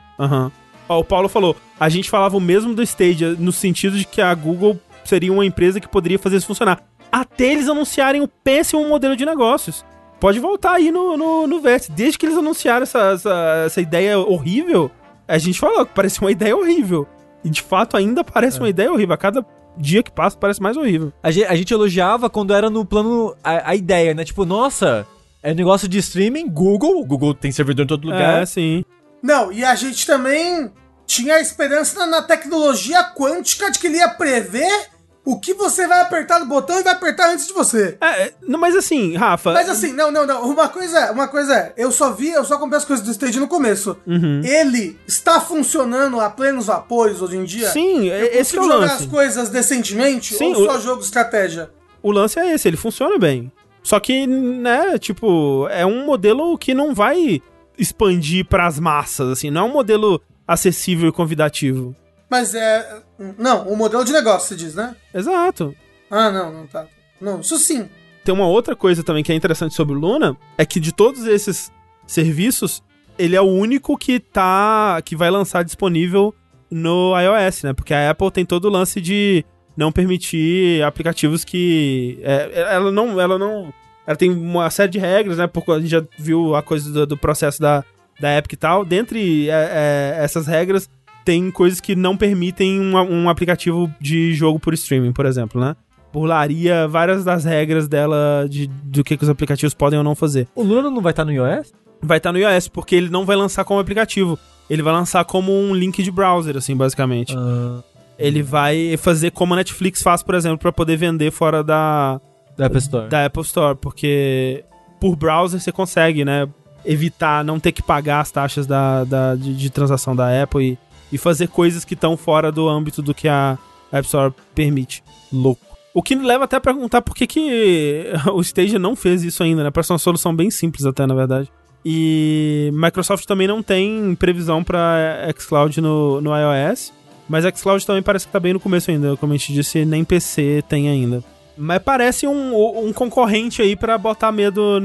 Ó, o Paulo falou, a gente falava o mesmo do Stadia, no sentido de que a Google seria uma empresa que poderia fazer isso funcionar. Até eles anunciarem o péssimo modelo de negócios. Pode voltar aí no Vértice. Desde que eles anunciaram essa ideia horrível, a gente falou que parecia uma ideia horrível. E de fato ainda parece uma ideia horrível. A cada dia que passa parece mais horrível. A gente elogiava quando era no plano a ideia, né? Tipo, nossa, é um negócio de streaming, o Google tem servidor em todo lugar. Sim. Não, e a gente também tinha a esperança na tecnologia quântica de que ele ia prever o que você vai apertar no botão e vai apertar antes de você. Não, mas assim, Rafa... Mas assim, não. Uma coisa é, eu só comprei as coisas do Stage no começo. Ele está funcionando a plenos vapores hoje em dia? Sim, esse é o jogar lance. as coisas decentemente? Sim, ou só jogo estratégia? O lance é esse, ele funciona bem. Só que, né, tipo, é um modelo que não vai expandir pras massas, assim, não é um modelo acessível e convidativo. Mas não, o modelo de negócio, você diz, né? Exato. Ah, não, tá. Não, isso sim. Tem uma outra coisa também que é interessante sobre o Luna, é que de todos esses serviços, ele é o único que vai lançar disponível no iOS, né? Porque a Apple tem todo o lance de não permitir aplicativos que... Ela tem uma série de regras, né? Porque a gente já viu a coisa do processo da Epic e tal. Dentre essas regras, tem coisas que não permitem um aplicativo de jogo por streaming, por exemplo, né? Burlaria várias das regras dela do que os aplicativos podem ou não fazer. O Luna não vai estar no iOS? Vai estar no iOS, porque ele não vai lançar como aplicativo. Ele vai lançar como um link de browser, assim, basicamente. Ele vai fazer como a Netflix faz, por exemplo, pra poder vender fora da Apple Store. Da Apple Store, porque por browser você consegue, né, evitar, não ter que pagar as taxas de transação da Apple e fazer coisas que estão fora do âmbito do que a App Store permite. Louco. O que me leva até a perguntar por que o Stadia não fez isso ainda, né? Parece uma solução bem simples até, na verdade. E Microsoft também não tem previsão para xCloud no iOS, mas xCloud também parece que tá bem no começo ainda, como a gente disse, nem PC tem ainda. Mas parece um concorrente aí pra botar medo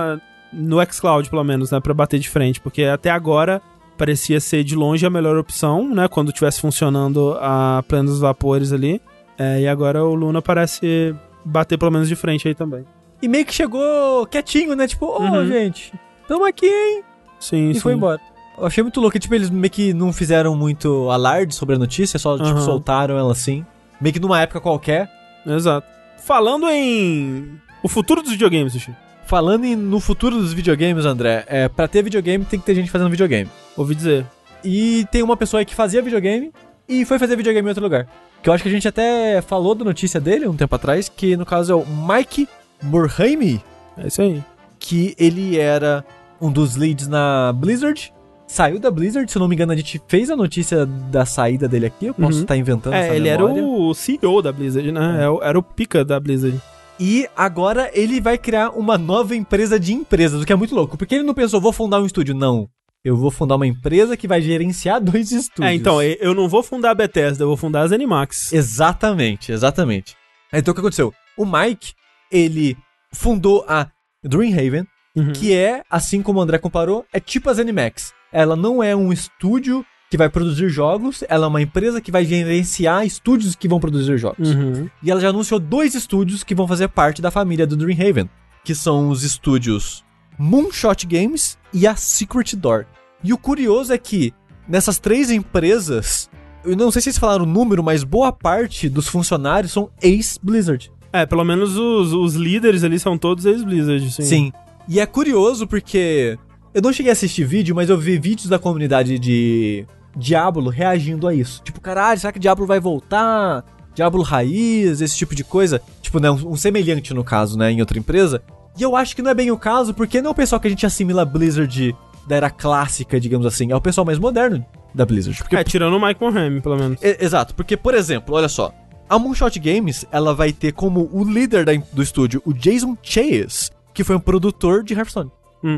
no xCloud, pelo menos, né? Pra bater de frente, porque até agora parecia ser de longe a melhor opção, né? Quando tivesse funcionando a plenos vapores ali. E agora o Luna parece bater pelo menos de frente aí também. E meio que chegou quietinho, né? Tipo, gente, tamo aqui, hein? Sim, e foi embora. Eu achei muito louco, tipo, eles meio que não fizeram muito alarde sobre a notícia, só, tipo, soltaram ela assim. Meio que numa época qualquer. Exato. Falando em o futuro dos videogames, Sushi. Falando no futuro dos videogames, André, pra ter videogame tem que ter gente fazendo videogame. Ouvi dizer. E tem uma pessoa aí que fazia videogame e foi fazer videogame em outro lugar. Que eu acho que a gente até falou da notícia dele um tempo atrás, que no caso é o Mike Morhaime. É isso aí. Que ele era um dos leads na Blizzard. Saiu da Blizzard, se eu não me engano, a gente fez a notícia da saída dele aqui. Eu posso estar inventando essa ele memória. era o CEO da Blizzard, né? Era o pica da Blizzard. E agora ele vai criar uma nova empresa de empresas, o que é muito louco. Porque ele não pensou, vou fundar um estúdio. Não. Eu vou fundar uma empresa que vai gerenciar 2 estúdios. Então, eu não vou fundar a Bethesda, eu vou fundar a ZeniMax. Exatamente. Então, o que aconteceu? O Mike, ele fundou a Dreamhaven, que é, assim como o André comparou, é tipo a ZeniMax. Ela não é um estúdio que vai produzir jogos, ela é uma empresa que vai gerenciar estúdios que vão produzir jogos. E ela já anunciou 2 estúdios que vão fazer parte da família do Dreamhaven, que são os estúdios Moonshot Games e a Secret Door. E o curioso é que nessas 3 empresas, eu não sei se vocês falaram o número, mas boa parte dos funcionários são ex-Blizzard. Pelo menos os líderes ali são todos ex-Blizzard, sim. Sim. E é curioso porque eu não cheguei a assistir vídeo, mas eu vi vídeos da comunidade de Diablo reagindo a isso. Tipo, caralho, será que Diablo vai voltar? Diablo raiz, esse tipo de coisa. Tipo, né, um semelhante no caso, né, em outra empresa. E eu acho que não é bem o caso, porque não é o pessoal que a gente assimila a Blizzard da era clássica, digamos assim. É o pessoal mais moderno da Blizzard. Porque... tirando o Mike Morhaime, pelo menos. Exato, porque, por exemplo, olha só. A Moonshot Games, ela vai ter como o líder do estúdio o Jason Chase, que foi um produtor de Hearthstone.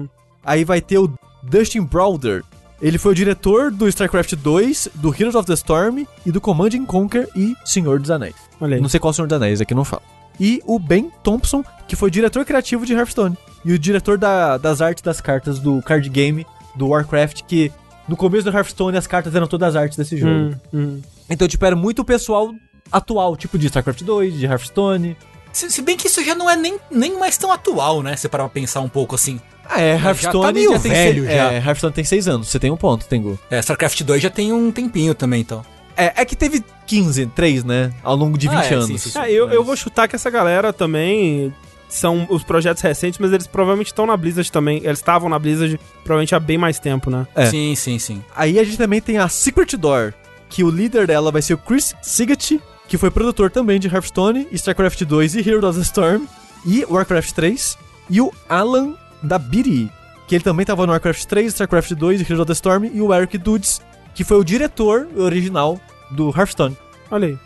Aí vai ter o Dustin Browder. Ele foi o diretor do StarCraft 2, do Heroes of the Storm e do Command & Conquer e Senhor dos Anéis. Olha aí. Não sei qual Senhor dos Anéis, aqui não falo. E o Ben Thompson, que foi diretor criativo de Hearthstone. E o diretor das artes das cartas do card game do Warcraft, que no começo do Hearthstone as cartas eram todas as artes desse jogo. Então, tipo, era muito pessoal atual, tipo de StarCraft 2, de Hearthstone. Se bem que isso já não é nem mais tão atual, né? Se parar pra pensar um pouco assim. Hearthstone já tá meio velho já. Hearthstone tem 6 anos, você tem um ponto, Tengu. StarCraft 2 já tem um tempinho também, então. É que teve 3, né? Ao longo de 20 anos. Eu vou chutar que essa galera também são os projetos recentes, mas eles provavelmente estão na Blizzard também. Eles estavam na Blizzard provavelmente há bem mais tempo, né? É. Sim. Aí a gente também tem a Secret Door, que o líder dela vai ser o Chris Sigat, que foi produtor também de Hearthstone, StarCraft 2 e Heroes of the Storm, e Warcraft 3, e o Alan Dabiri, que ele também tava no Warcraft 3, StarCraft 2 e Heroes of the Storm, e o Eric Dudes, que foi o diretor original do Hearthstone. Olha aí.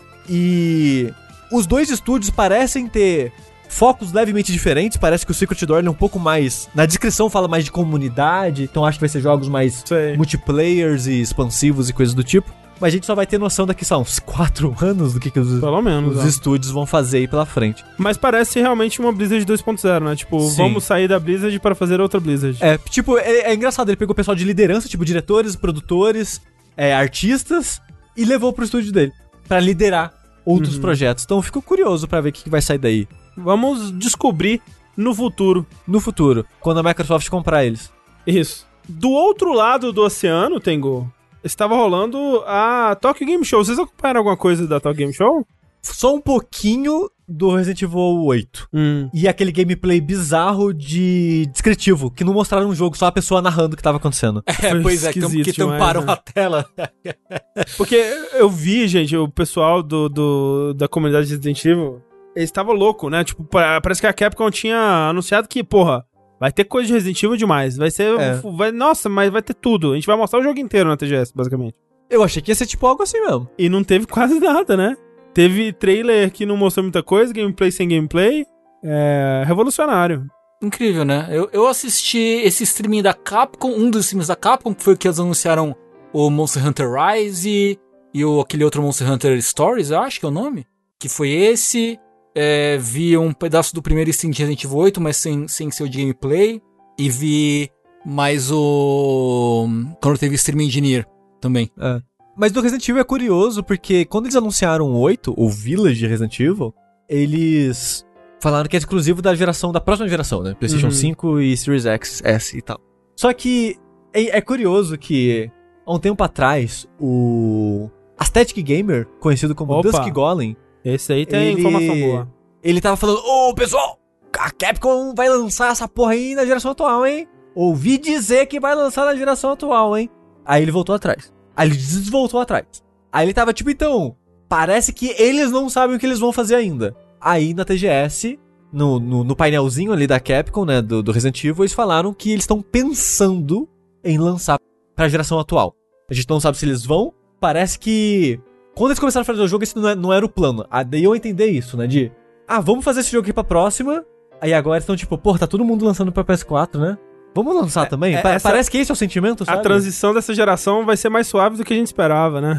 E os dois estúdios parecem ter focos levemente diferentes. Parece que o Secret Door é um pouco mais... Na descrição fala mais de comunidade, então acho que vai ser jogos mais multiplayers e expansivos e coisas do tipo. Mas a gente só vai ter noção daqui, só uns 4 anos do que pelo menos, os estúdios vão fazer aí pela frente. Mas parece realmente uma Blizzard 2.0, né? Tipo, Sim. Vamos sair da Blizzard para fazer outra Blizzard. É, tipo, é engraçado, ele pegou o pessoal de liderança, tipo, diretores, produtores, artistas, e levou pro estúdio dele, pra liderar outros projetos. Então eu fico curioso pra ver o que vai sair daí. Vamos descobrir no futuro. No futuro, quando a Microsoft comprar eles. Isso. Do outro lado do oceano, Tengu, estava rolando a Tokyo Game Show. Vocês acompanharam alguma coisa da Tokyo Game Show? Só um pouquinho do Resident Evil 8. E aquele gameplay bizarro de descritivo, que não mostraram um jogo, só a pessoa narrando o que tava acontecendo. Pois é, que tamparam a tela. Porque eu vi, gente, o pessoal da comunidade de Resident Evil, eles estavam loucos, né? Tipo, parece que a Capcom tinha anunciado que, porra, vai ter coisa de Resident Evil demais. Vai ser... nossa, mas vai ter tudo. A gente vai mostrar o jogo inteiro na TGS, basicamente. Eu achei que ia ser tipo algo assim mesmo. E não teve quase nada, né? Teve trailer que não mostrou muita coisa, gameplay sem gameplay. Revolucionário. Incrível, né? Eu assisti esse streaming da Capcom, um dos streams da Capcom, que foi o que eles anunciaram o Monster Hunter Rise e aquele outro Monster Hunter Stories, eu acho que é o nome. Que foi esse. Vi um pedaço do primeiro stream de Resident Evil 8, mas sem ser o de gameplay. E vi mais quando teve streaming de Nier também. Mas do Resident Evil é curioso, porque quando eles anunciaram o 8, o Village de Resident Evil, eles falaram que é exclusivo da próxima geração, né? PlayStation 5 e Series X, S e tal. Só que é curioso que, há um tempo atrás, o Aesthetic Gamer, conhecido como Dusk Golem... Esse aí tem informação boa. Ele tava falando, pessoal, a Capcom vai lançar essa porra aí na geração atual, hein? Ouvi dizer que vai lançar na geração atual, hein? Aí ele voltou atrás. Aí ele desvoltou atrás. Aí ele tava tipo, então, parece que eles não sabem o que eles vão fazer ainda. Aí na TGS, no painelzinho ali da Capcom, né, do Resident Evil, eles falaram que eles estão pensando em lançar pra geração atual. A gente não sabe se eles vão. Parece que quando eles começaram a fazer o jogo, esse não era o plano. Daí eu entendi isso, né, vamos fazer esse jogo aqui pra próxima. Aí agora estão tipo, tá todo mundo lançando pra PS4, né? Vamos lançar também? Parece que esse é o sentimento, sabe? A transição dessa geração vai ser mais suave do que a gente esperava, né?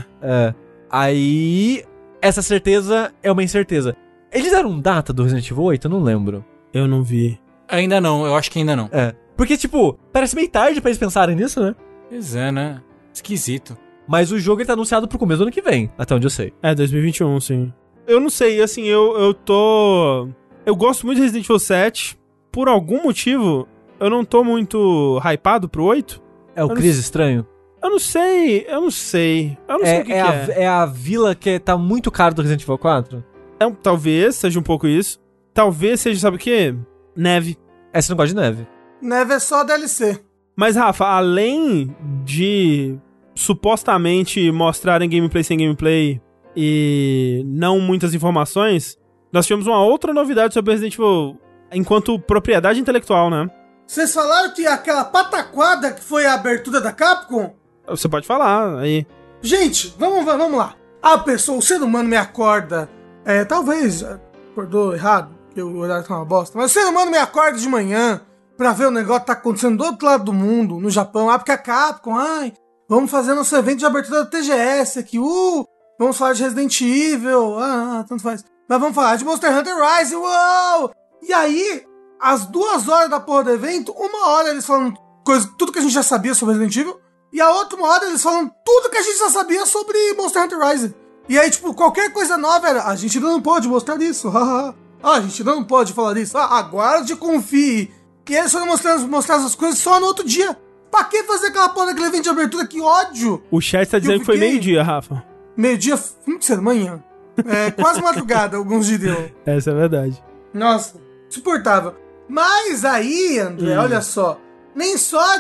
Aí, essa certeza é uma incerteza. Eles deram data do Resident Evil 8? Eu não lembro. Eu não vi. Ainda não, eu acho que ainda não. Porque, tipo, parece meio tarde pra eles pensarem nisso, né? Pois é, né? Esquisito. Mas o jogo ele tá anunciado pro começo do ano que vem, até onde eu sei. 2021, sim. Eu não sei, assim, eu gosto muito de Resident Evil 7. Por algum motivo... Eu não tô muito hypado pro 8. É o Chris estranho? Eu não sei o que é. É a vila que tá muito caro do Resident Evil 4? Talvez seja um pouco isso. Talvez seja, sabe o quê? Neve. Você não gosta de neve? Neve é só DLC. Mas, Rafa, além de supostamente mostrarem gameplay sem gameplay e não muitas informações, nós tivemos uma outra novidade sobre Resident Evil enquanto propriedade intelectual, né? Vocês falaram que aquela pataquada que foi a abertura da Capcom? Você pode falar aí. Gente, vamos lá. O ser humano me acorda. Talvez acordou errado, porque o horário tá uma bosta. Mas o ser humano me acorda de manhã pra ver o negócio que tá acontecendo do outro lado do mundo, no Japão. Porque a Capcom, vamos fazer nosso evento de abertura da TGS aqui. Vamos falar de Resident Evil. Tanto faz. Mas vamos falar de Monster Hunter Rise. Uou! E aí... Às 2 horas da porra do evento, 1 hora eles falam tudo que a gente já sabia sobre Resident Evil, e a outra 1 hora eles falam tudo que a gente já sabia sobre Monster Hunter Rise. E aí, tipo, qualquer coisa nova era, a gente ainda não pode mostrar isso, a gente ainda não pode falar isso, aguarde e confie. E eles foram mostrar essas coisas só no outro dia. Pra que fazer aquela porra daquele evento de abertura? Que ódio! O chat tá dizendo que foi meio-dia, Rafa. Meio-dia, fim de semana, manhã. Quase madrugada, alguns diriam. Essa é a verdade. Nossa. suportável. Mas aí, André, olha só, nem só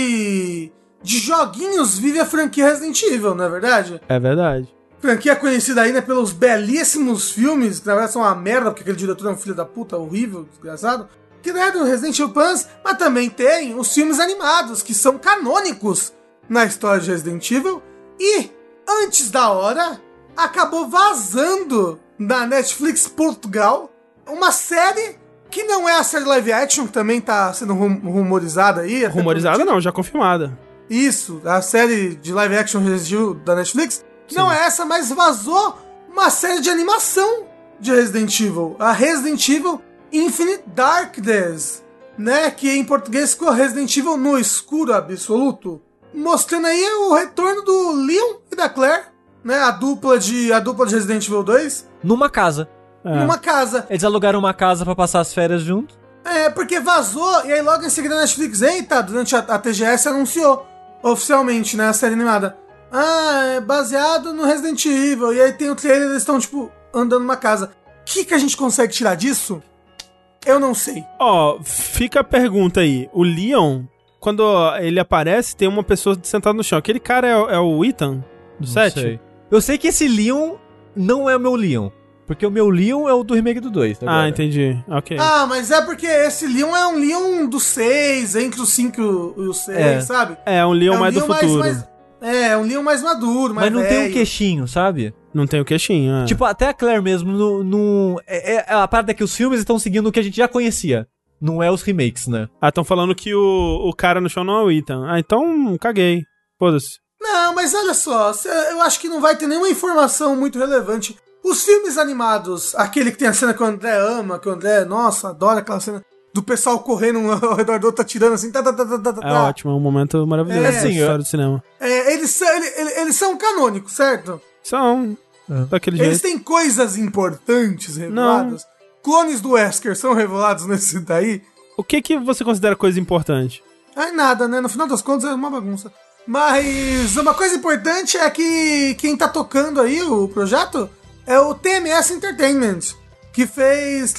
de joguinhos vive a franquia Resident Evil, não é verdade? É verdade. Franquia conhecida aí, né, pelos belíssimos filmes, que na verdade são uma merda, porque aquele diretor é um filho da puta horrível, desgraçado, que é do Resident Evil Plans, mas também tem os filmes animados, que são canônicos na história de Resident Evil, e, antes da hora, acabou vazando na Netflix Portugal uma série que não é a série live action, que também tá sendo rumorizada aí. Rumorizada não, já confirmada. Isso, a série de live action Resident Evil da Netflix. Sim. Não é essa, mas vazou uma série de animação de Resident Evil. A Resident Evil Infinite Darkness, né? Que em português ficou Resident Evil no escuro absoluto. Mostrando aí o retorno do Leon e da Claire, né? A dupla de Resident Evil 2. Numa casa. Numa casa. Eles alugaram uma casa pra passar as férias junto. Porque vazou, e aí logo em seguida a Netflix, eita, durante a TGS anunciou oficialmente, né, a série animada. É baseado no Resident Evil, e aí tem o trailer, eles estão, tipo, andando numa casa. O que a gente consegue tirar disso? Eu não sei. Fica a pergunta aí. O Leon, quando ele aparece, tem uma pessoa sentada no chão. Aquele cara é o Ethan, do 7? Sei. Eu sei que esse Leon não é o meu Leon. Porque o meu Leon é o do remake do 2. Agora. Entendi. Ok. Mas é porque esse Leon é um Leon do 6, entre o 5 e o 6, sabe? É um Leon mais do futuro. É um Leon mais maduro, mais Mas não velho. tem um queixinho, sabe? Não tem o queixinho, Tipo, até a Claire mesmo, a parada é que os filmes estão seguindo o que a gente já conhecia. Não é os remakes, né? Estão falando que o cara no chão não é o Ethan. Então, caguei. Foda-se. Não, mas olha só, eu acho que não vai ter nenhuma informação muito relevante. Os filmes animados, aquele que tem a cena que o André ama, que o André, nossa, adora aquela cena do pessoal correndo ao redor do outro, atirando assim, É ótimo, é um momento maravilhoso da história do cinema. Eles são canônicos, certo? São, daquele jeito. Eles têm coisas importantes reveladas. Não. Clones do Wesker são revelados nesse daí. O que você considera coisa importante? Nada, né? No final das contas é uma bagunça. Mas uma coisa importante é que quem tá tocando aí o projeto é o TMS Entertainment, que fez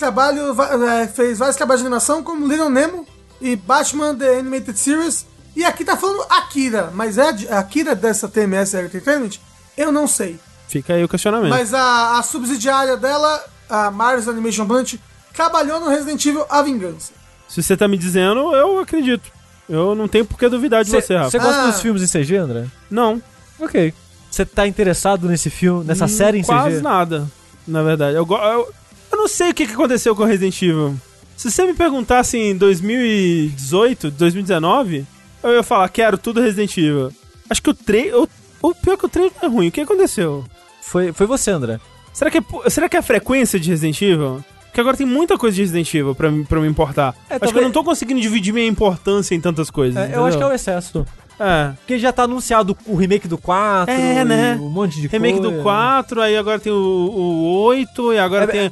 vários trabalhos de animação como Little Nemo e Batman The Animated Series. E aqui tá falando Akira, mas é a Akira dessa TMS Entertainment? Eu não sei. Fica aí o questionamento. Mas a subsidiária dela, a Mars Animation Plant, trabalhou no Resident Evil A Vingança. Se você tá me dizendo, eu acredito. Eu não tenho por que duvidar de você, Rafa. Você gosta dos filmes em CG, André? Não. Ok. Você tá interessado nesse filme, nessa série em CG? Quase nada, na verdade. Eu não sei o que aconteceu com Resident Evil. Se você me perguntasse em 2018, 2019, eu ia falar, quero tudo Resident Evil. Acho que o pior é que o trailer é ruim. O que aconteceu? Foi você, André. Será que é a frequência de Resident Evil? Porque agora tem muita coisa de Resident Evil pra me importar. Acho que eu não tô conseguindo dividir minha importância em tantas coisas. Eu acho que é o excesso. Porque já tá anunciado o remake do 4, né? Um monte de remake coisa. do 4, aí agora tem o 8, e agora tem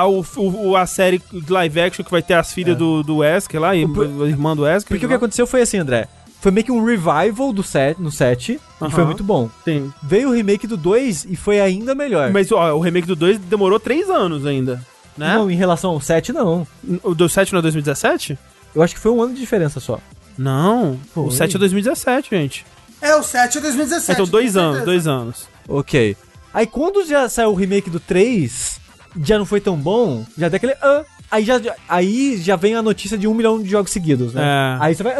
a série live action que vai ter as filhas do Wesker lá, e a irmã do Wesker. Porque o que aconteceu foi assim, André. Foi meio que um revival no 7, e foi muito bom. Sim. Veio o remake do 2 e foi ainda melhor. Mas o remake do 2 demorou 3 anos ainda, né? Não, em relação ao 7, não. O do 7 não é 2017? Eu acho que foi um ano de diferença só. Não, o 7 é 2017, gente. O 7 é 2017. Então 2 anos. Ok. Aí quando já saiu o remake do 3, já não foi tão bom, já tem aquele... Aí já vem a notícia de 1 milhão de jogos seguidos, né? Aí você vai...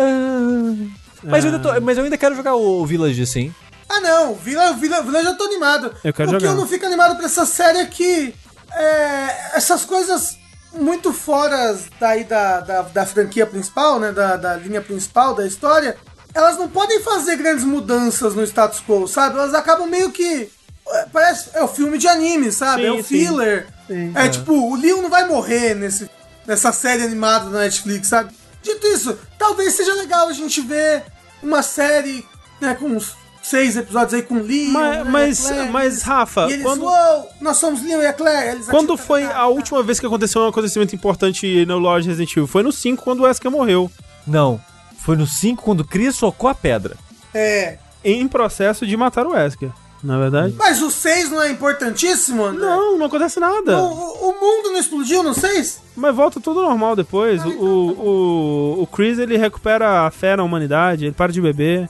Mas eu ainda quero jogar o Village, sim. Não, Village eu tô animado. Eu quero jogar. O que eu não fico animado pra essa série é que... essas coisas... muito fora daí da franquia principal, né, da linha principal da história, elas não podem fazer grandes mudanças no status quo, sabe? Elas acabam meio que... parece... É o filme de anime, sabe? Sim, o filler. Sim, tipo, o Leon não vai morrer nessa série animada da Netflix, sabe? Dito isso, talvez seja legal a gente ver uma série, né, com uns 6 episódios aí com Leon, mas Rafa, e eles, nós somos Leon e a Claire. Quando foi a última vez que aconteceu um acontecimento importante no lore de Resident Evil? Foi no 5, quando o Wesker morreu. Não, foi no 5, quando o Chris socou a pedra. Em processo de matar o Wesker. na verdade. Mas o 6 não é importantíssimo, André? Não acontece nada. O mundo não explodiu no 6? Mas volta tudo normal depois. O Chris, ele recupera a fé na humanidade, ele para de beber.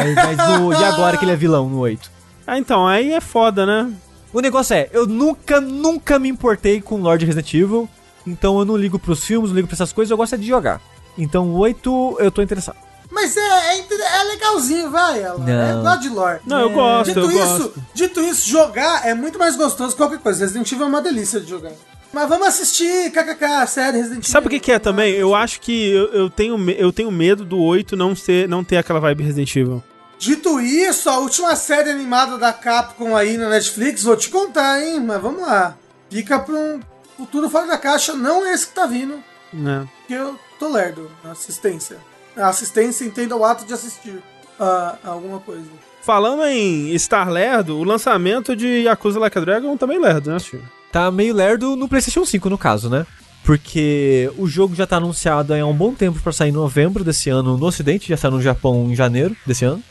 E agora que ele é vilão no 8? Ah, então, aí é foda, né? O negócio é, eu nunca me importei com Lord Resident Evil, então eu não ligo pros filmes, não ligo pra essas coisas, eu gosto de jogar. Então o 8 eu tô interessado. Mas é legalzinho, vai, ela. É God Lore. Não, eu gosto, Dito isso, jogar é muito mais gostoso que qualquer coisa. Resident Evil é uma delícia de jogar. Mas vamos assistir, kkk, série Resident Evil. Sabe o que é também? Eu acho que eu tenho medo do 8 não ter aquela vibe Resident Evil. Dito isso, a última série animada da Capcom aí na Netflix, vou te contar, hein? Mas vamos lá. Fica pra um futuro fora da caixa, não esse que tá vindo. Né? Porque eu tô lerdo na assistência. A assistência entenda o ato de assistir alguma coisa. Falando em estar lerdo, o lançamento de Yakuza Like a Dragon também lerdo, né, tio? Tá meio lerdo no PlayStation 5, no caso, né? Porque o jogo já tá anunciado há um bom tempo pra sair em novembro desse ano no Ocidente, já saiu no Japão em janeiro desse ano.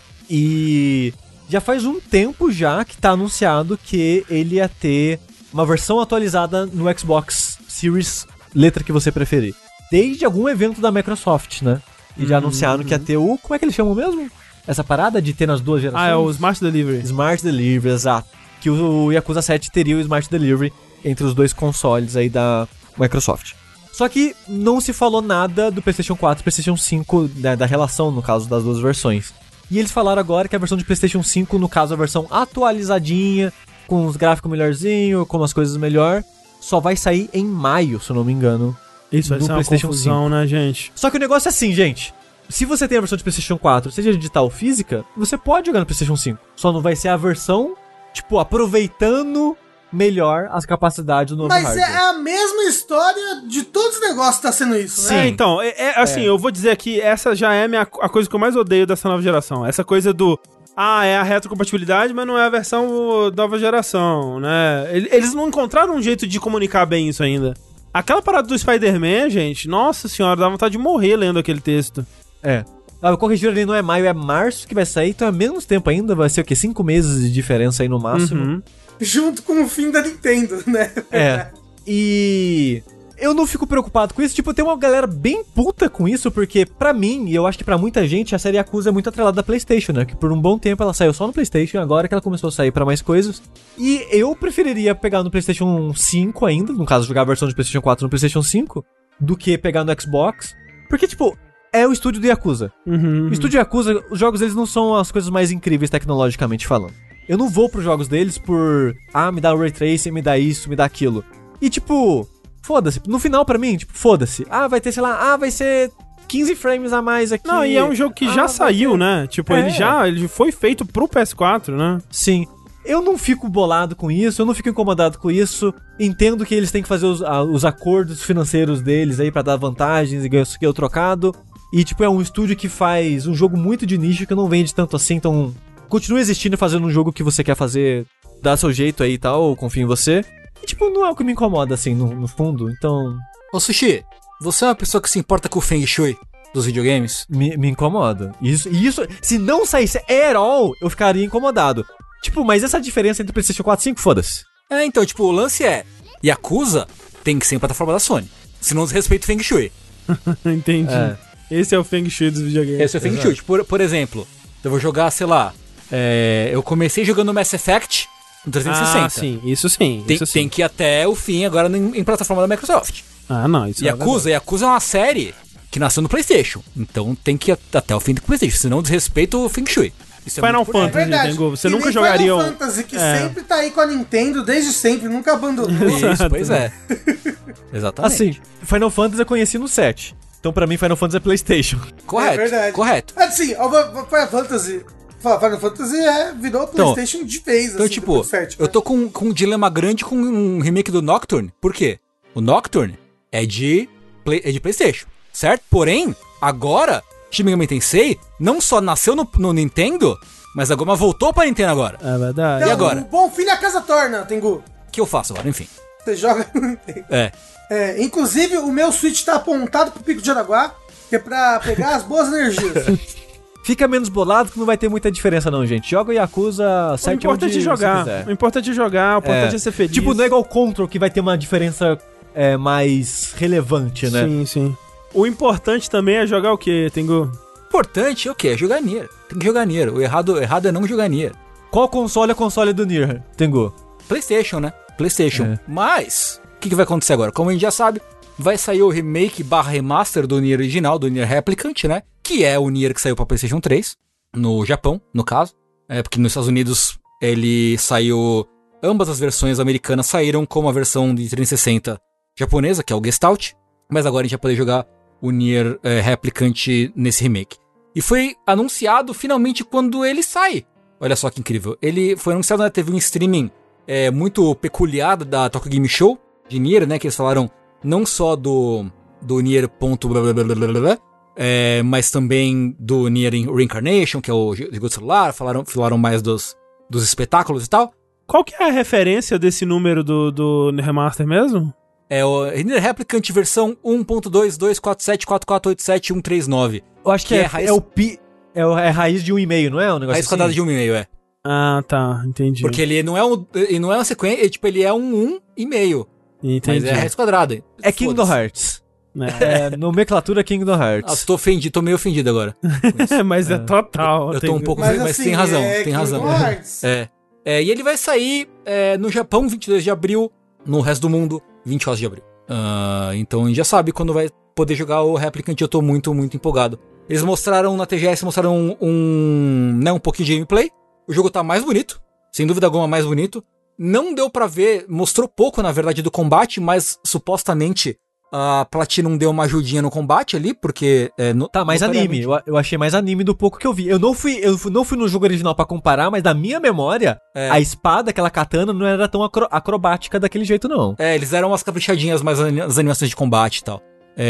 E já faz um tempo já que tá anunciado que ele ia ter uma versão atualizada no Xbox Series, letra que você preferir. Desde algum evento da Microsoft, né? E já anunciaram que ia ter o... Como é que eles chamam mesmo? Essa parada de ter nas duas gerações? Ah, é o Smart Delivery. Smart Delivery, exato. Que o Yakuza 7 teria o Smart Delivery entre os dois consoles aí da Microsoft. Só que não se falou nada do PlayStation 4 e PlayStation 5, da relação, no caso, das duas versões. E eles falaram agora que a versão de PlayStation 5, no caso, a versão atualizadinha, com os gráficos melhorzinho, com as coisas melhor, só vai sair em maio, se eu não me engano. Isso vai ser uma confusão, né, gente? Só que o negócio é assim, gente. Se você tem a versão de PlayStation 4, seja digital ou física, você pode jogar no PlayStation 5. Só não vai ser a versão, tipo, aproveitando melhor as capacidades do novo hardware. Mas é a mesma história de todos os negócios que tá sendo isso, né? Sim, então, assim, eu vou dizer que essa já é a coisa que eu mais odeio dessa nova geração. Essa coisa do... é a retrocompatibilidade, mas não é a versão nova geração, né? Eles não encontraram um jeito de comunicar bem isso ainda. Aquela parada do Spider-Man, gente, nossa senhora, dá vontade de morrer lendo aquele texto. Corrigir ali não é maio, é março que vai sair, então é menos tempo ainda, vai ser o quê? 5 meses de diferença aí no máximo. Uhum. Junto com o fim da Nintendo, né? E eu não fico preocupado com isso, tipo, tem uma galera bem puta com isso, porque pra mim, e eu acho que pra muita gente, a série Yakuza é muito atrelada da PlayStation, né? Que por um bom tempo ela saiu só no PlayStation, agora que ela começou a sair pra mais coisas. E eu preferiria pegar no PlayStation 5 ainda, no caso, jogar a versão de PlayStation 4 no PlayStation 5, do que pegar no Xbox. Porque, tipo, é o estúdio do Yakuza. O estúdio Yakuza, os jogos deles não são as coisas mais incríveis tecnologicamente falando. Eu não vou pros jogos deles por... me dá o Ray Tracing, me dá isso, me dá aquilo. E, tipo... foda-se. No final, pra mim, tipo, foda-se. Vai ter, sei lá, vai ser 15 frames a mais aqui. Não, e é um jogo que já saiu, né? Tipo, ele foi feito pro PS4, né? Sim. Eu não fico bolado com isso, eu não fico incomodado com isso. Entendo que eles têm que fazer os acordos financeiros deles aí pra dar vantagens e ganhar o trocado. E, tipo, é um estúdio que faz um jogo muito de nicho que não vende tanto assim, então... continua existindo e fazendo um jogo que você quer fazer, dá seu jeito aí e tal, confio em você. E, tipo, não é o que me incomoda, assim, no fundo, então... Ô, Sushi, você é uma pessoa que se importa com o Feng Shui dos videogames? Me incomoda. Isso, se não saísse at all, eu ficaria incomodado. Tipo, mas essa diferença entre o PlayStation 4 e 5, foda-se. Então, tipo, o lance é... Yakuza tem que ser em plataforma da Sony. Senão desrespeita o Feng Shui. Entendi. Esse é o Feng Shui dos videogames. Esse é o Feng Shui. Tipo, por exemplo, eu vou jogar, sei lá... eu comecei jogando Mass Effect no 360. Sim, isso sim. Tem que ir até o fim agora em plataforma da Microsoft. Não, isso Yakuza é uma série que nasceu no PlayStation. Então tem que ir até o fim do PlayStation, senão desrespeita o Feng Shui. Isso Final Fantasy, Tengu, você nunca jogaria Final Fantasy, que sempre tá aí com a Nintendo, desde sempre, nunca abandonou. Isso, pois é. Exatamente. Assim, Final Fantasy eu conheci no 7. Então pra mim Final Fantasy é PlayStation. Correto, verdade. Correto. Assim, Final Fantasy virou PlayStation de vez. Então, assim, tipo, eu tô com um dilema grande com um remake do Nocturne. Por quê? O Nocturne é de PlayStation, certo? Porém, agora, Shin Megami Tensei não só nasceu no Nintendo, mas agora voltou pra Nintendo agora. É verdade. Então, e agora? O bom filho a casa torna, Tengu. O que eu faço agora? Enfim. Você joga no Nintendo. Inclusive, o meu Switch tá apontado pro Pico de Araguá, que é pra pegar as boas energias. Fica menos bolado que não vai ter muita diferença não, gente. Joga o Yakuza O certo importante é jogar. O importante é jogar, o importante é ser feliz. Tipo, não é igual o Control, que vai ter uma diferença mais relevante, né? Sim, sim. O importante também é jogar o quê, Tengu? Importante é o quê? É jogar Nier. Tem que jogar Nier. O errado é não jogar Nier. Qual console é o console do Nier, Tengu? PlayStation, né? PlayStation. Mas, o que vai acontecer agora? Como a gente já sabe, vai sair o remake / remaster do Nier original, do Nier Replicant, né? Que é o Nier que saiu pra PlayStation 3, no Japão, no caso. Porque nos Estados Unidos ele saiu... Ambas as versões americanas saíram como a versão de 360 japonesa, que é o Gestalt. Mas agora a gente vai poder jogar o Nier Replicant nesse remake. E foi anunciado finalmente quando ele sai. Olha só que incrível. Ele foi anunciado, né? Teve um streaming muito peculiar da Tokyo Game Show de Nier, né? Que eles falaram não só do Nier mas também do Nier Reincarnation, que é o jogo de celular. Falaram mais dos espetáculos e tal. Qual que é a referência desse número do remaster mesmo? É o Nier Replicant versão 1.22474487139. Eu acho que é raiz de 1,5, não é? Um negócio raiz quadrada de 1,5, Ah, tá, entendi. Porque ele não é uma sequência, ele é um 1,5. Entendi. Mas é raiz quadrada. É Kingdom Hearts. Nomenclatura Kingdom Hearts. Tô meio ofendido agora. Mas é total. Eu tô um pouco ofendido, mas tem razão. Tem razão. E ele vai sair no Japão, 22 de abril, no resto do mundo, 28 de abril. Então a gente já sabe quando vai poder jogar o Replicant. Eu tô muito, muito empolgado. Eles mostraram na TGS, um pouquinho de gameplay. O jogo tá mais bonito, sem dúvida alguma mais bonito. Não deu pra ver, mostrou pouco na verdade do combate, mas supostamente a Platinum deu uma ajudinha no combate ali, porque... Tá mais anime, eu achei mais anime do pouco que eu vi. Eu não fui no jogo original pra comparar, mas na minha memória, a espada, aquela katana, não era tão acrobática daquele jeito não. Eles deram umas caprichadinhas mais nas animações de combate e tal.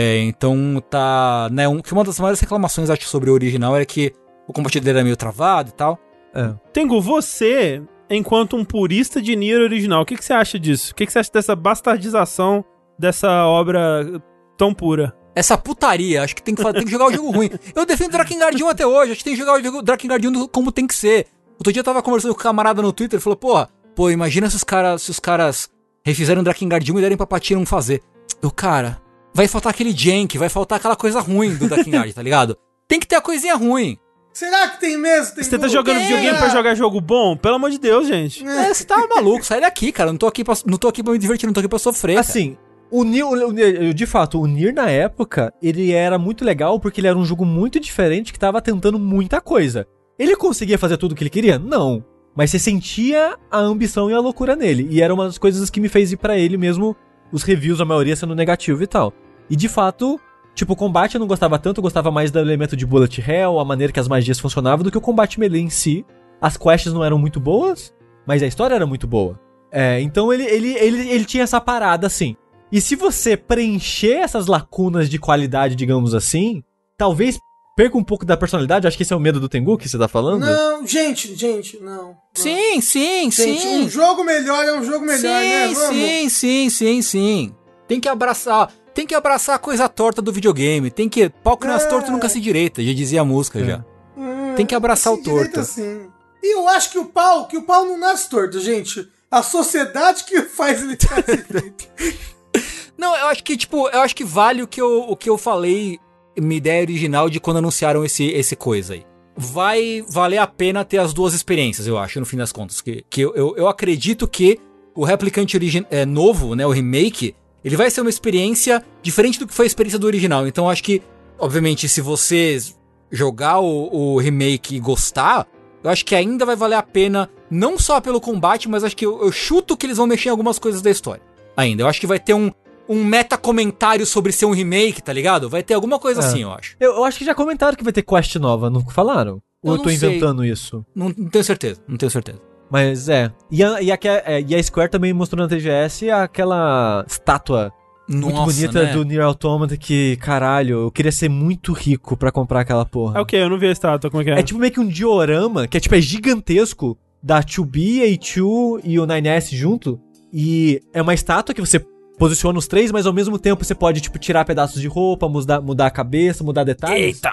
Então tá... Né, uma das maiores reclamações, acho, sobre o original era que o combate dele era meio travado e tal. Tengu, você, enquanto um purista de Nier original, o que você acha disso? O que você acha dessa bastardização dessa obra tão pura? Essa putaria, acho que tem que jogar o jogo ruim. Eu defendo Drakengard 1 até hoje, acho que tem que jogar o jogo Drakengard 1 como tem que ser. Outro dia eu tava conversando com um camarada no Twitter e falou, pô, imagina se os caras refizeram Drakengard 1 e derem pra Platinum fazer. Cara, vai faltar aquele jank, vai faltar aquela coisa ruim do Drakengard, tá ligado? Tem que ter a coisinha ruim. Será que tem mesmo? Você tá jogando videogame pra jogar jogo bom? Pelo amor de Deus, gente. Você tá maluco, sai daqui, cara. Não tô aqui pra me divertir, não tô aqui pra sofrer. Assim, o Nier, de fato, o Nier na época, ele era muito legal porque ele era um jogo muito diferente que tava tentando muita coisa. Ele conseguia fazer tudo o que ele queria? Não. Mas você sentia a ambição e a loucura nele. E era uma das coisas que me fez ir pra ele mesmo, os reviews, a maioria sendo negativo e tal. E de fato... Tipo, o combate eu não gostava tanto, eu gostava mais do elemento de bullet hell, a maneira que as magias funcionavam, do que o combate melee em si. As quests não eram muito boas, mas a história era muito boa. Então ele tinha essa parada, assim. E se você preencher essas lacunas de qualidade, digamos assim, talvez perca um pouco da personalidade. Acho que esse é o medo do Tengu que você tá falando. Não, gente, não. Sim. Gente, um jogo melhor é um jogo melhor, né? Vamos. Sim. Tem que abraçar a coisa torta do videogame. Tem que... Pau que nas tortas nunca se direita. Já dizia a música, já. Tem que abraçar o torto. Assim. E eu acho que o pau não nasce torto, gente. A sociedade que faz ele ficar assim. Não, eu acho que vale o que eu falei, minha ideia original de quando anunciaram esse coisa aí. Vai valer a pena ter as duas experiências, eu acho, no fim das contas. Que eu acredito que o Replicant novo, né, o remake... Ele vai ser uma experiência diferente do que foi a experiência do original. Então acho que, obviamente, se você jogar o remake e gostar, eu acho que ainda vai valer a pena, não só pelo combate, mas acho que eu chuto que eles vão mexer em algumas coisas da história. Ainda. Eu acho que vai ter um meta-comentário sobre ser um remake, tá ligado? Vai ter alguma coisa assim, eu acho. Eu acho que já comentaram que vai ter quest nova, não falaram? Ou eu tô inventando isso? Não tenho certeza. Mas E a Square também mostrou na TGS aquela estátua muito bonita, né? Do Nier Automata que, caralho, eu queria ser muito rico pra comprar aquela porra. É o quê? Eu não vi a estátua, como é que é? É tipo meio que um diorama, que é gigantesco, da 2B, A2 e o 9S junto. E é uma estátua que você posiciona os três, mas ao mesmo tempo você pode, tirar pedaços de roupa, mudar a cabeça, mudar detalhes. Eita!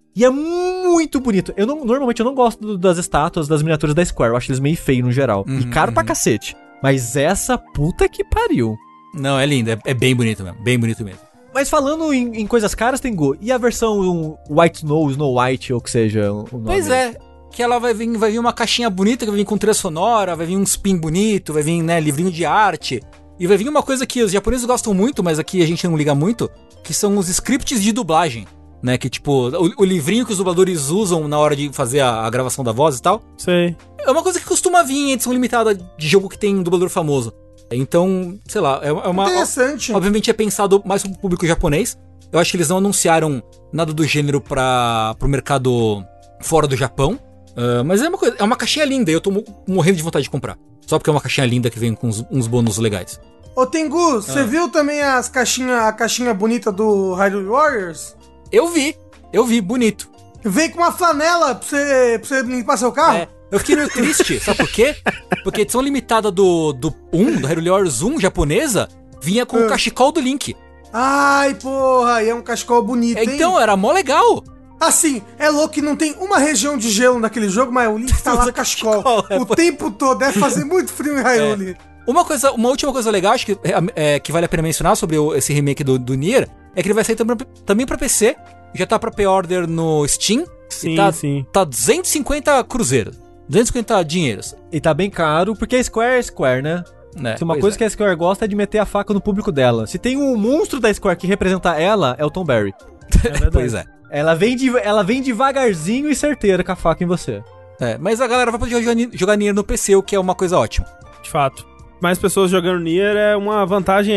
E é muito bonito. Normalmente eu não gosto das estátuas, das miniaturas da Square. Eu acho eles meio feios no geral. E caro pra cacete. Mas essa puta que pariu. Não, é lindo. É bem bonito mesmo. Bem bonito mesmo. Mas falando em coisas caras, Tengu, e a versão White Snow White, ou que seja o nome? Pois é. Que ela vai vir uma caixinha bonita, que vai vir com trilha sonora, vai vir um spin bonito, vai vir, né, livrinho de arte. E vai vir uma coisa que os japoneses gostam muito, mas aqui a gente não liga muito, que são os scripts de dublagem. Né, que tipo, o livrinho que os dubladores usam na hora de fazer a gravação da voz e tal. Sei. É uma coisa que costuma vir em edição limitada de jogo que tem um dublador famoso. Então, sei lá, é uma... Interessante. Obviamente é pensado mais pro público japonês. Eu acho que eles não anunciaram nada do gênero pro mercado fora do Japão. Mas é uma caixinha linda e eu tô morrendo de vontade de comprar. Só porque é uma caixinha linda que vem com uns bônus legais. Ô Tengu, você viu também a caixinha bonita do Hyrule Warriors? Eu vi, bonito. Vem com uma flanela pra você limpar seu carro? Eu fiquei meio triste, sabe por quê? Porque a edição limitada do Hyrule Warriors 1 japonesa, vinha com o cachecol do Link. Ai, porra, e é um cachecol bonito, hein? Então, era mó legal. Assim, é louco que não tem uma região de gelo naquele jogo, mas o Link tá lá com cachecol o tempo todo. Deve fazer muito frio em Hyrule. Uma última coisa legal, acho que vale a pena mencionar sobre esse remake do Nier, é que ele vai sair também pra PC. Já tá pra pre-order no Steam. Sim, sim. Tá 250 cruzeiros. 250 dinheiros. E tá bem caro, porque a Square é Square, né? Se uma coisa que a Square gosta é de meter a faca no público dela. Se tem um monstro da Square que representa ela, é o Tom Berry. É verdade. Pois é. Ela vem devagarzinho e certeira com a faca em você. Mas a galera vai poder jogar Nier no PC, o que é uma coisa ótima. De fato. Mais pessoas jogando Nier é uma vantagem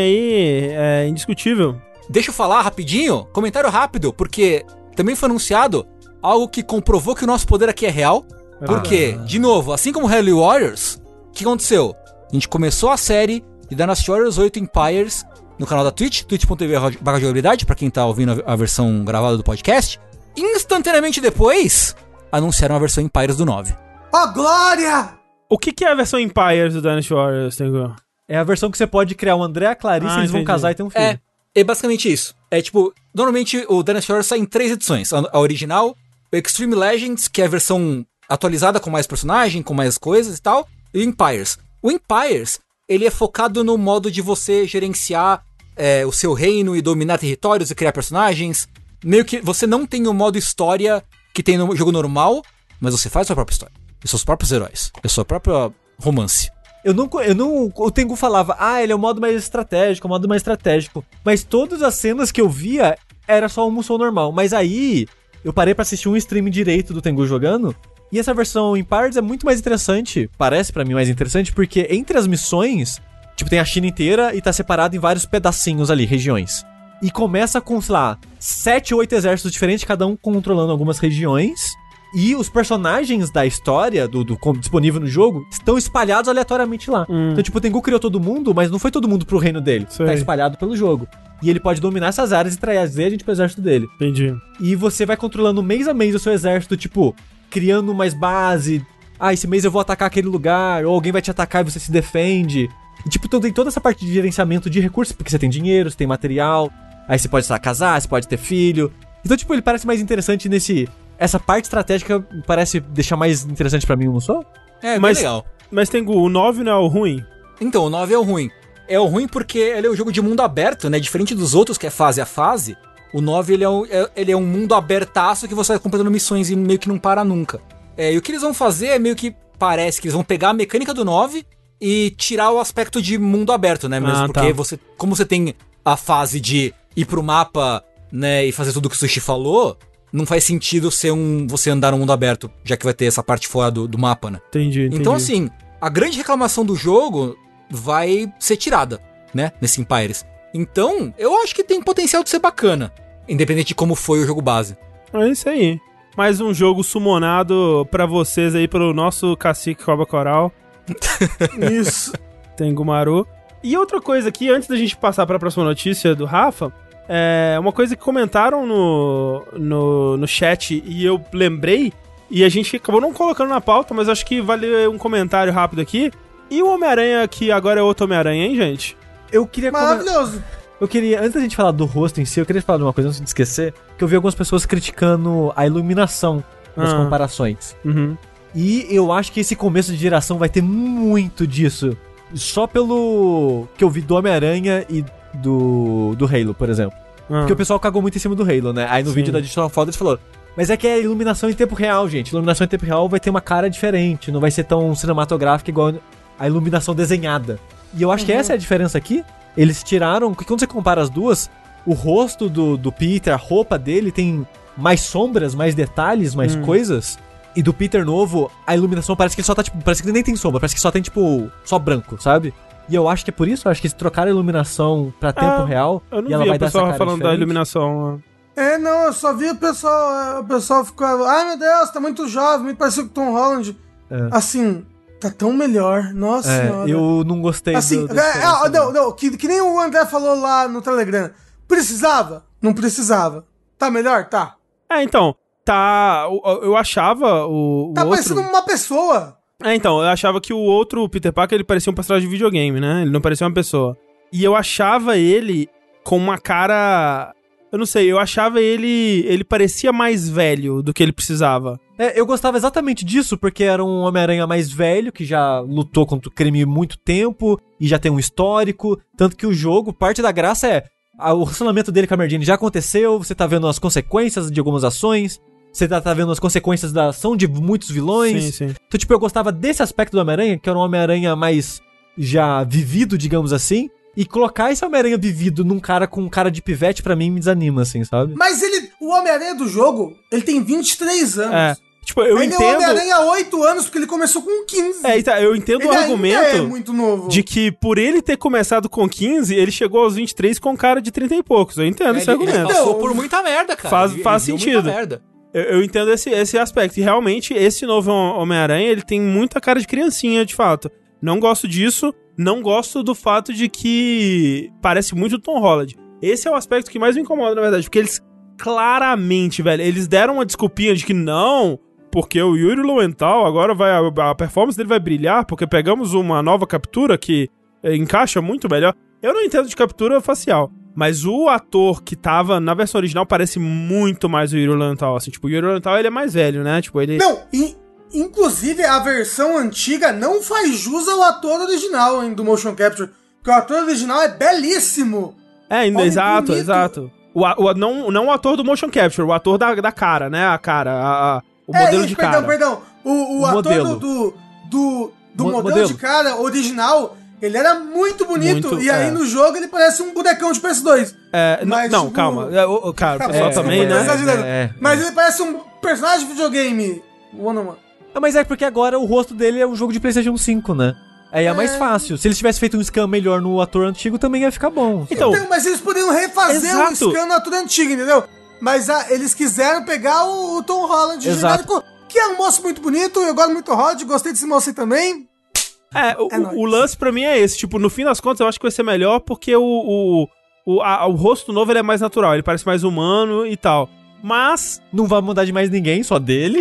aí indiscutível. Deixa eu falar rapidinho, comentário rápido, porque também foi anunciado algo que comprovou que o nosso poder aqui é real. Porque, de novo, assim como Hyrule Warriors, o que aconteceu? A gente começou a série de Dynasty Warriors 8 Empires no canal da Twitch, twitch.tv/jogabilidade, pra quem tá ouvindo a versão gravada do podcast. Instantaneamente depois, anunciaram a versão Empires do 9. Ó, glória! O que é a versão Empires do Dynasty Warriors, Tengu? É a versão que você pode criar o André e a Clarice, eles vão casar e ter um filho. É basicamente isso. Normalmente o Dynasty Warriors sai em 3 edições. A original, o Extreme Legends, que é a versão atualizada com mais personagem, com mais coisas e tal, e o Empires. O Empires, ele é focado no modo de você gerenciar o seu reino e dominar territórios e criar personagens. Meio que você não tem o modo história que tem no jogo normal, mas você faz a sua própria história. E seus próprios heróis. E sua própria romance. O Tengu falava, ele é o modo mais estratégico, Mas todas as cenas que eu via, era só o Musou normal. Mas aí, eu parei pra assistir um stream direito do Tengu jogando, e essa versão Empires é muito mais interessante, parece pra mim mais interessante, porque entre as missões, tem a China inteira e tá separado em vários pedacinhos ali, regiões. E começa com, sei lá, 7 ou 8 exércitos diferentes, cada um controlando algumas regiões. E os personagens da história, disponível no jogo, estão espalhados aleatoriamente lá. Então, o Tengu criou todo mundo, mas não foi todo mundo pro reino dele. Sei. Tá espalhado pelo jogo. E ele pode dominar essas áreas e trazer a gente pro exército dele. Entendi. E você vai controlando mês a mês o seu exército, criando mais base. Esse mês eu vou atacar aquele lugar, ou alguém vai te atacar e você se defende. E, então tem toda essa parte de gerenciamento de recursos, porque você tem dinheiro, você tem material. Aí você pode casar, você pode ter filho. Então, ele parece mais interessante essa parte estratégica parece deixar mais interessante pra mim, não sou? Mas legal. Mas, Tengu, o 9 não é o ruim? Então, o 9 é o ruim. É o ruim porque ele é um jogo de mundo aberto, né? Diferente dos outros, que é fase a fase. O 9, ele é um mundo abertaço que você vai completando missões e meio que não para nunca. E o que eles vão fazer é meio que parece que eles vão pegar a mecânica do 9 e tirar o aspecto de mundo aberto, né? Mesmo porque como você tem a fase de ir pro mapa, né, e fazer tudo que o Sushi falou, não faz sentido você andar no mundo aberto, já que vai ter essa parte fora do mapa, né? Entendi. Então, assim, a grande reclamação do jogo vai ser tirada, né, nesse Empires. Então, eu acho que tem potencial de ser bacana, independente de como foi o jogo base. É isso aí. Mais um jogo summonado pra vocês aí, pelo nosso cacique Cobra Coral. Isso. Tengu Maru. E outra coisa aqui, antes da gente passar pra próxima notícia do Rafa, uma coisa que comentaram no chat e eu lembrei, e a gente acabou não colocando na pauta, mas acho que vale um comentário rápido aqui. E o Homem-Aranha, que agora é outro Homem-Aranha, hein, gente? Eu queria Maravilhoso. Eu queria, antes da gente falar do rosto em si, eu queria falar de uma coisa, antes de esquecer, que eu vi algumas pessoas criticando a iluminação nas comparações. Uhum. E eu acho que esse começo de geração vai ter muito disso. Só pelo que eu vi do Homem-Aranha e do Halo, por exemplo. Porque o pessoal cagou muito em cima do Halo, né? Aí no vídeo da Digital Foundry eles falaram, mas é que é iluminação em tempo real, gente. Iluminação em tempo real vai ter uma cara diferente, não vai ser tão cinematográfica igual a iluminação desenhada. E eu acho que essa é a diferença aqui. Eles tiraram, porque quando você compara as duas, o rosto do Peter, a roupa dele tem mais sombras, mais detalhes, mais coisas. E do Peter novo, a iluminação parece que ele só tá, tipo, parece que ele nem tem sombra, parece que só tem, tipo, só branco, sabe? E eu acho que é por isso, eu acho que eles trocaram a iluminação pra tempo real, eu não e ela vi vai o dar essa pessoal cara falando diferente. da iluminação. Não, eu só vi o pessoal ficava, ai meu Deus, tá muito jovem, muito parecido com o Tom Holland. Assim, tá tão melhor, nossa senhora. Eu não gostei assim, que nem o André falou lá no Telegram. Precisava? Não precisava. Tá melhor? Tá. Então, tá, eu achava o Tá outro... parecendo uma pessoa. Então, eu achava que o outro Peter Parker, ele parecia um personagem de videogame, né? Ele não parecia uma pessoa. E eu achava ele com uma cara... Eu não sei, eu achava ele parecia mais velho do que ele precisava. Eu gostava exatamente disso, porque era um Homem-Aranha mais velho, que já lutou contra o crime há muito tempo, e já tem um histórico, tanto que o jogo, parte da graça é, o relacionamento dele com a Mary Jane já aconteceu, você tá vendo as consequências de algumas ações, você tá vendo as consequências da ação de muitos vilões. Sim. Então, tipo, eu gostava desse aspecto do Homem-Aranha, que era um Homem-Aranha mais já vivido, digamos assim. E colocar esse Homem-Aranha vivido num cara com cara de pivete, pra mim, me desanima, assim, sabe? Mas o Homem-Aranha do jogo, ele tem 23 anos. Tipo, eu ele entendo... é o Homem-Aranha há 8 anos, porque ele começou com 15. Então, eu entendo ele o argumento ainda é muito novo. de que por ele ter começado com 15, ele chegou aos 23 com cara de 30 e poucos. Eu entendo esse argumento. Ele passou por muita merda, cara. Faz sentido. Muita merda. Eu entendo esse aspecto. E realmente, esse novo Homem-Aranha, ele tem muita cara de criancinha, de fato. Não gosto disso. Não gosto do fato de que parece muito o Tom Holland. Esse é o aspecto que mais me incomoda, na verdade. Porque eles claramente, velho, eles deram uma desculpinha de que não, porque o Yuri Lowenthal agora a performance dele vai brilhar, porque pegamos uma nova captura que encaixa muito melhor. Eu não entendo de captura facial, mas o ator que tava na versão original parece muito mais o Yuri Lowenthal, assim. Tipo, o Yuri Lowenthal, ele é mais velho, né? Tipo, ele... Não, inclusive, a versão antiga não faz jus ao ator original, hein, do Motion Capture. Porque o ator original é belíssimo. Exato. Não o ator do Motion Capture, o ator da cara, né? A cara, o modelo de cara. Perdão. O ator do modelo de cara original, ele era muito bonito. Aí no jogo ele parece um bonecão de PS2. Mas, não, tipo... calma. Cara, o pessoal também, né? Mas ele parece um personagem de videogame. One-on-one. Mas é porque agora o rosto dele é um jogo de PlayStation 5, né? Aí é mais fácil. Se eles tivessem feito um scan melhor no ator antigo, também ia ficar bom. Então, mas eles poderiam refazer o scan no ator antigo, entendeu? Mas eles quiseram pegar o Tom Holland genérico, que é um moço muito bonito, eu gosto muito do Holland, gostei desse moço aí também. O lance pra mim é esse. Tipo, no fim das contas, eu acho que vai ser melhor porque o rosto novo ele é mais natural, ele parece mais humano e tal. Mas... Não vai mudar de mais ninguém, só dele.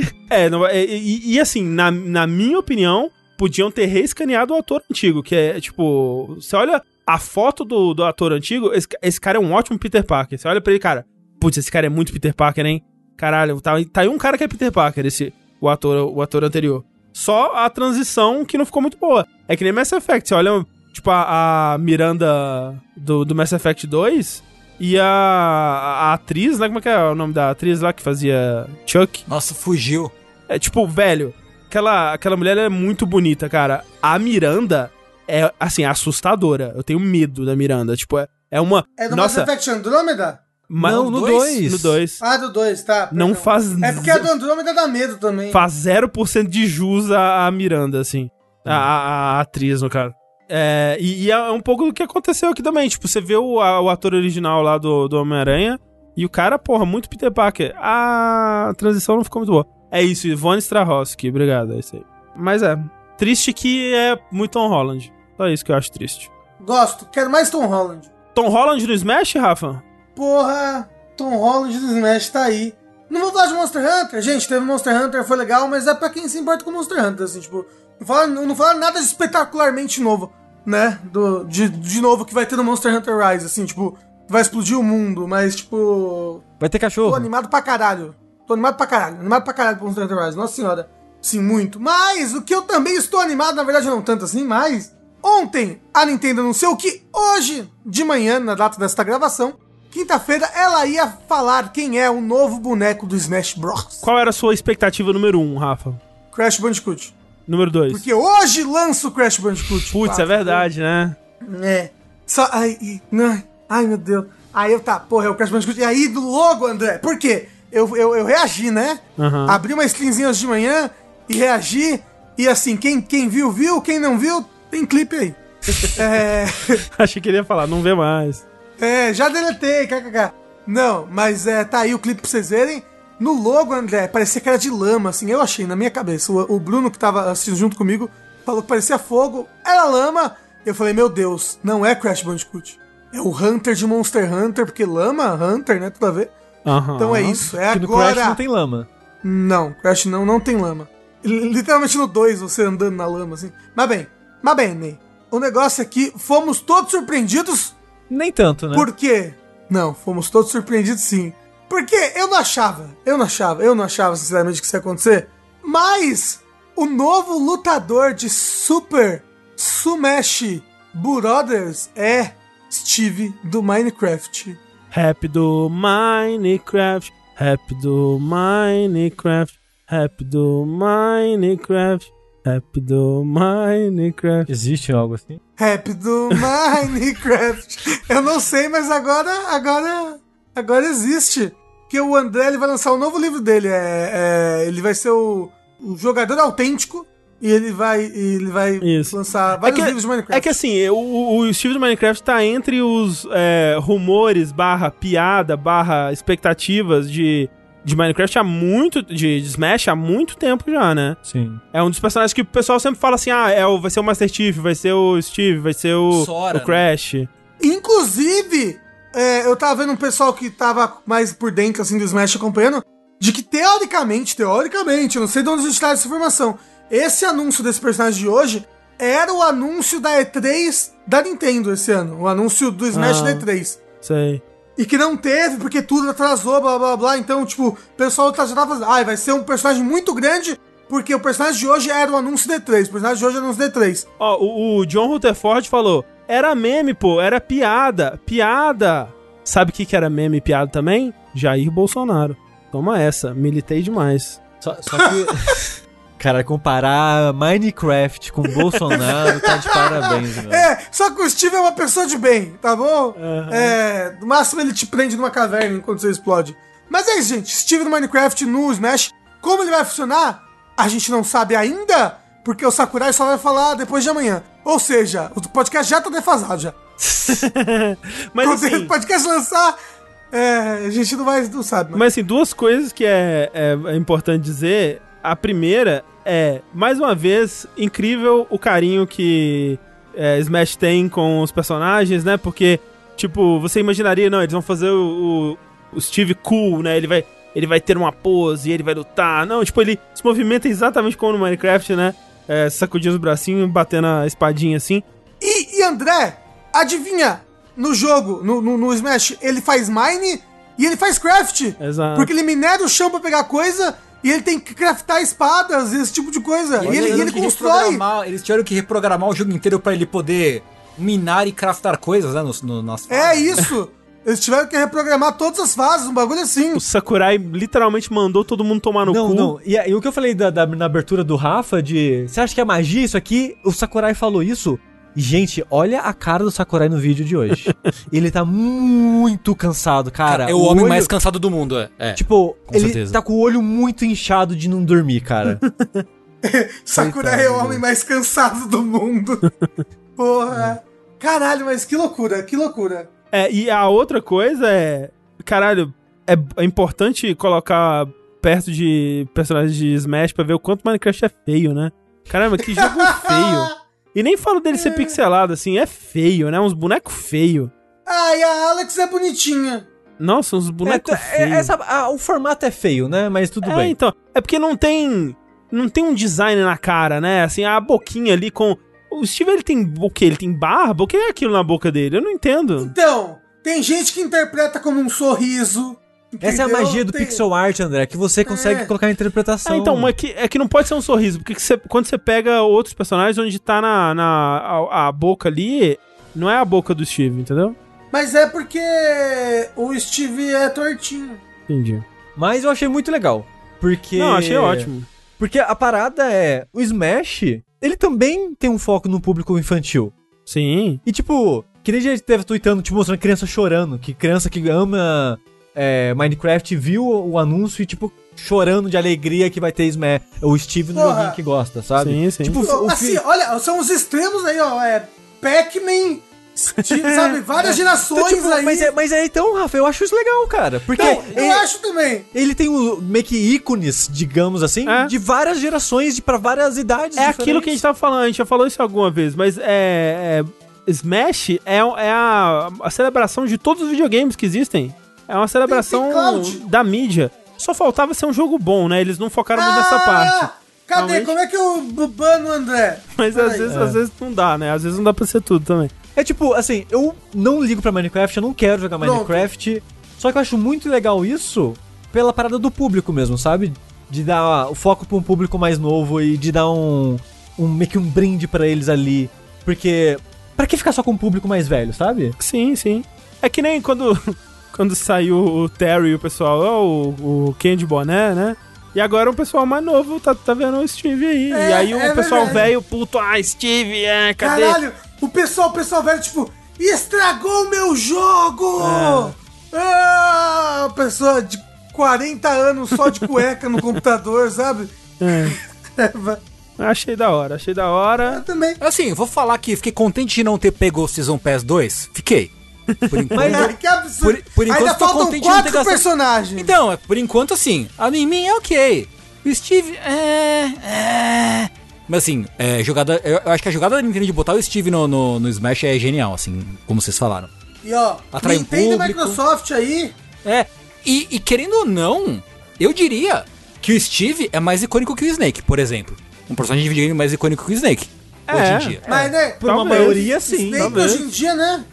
E assim, na minha opinião, podiam ter reescaneado o ator antigo, que é, tipo... Você olha a foto do ator antigo, esse cara é um ótimo Peter Parker. Você olha pra ele, cara, putz, esse cara é muito Peter Parker, hein? Caralho, tá aí um cara que é Peter Parker, o ator anterior. Só a transição que não ficou muito boa. É que nem Mass Effect, você olha, tipo, a Miranda do Mass Effect 2... E a atriz, né? Como é que é o nome da atriz lá que fazia Chuck? Nossa, fugiu. É tipo, velho, aquela mulher é muito bonita, cara. A Miranda é, assim, assustadora. Eu tenho medo da Miranda. Tipo, é uma... É do Mass Effect Andromeda? Não, no 2. No 2. Ah, do 2, tá. Não perdão. faz... É porque a do Andromeda dá medo também. Faz 0% de jus a Miranda, assim. A atriz, no caso. E é um pouco do que aconteceu aqui também. Tipo, você vê o ator original lá do Homem-Aranha e o cara, porra, muito Peter Parker. A transição não ficou muito boa. É isso, Ivone Strahovski, obrigado, é isso aí. Mas triste que é muito Tom Holland. Só isso que eu acho triste. Gosto, quero mais Tom Holland. Tom Holland no Smash, Rafa? Porra, Tom Holland no Smash tá aí. Não vou falar de Monster Hunter, gente, teve Monster Hunter, foi legal, mas é pra quem se importa com Monster Hunter, assim, tipo... Não fala nada de espetacularmente novo. né, de novo que vai ter no Monster Hunter Rise, assim, tipo, vai explodir o mundo, mas, tipo... Vai ter cachorro. Tô animado pra caralho pro Monster Hunter Rise, nossa senhora. Sim, muito. Mas o que eu também estou animado, na verdade não tanto assim, mas... Ontem, a Nintendo anunciou que hoje de manhã, na data desta gravação, quinta-feira, ela ia falar quem é o novo boneco do Smash Bros. Qual era a sua expectativa número 1, Rafa? Crash Bandicoot. Número 2. Porque hoje lança o Crash Bandicoot. Putz, é verdade, né? É. Só... Ai, meu Deus. Aí é o Crash Bandicoot. E aí, do logo, André, por quê? Eu reagi, né? Uhum. Abri uma streamzinha hoje de manhã e reagi. E assim, quem viu, viu. Quem não viu, tem clipe aí. Achei que ele ia falar, não vê mais. Já deletei, kkk. Não, mas tá aí o clipe pra vocês verem. No logo, André, parecia que era de lama, assim, eu achei, na minha cabeça. O Bruno, que tava assistindo junto comigo, falou que parecia fogo, era lama. Eu falei, meu Deus, não é Crash Bandicoot. É o Hunter de Monster Hunter, porque lama, Hunter, né, tudo a ver. Uhum. Então é isso, é Porque agora... no Crash não tem lama. Não, Crash não tem lama. Literalmente no 2, você andando na lama, assim. Mas bem, Ney. O negócio é que fomos todos surpreendidos. Nem tanto, né? Por quê? Não, fomos todos surpreendidos sim. Porque eu não achava, sinceramente, que isso ia acontecer. Mas o novo lutador de Super Smash Brothers é Steve do Minecraft. Happy do Minecraft, Happy do Minecraft, Happy do Minecraft, Happy do Minecraft. Existe algo assim? Happy do Minecraft. Eu não sei, mas agora existe. Porque o André, ele vai lançar um novo livro dele. Ele vai ser o jogador autêntico. E ele vai lançar vários livros de Minecraft. É que assim, o Steve do Minecraft tá entre os rumores, piada, expectativas de Minecraft há muito... De Smash há muito tempo já, né? Sim. É um dos personagens que o pessoal sempre fala assim, vai ser o Master Chief, vai ser o Steve, vai ser o Crash. Né? Inclusive, eu tava vendo um pessoal que tava mais por dentro, assim, do Smash acompanhando, de que teoricamente, eu não sei de onde a gente traz essa informação, esse anúncio desse personagem de hoje era o anúncio da E3 da Nintendo esse ano. O anúncio do Smash da E3. Sei. E que não teve, porque tudo atrasou, blá, blá, blá. Então, tipo, o pessoal já tava fazendo... vai ser um personagem muito grande, porque o personagem de hoje era o anúncio da E3. O personagem de hoje era o anúncio da E3. O John Rutherford falou, era meme, pô, era piada. Sabe o que era meme e piada também? Jair Bolsonaro. Toma essa, militei demais. Só que... Cara, comparar Minecraft com Bolsonaro tá de parabéns, meu. Só que o Steve é uma pessoa de bem, tá bom? Uhum. No máximo ele te prende numa caverna enquanto você explode. Mas é isso, gente. Steve no Minecraft, no Smash. Como ele vai funcionar? A gente não sabe ainda, porque o Sakurai só vai falar depois de amanhã. Ou seja, o podcast já tá defasado já. Mas quando assim, o podcast lançar... a gente não sabe. Mas assim, duas coisas que é importante dizer. A primeira mais uma vez, incrível o carinho que Smash tem com os personagens, né? Porque, tipo, você imaginaria, não, eles vão fazer o Steve cool, né? Ele vai ter uma pose, ele vai lutar. Não, tipo, ele se movimenta exatamente como no Minecraft, né? Sacudindo os bracinhos, batendo a espadinha assim. E André, adivinha? No jogo, no Smash, ele faz mine e ele faz craft. Exato. Porque ele minera o chão pra pegar coisa... E ele tem que craftar espadas, esse tipo de coisa. E ele constrói. Eles tiveram que reprogramar o jogo inteiro pra ele poder minar e craftar coisas, né? Nas fases. Isso! Eles tiveram que reprogramar todas as fases, um bagulho assim. O Sakurai literalmente mandou todo mundo tomar no cu. Não. E o que eu falei na abertura do Rafa, você acha que é magia isso aqui? O Sakurai falou isso. Gente, olha a cara do Sakurai no vídeo de hoje. Ele tá muito cansado, cara. É o homem mais cansado do mundo, Tipo, com ele certeza. tá com o olho muito inchado de não dormir, cara. Sakurai é o homem mais cansado do mundo. Porra. Caralho, mas que loucura, que loucura. E a outra coisa caralho, é importante colocar perto de personagens de Smash pra ver o quanto Minecraft é feio, né? Caramba, que jogo feio. E nem falo dele ser pixelado, assim, é feio, né? Uns bonecos feios. E a Alex é bonitinha. Nossa, uns bonecos feios. O formato é feio, né? Mas tudo bem. Então, é porque não tem um design na cara, né? Assim, a boquinha ali com O Steve, ele tem o quê? Ele tem barba? O que é aquilo na boca dele? Eu não entendo. Então, tem gente que interpreta como um sorriso. Essa é a entendeu? magia do pixel art, André, que você consegue colocar a interpretação. Então, mas é que não pode ser um sorriso, porque quando você pega outros personagens onde tá a boca ali, não é a boca do Steve, entendeu? Mas é porque o Steve é tortinho. Entendi. Mas eu achei muito legal, porque... Não, achei ótimo. Porque a parada é, o Smash, ele também tem um foco no público infantil. Sim. E tipo, que nem a gente teve tweetando, tipo, mostrando criança chorando, que criança que ama Minecraft viu o anúncio e, tipo, chorando de alegria que vai ter o Steve no joguinho que gosta, sabe? Sim, sim. Tipo, assim, olha, são os extremos aí, ó. Pac-Man, sabe? Várias gerações então, tipo, aí. Mas então, Rafa, eu acho isso legal, cara. Porque Não, eu acho também. ele tem meio que ícones, digamos assim, de várias gerações, pra várias idades É aquilo que a gente tava falando, a gente já falou isso alguma vez, mas Smash é a celebração de todos os videogames que existem. É uma celebração da mídia. Só faltava ser um jogo bom, né? Eles não focaram muito nessa parte. Cadê? Realmente. Como é que eu bano o André? Mas às vezes não dá, né? Às vezes não dá pra ser tudo também. É tipo, assim, eu não ligo pra Minecraft, eu não quero jogar Minecraft. Só que eu acho muito legal isso pela parada do público mesmo, sabe? De dar o foco pra um público mais novo e de dar meio que um brinde pra eles ali. Porque, pra que ficar só com um público mais velho, sabe? Sim, sim. É que nem quando saiu o Terry e o pessoal, o Candy Boné, né? E agora o pessoal mais novo tá vendo o Steve aí. E aí o pessoal velho, puto, Steve, cadê? Caralho, o pessoal velho, tipo, estragou o meu jogo! Pessoa de 40 anos só de cueca no computador, sabe? Achei da hora. Eu também. Assim, vou falar que fiquei contente de não ter pego o Season Pass 2. Fiquei. Por enquanto. Mas que absurdo. Por enquanto ainda tô faltam contente de não ter 4 gastado. personagens. Então, por enquanto, assim, a Mimi é ok. O Steve Mas assim, eu acho que a jogada da Nintendo de botar o Steve no Smash é genial, assim, como vocês falaram. E ó, Atrai Nintendo e público. Microsoft aí. E querendo ou não, eu diria que o Steve é mais icônico que o Snake, por exemplo. Um personagem de videogame mais icônico que o Snake, hoje em dia. Mas, né? Por uma Talvez. maioria, sim. Snake talvez. hoje em dia, né?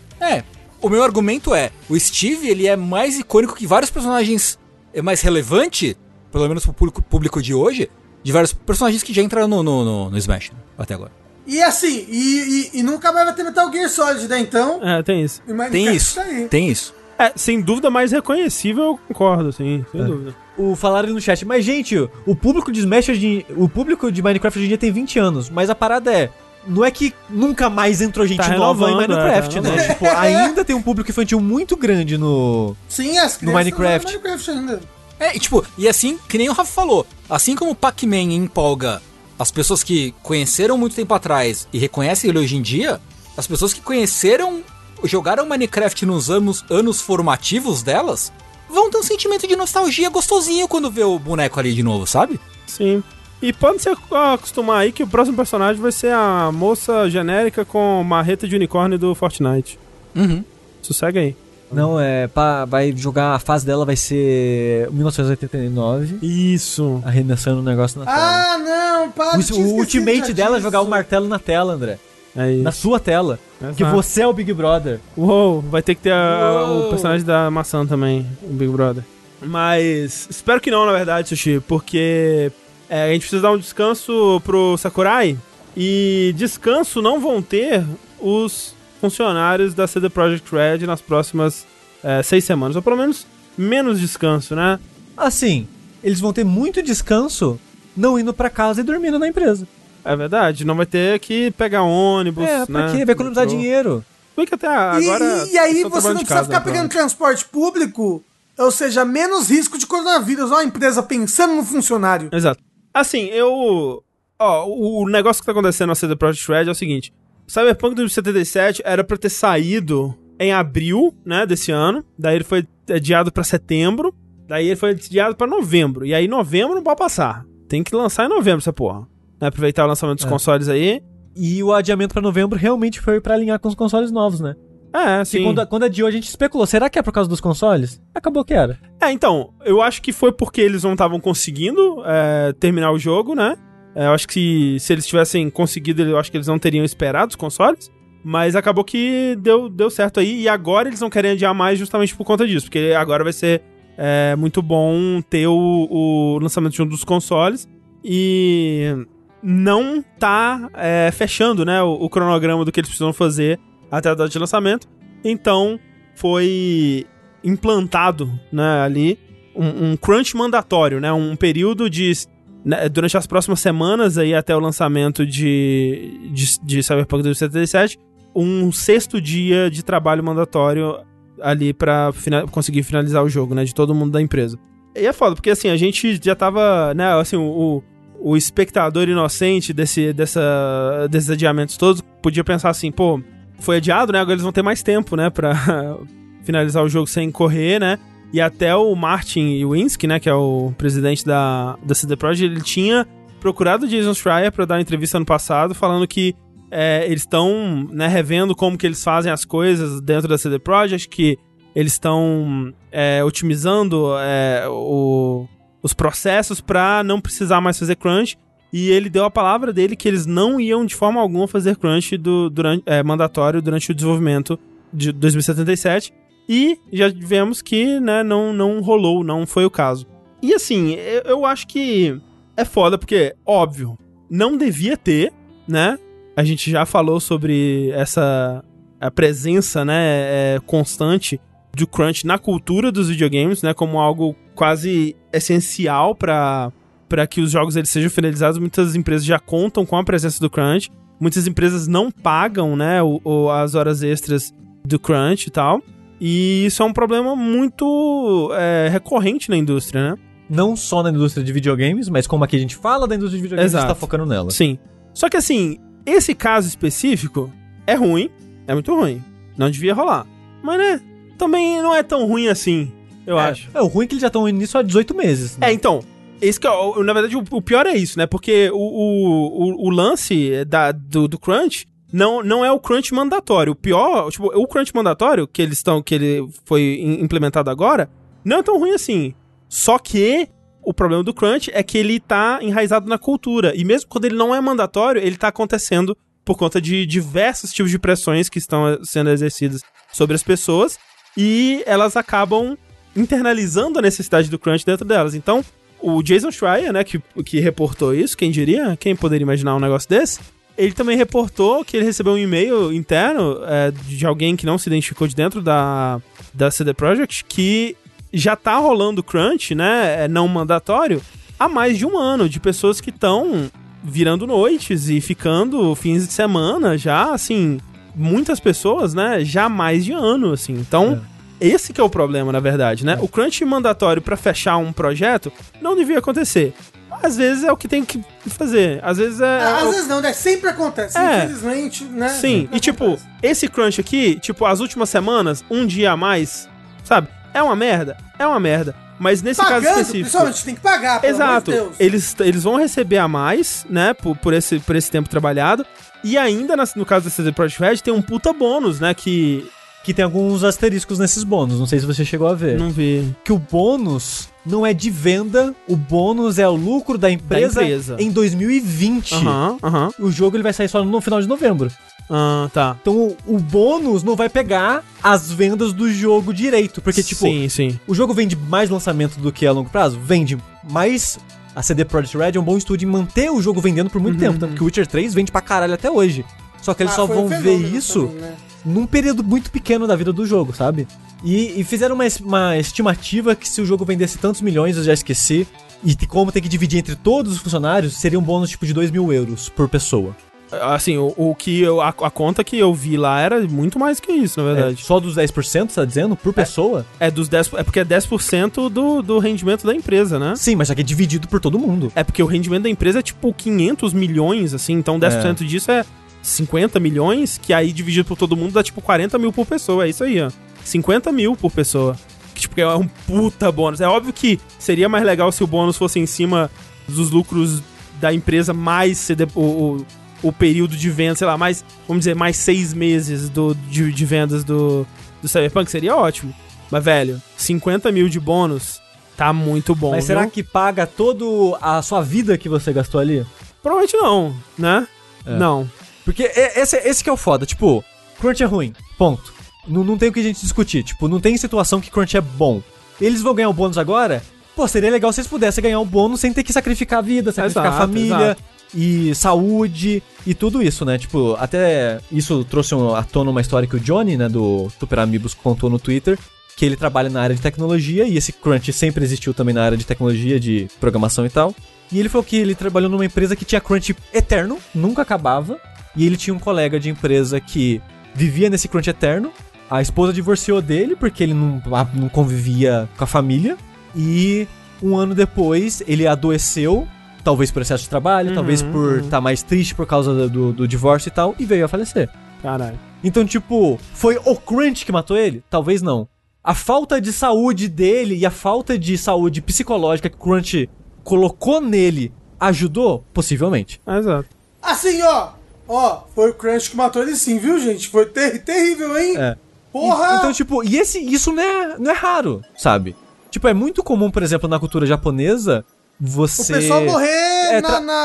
O meu argumento é, o Steve, ele é mais icônico que vários personagens, é mais relevante, pelo menos pro público de hoje, de vários personagens que já entraram no Smash, até agora. E assim, e nunca mais vai ter Metal Gear Solid, né? Então, Tem isso. e Minecraft Tem isso, tá aí. tem isso. Sem dúvida mais reconhecível, eu concordo, sim, sem dúvida. Falaram no chat, mas gente, o público de Smash, o público de Minecraft hoje em dia tem 20 anos, mas a parada não é que nunca mais entrou gente Tá nova em renovando, Minecraft, tá né? Tipo, ainda tem um público infantil muito grande no... Sim, as crianças No Minecraft. no Minecraft ainda. E assim, que nem o Rafa falou, assim como o Pac-Man empolga as pessoas que conheceram muito tempo atrás e reconhecem ele hoje em dia, as pessoas que jogaram Minecraft nos anos formativos delas, vão ter um sentimento de nostalgia gostosinho quando vê o boneco ali de novo, sabe? Sim. E pode se acostumar aí que o próximo personagem vai ser a moça genérica com marreta de unicórnio do Fortnite. Sossega aí. Não, vai jogar, a fase dela vai ser 1989, Isso. arremessando o negócio na tela. Não, para. O ultimate dela é jogar o martelo na tela, André. É isso. Na sua tela. Exato. Que você é o Big Brother. Uou, vai ter que ter o personagem da maçã também, o Big Brother. Mas espero que não, na verdade, Sushi, porque a gente precisa dar um descanso pro Sakurai e descanso não vão ter os funcionários da CD Projekt Red nas próximas 6 semanas, ou pelo menos menos descanso, né? Assim, eles vão ter muito descanso não indo pra casa e dormindo na empresa. É verdade, não vai ter que pegar ônibus, Pra né? quê? Vai economizar dinheiro. Foi que até agora... E aí eu tô você trabalhando não de precisa casa, ficar pegando transporte público, ou seja, menos risco de coronavírus. Ó, a empresa pensando no funcionário. Exato. Assim, o negócio que tá acontecendo na CD Projekt Red é o seguinte. Cyberpunk 2077 era pra ter saído em abril, né, desse ano. Daí ele foi adiado pra setembro. Daí ele foi adiado pra novembro. E aí novembro não pode passar. Tem que lançar em novembro essa porra. Né, aproveitar o lançamento dos consoles aí. E o adiamento pra novembro realmente foi pra alinhar com os consoles novos, né? Sim. Porque quando adiou, a gente especulou. Será que é por causa dos consoles? Acabou que era. Então, eu acho que foi porque eles não estavam conseguindo terminar o jogo, né? Eu acho que se eles tivessem conseguido, eu acho que eles não teriam esperado os consoles. Mas acabou que deu certo aí. E agora eles não querem adiar mais justamente por conta disso. Porque agora vai ser muito bom ter o lançamento de um dos consoles. E não tá fechando, né, o cronograma do que eles precisam fazer até a data de lançamento. Então foi implantado, né, ali um crunch mandatório, né, um período durante as próximas semanas aí até o lançamento de Cyberpunk 2077, um 6º dia de trabalho mandatório ali pra conseguir finalizar o jogo, né, de todo mundo da empresa. E é foda, porque assim, a gente já tava, né, assim, o espectador inocente desses adiamentos todos podia pensar assim, pô, foi adiado, né, agora eles vão ter mais tempo, né, pra finalizar o jogo sem correr, né. E até o Martin Iwinski, né, que é o presidente da CD Projekt, ele tinha procurado o Jason Schreier para dar uma entrevista ano passado, falando que eles estão, né, revendo como que eles fazem as coisas dentro da CD Projekt, que eles estão otimizando os processos para não precisar mais fazer crunch. E ele deu a palavra dele que eles não iam de forma alguma fazer crunch mandatório durante o desenvolvimento de 2077. E já vemos que, né, não rolou, não foi o caso. E assim, eu acho que é foda porque, óbvio, não devia ter, né? A gente já falou sobre a presença, né, constante do crunch na cultura dos videogames, né, como algo quase essencial para que os jogos eles sejam finalizados. Muitas empresas já contam com a presença do crunch. Muitas empresas não pagam, né, as horas extras do crunch e tal. E isso é um problema muito recorrente na indústria, né? Não só na indústria de videogames, mas como aqui a gente fala da indústria de videogames, a gente tá focando nela. Sim. Só que assim, esse caso específico é ruim, é muito ruim. Não devia rolar. Mas, né, também não é tão ruim assim, eu acho. O ruim é que eles já estão nisso há 18 meses. Né? Então, esse que na verdade, o pior é isso, né? Porque o lance do crunch não é o crunch mandatório. O pior, tipo, o crunch mandatório que ele foi implementado agora, não é tão ruim assim. Só que o problema do crunch é que ele tá enraizado na cultura. E mesmo quando ele não é mandatório, ele tá acontecendo por conta de diversos tipos de pressões que estão sendo exercidas sobre as pessoas. E elas acabam internalizando a necessidade do crunch dentro delas. Então, o Jason Schreier, né, que reportou isso, quem diria? Quem poderia imaginar um negócio desse? Ele também reportou que ele recebeu um e-mail interno de alguém que não se identificou de dentro da CD Projekt, que já tá rolando crunch, né, não mandatório, há mais de um ano, de pessoas que estão virando noites e ficando fins de semana já, assim, muitas pessoas, né, já há mais de ano, assim. Então, esse que é o problema, na verdade, né? O crunch mandatório pra fechar um projeto não devia acontecer. Às vezes é o que tem que fazer. Às vezes às vezes não, né? Sempre acontece. Infelizmente, né? Sim, e tipo, esse crunch aqui, tipo, as últimas semanas, um dia a mais, sabe? É uma merda. Mas nesse caso específico... Pessoalmente, tem que pagar, pelo exato. amor de Deus. Eles vão receber a mais, né? Por esse tempo trabalhado. E ainda, no caso da CD Projekt Red, tem um puta bônus, né? Que tem alguns asteriscos nesses bônus, não sei se você chegou a ver. Não vi. Que o bônus não é de venda, o bônus é o lucro da empresa em 2020. O jogo ele vai sair só no final de novembro. Tá. Então o bônus não vai pegar as vendas do jogo direito, porque tipo, sim. O jogo vende mais lançamento do que a longo prazo? Vende, mas a CD Projekt Red é um bom estúdio em manter o jogo vendendo por muito tempo, tanto que o Witcher 3 vende pra caralho até hoje. Só que eles só vão ver isso também, né? Num período muito pequeno da vida do jogo, sabe? E fizeram uma estimativa que se o jogo vendesse tantos milhões, eu já esqueci, e como tem que dividir entre todos os funcionários, seria um bônus tipo de 2.000 euros por pessoa. Assim, a conta que eu vi lá era muito mais que isso, na verdade. Só dos 10%, você tá dizendo? Por pessoa? Dos 10%, é porque é 10% do rendimento da empresa, né? Sim, mas só que é dividido por todo mundo. É porque o rendimento da empresa é tipo 500 milhões, assim, então 10% disso é 50 milhões, que aí dividido por todo mundo dá tipo 40 mil por pessoa, é isso aí, ó. 50 mil por pessoa. Que tipo, é um puta bônus. É óbvio que seria mais legal se o bônus fosse em cima dos lucros da empresa mais o período de venda, sei lá, mais, vamos dizer, mais 6 meses de vendas do Cyberpunk, seria ótimo. Mas, velho, 50 mil de bônus tá muito bom. Mas será que paga toda a sua vida que você gastou ali? Provavelmente não, né? Não. Porque esse que é o foda, tipo, crunch é ruim, ponto. Não tem o que a gente discutir, tipo, não tem situação que crunch é bom. Eles vão ganhar o bônus agora? Pô, seria legal se eles pudessem ganhar o bônus sem ter que sacrificar a vida, sacrificar a família e saúde e tudo isso, né? Tipo, até isso trouxe à tona uma história que o Johnny, né, do Super Amigos, contou no Twitter, que ele trabalha na área de tecnologia e esse crunch sempre existiu também na área de tecnologia, de programação e tal. E ele falou que ele trabalhou numa empresa que tinha crunch eterno, nunca acabava, e ele tinha um colega de empresa que vivia nesse crunch eterno. A esposa divorciou dele porque ele não convivia com a família. E um ano depois ele adoeceu, talvez por excesso de trabalho, talvez por estar mais triste por causa do divórcio e tal, e veio a falecer. Caralho. Então, tipo, foi o crunch que matou ele? Talvez não. A falta de saúde dele e a falta de saúde psicológica que o crunch colocou nele ajudou? Possivelmente. Exato. Assim, ó, foi o crunch que matou ele sim, viu, gente? Foi terrível, hein? É. Porra! Então, tipo, e isso não é raro, sabe? Tipo, é muito comum, por exemplo, na cultura japonesa, você... O pessoal morrer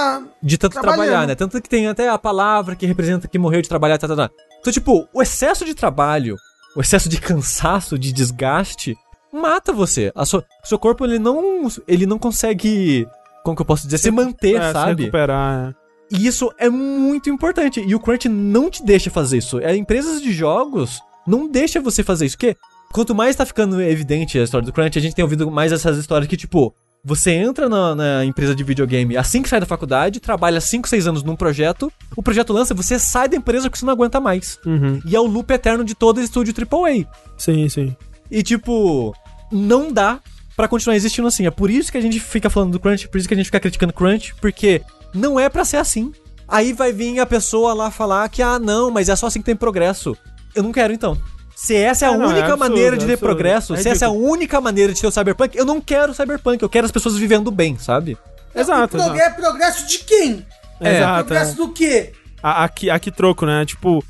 de tanto trabalhar, né? Tanto que tem até a palavra que representa que morreu de trabalhar, tá. Então, tipo, o excesso de trabalho, o excesso de cansaço, de desgaste, mata você. Seu corpo, ele não consegue, como que eu posso dizer, se manter, sabe? Se recuperar, E isso é muito importante. E o crunch não te deixa fazer isso. Empresas de jogos não deixam você fazer isso. Porque quanto mais tá ficando evidente a história do crunch, a gente tem ouvido mais essas histórias que, tipo, você entra na empresa de videogame assim que sai da faculdade, trabalha 5, 6 anos num projeto, o projeto lança, você sai da empresa porque você não aguenta mais. E é o loop eterno de todo estúdio AAA. Sim. E, tipo, não dá pra continuar existindo assim. É por isso que a gente fica falando do crunch, por isso que a gente fica criticando o crunch, porque não é pra ser assim. Aí vai vir a pessoa lá falar que, não, mas é só assim que tem progresso. Eu não quero, então. Se essa é a única maneira de ter progresso, se essa é a única maneira de ter o Cyberpunk, eu não quero Cyberpunk, eu quero as pessoas vivendo bem, sabe? Exato. É progresso de quem? Exato. Progresso do quê? Aqui troco, né? Tipo,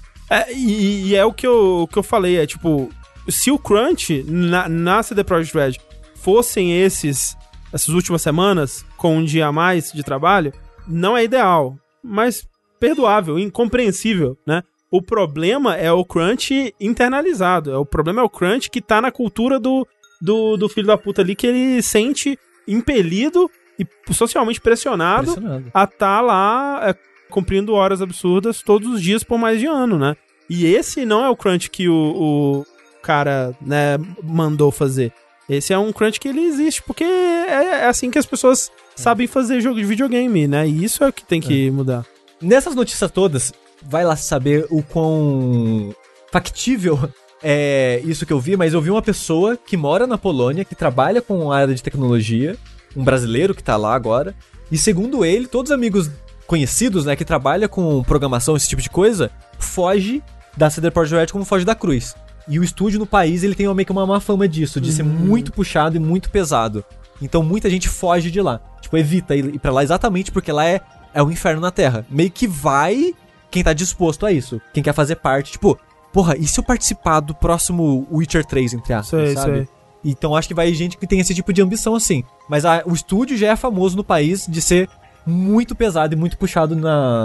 e é o que eu falei, é tipo, se o crunch na CD Projekt Red fossem essas últimas semanas, com um dia a mais de trabalho, não é ideal, mas perdoável, incompreensível, né? O problema é o crunch internalizado. O problema é o crunch que tá na cultura do filho da puta ali, que ele sente impelido e socialmente pressionado a tá lá cumprindo horas absurdas todos os dias por mais de ano, né? E esse não é o crunch que o cara, né, mandou fazer. Esse é um crunch que ele existe porque é assim que as pessoas sabem fazer jogo de videogame, né? E isso é o que tem que mudar. Nessas notícias todas, vai lá saber o quão factível é isso que eu vi, mas eu vi uma pessoa que mora na Polônia, que trabalha com a área de tecnologia, um brasileiro que tá lá agora, e segundo ele, todos os amigos conhecidos, né, que trabalham com programação, esse tipo de coisa, foge da CD Projekt Red como foge da cruz. E o estúdio no país, ele tem meio que uma má fama disso, de ser muito puxado e muito pesado. Então muita gente foge de lá. Tipo, evita ir pra lá exatamente porque lá é o inferno na Terra. Meio que vai quem tá disposto a isso. Quem quer fazer parte, tipo, porra, e se eu participar do próximo Witcher 3, entre aspas, sabe? Sei. Então acho que vai gente que tem esse tipo de ambição assim. Mas o estúdio já é famoso no país de ser muito pesado e muito puxado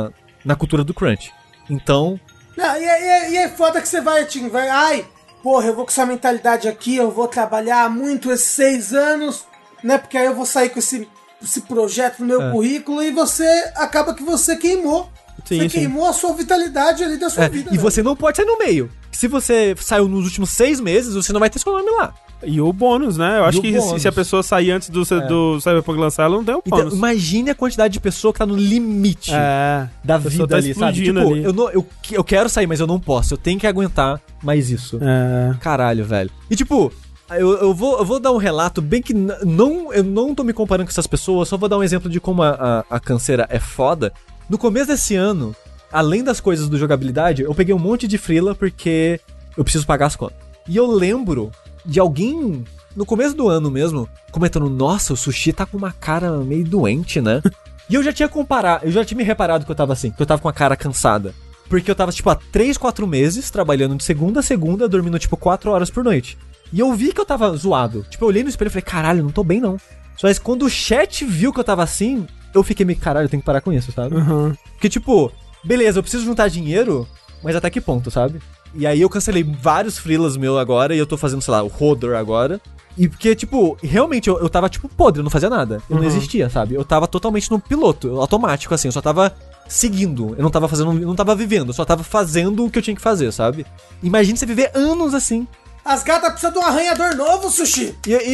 na cultura do crunch. Então... Não, e é foda que você vai, Tim, ai, porra, eu vou com essa mentalidade aqui, eu vou trabalhar muito esses 6 anos, né, porque aí eu vou sair com esse projeto no meu currículo e você, acaba que você queimou. Você queimou a sua vitalidade ali da sua vida. E você não pode sair no meio. Se você saiu nos últimos 6 meses, você não vai ter seu nome lá. E o bônus, né? Eu acho que se a pessoa sair antes do Cyberpunk lançar, ela não tem o bônus. Então, imagine a quantidade de pessoa que tá no limite da vida tá ali, sabe? Tipo, ali. Eu quero sair, mas eu não posso. Eu tenho que aguentar mais isso. Caralho, velho. E tipo... Eu vou dar um relato bem que eu não tô me comparando com essas pessoas, só vou dar um exemplo de como a canseira é foda. No começo desse ano, além das coisas do jogabilidade, eu peguei um monte de freela porque eu preciso pagar as contas. E eu lembro de alguém, no começo do ano mesmo, comentando, nossa, o Sushi tá com uma cara meio doente, né? E eu já tinha me reparado que eu tava assim, que eu tava com a cara cansada. Porque eu tava, tipo, há 3, 4 meses trabalhando de segunda a segunda, dormindo, tipo, 4 horas por noite. E eu vi que eu tava zoado. Tipo, eu olhei no espelho e falei, caralho, não tô bem, não. Mas quando o chat viu que eu tava assim, eu fiquei meio, caralho, eu tenho que parar com isso, sabe? Uhum. Porque, tipo, beleza, eu preciso juntar dinheiro, mas até que ponto, sabe? E aí eu cancelei vários freelas meus agora, e eu tô fazendo, sei lá, o Hodor agora. E porque, tipo, realmente eu tava, tipo, podre, eu não fazia nada. Eu não existia, sabe? Eu tava totalmente no piloto, automático, assim, eu só tava seguindo. Eu não tava fazendo, eu não tava vivendo, eu só tava fazendo o que eu tinha que fazer, sabe? Imagina você viver anos assim. As gatas precisam de um arranhador novo, Sushi.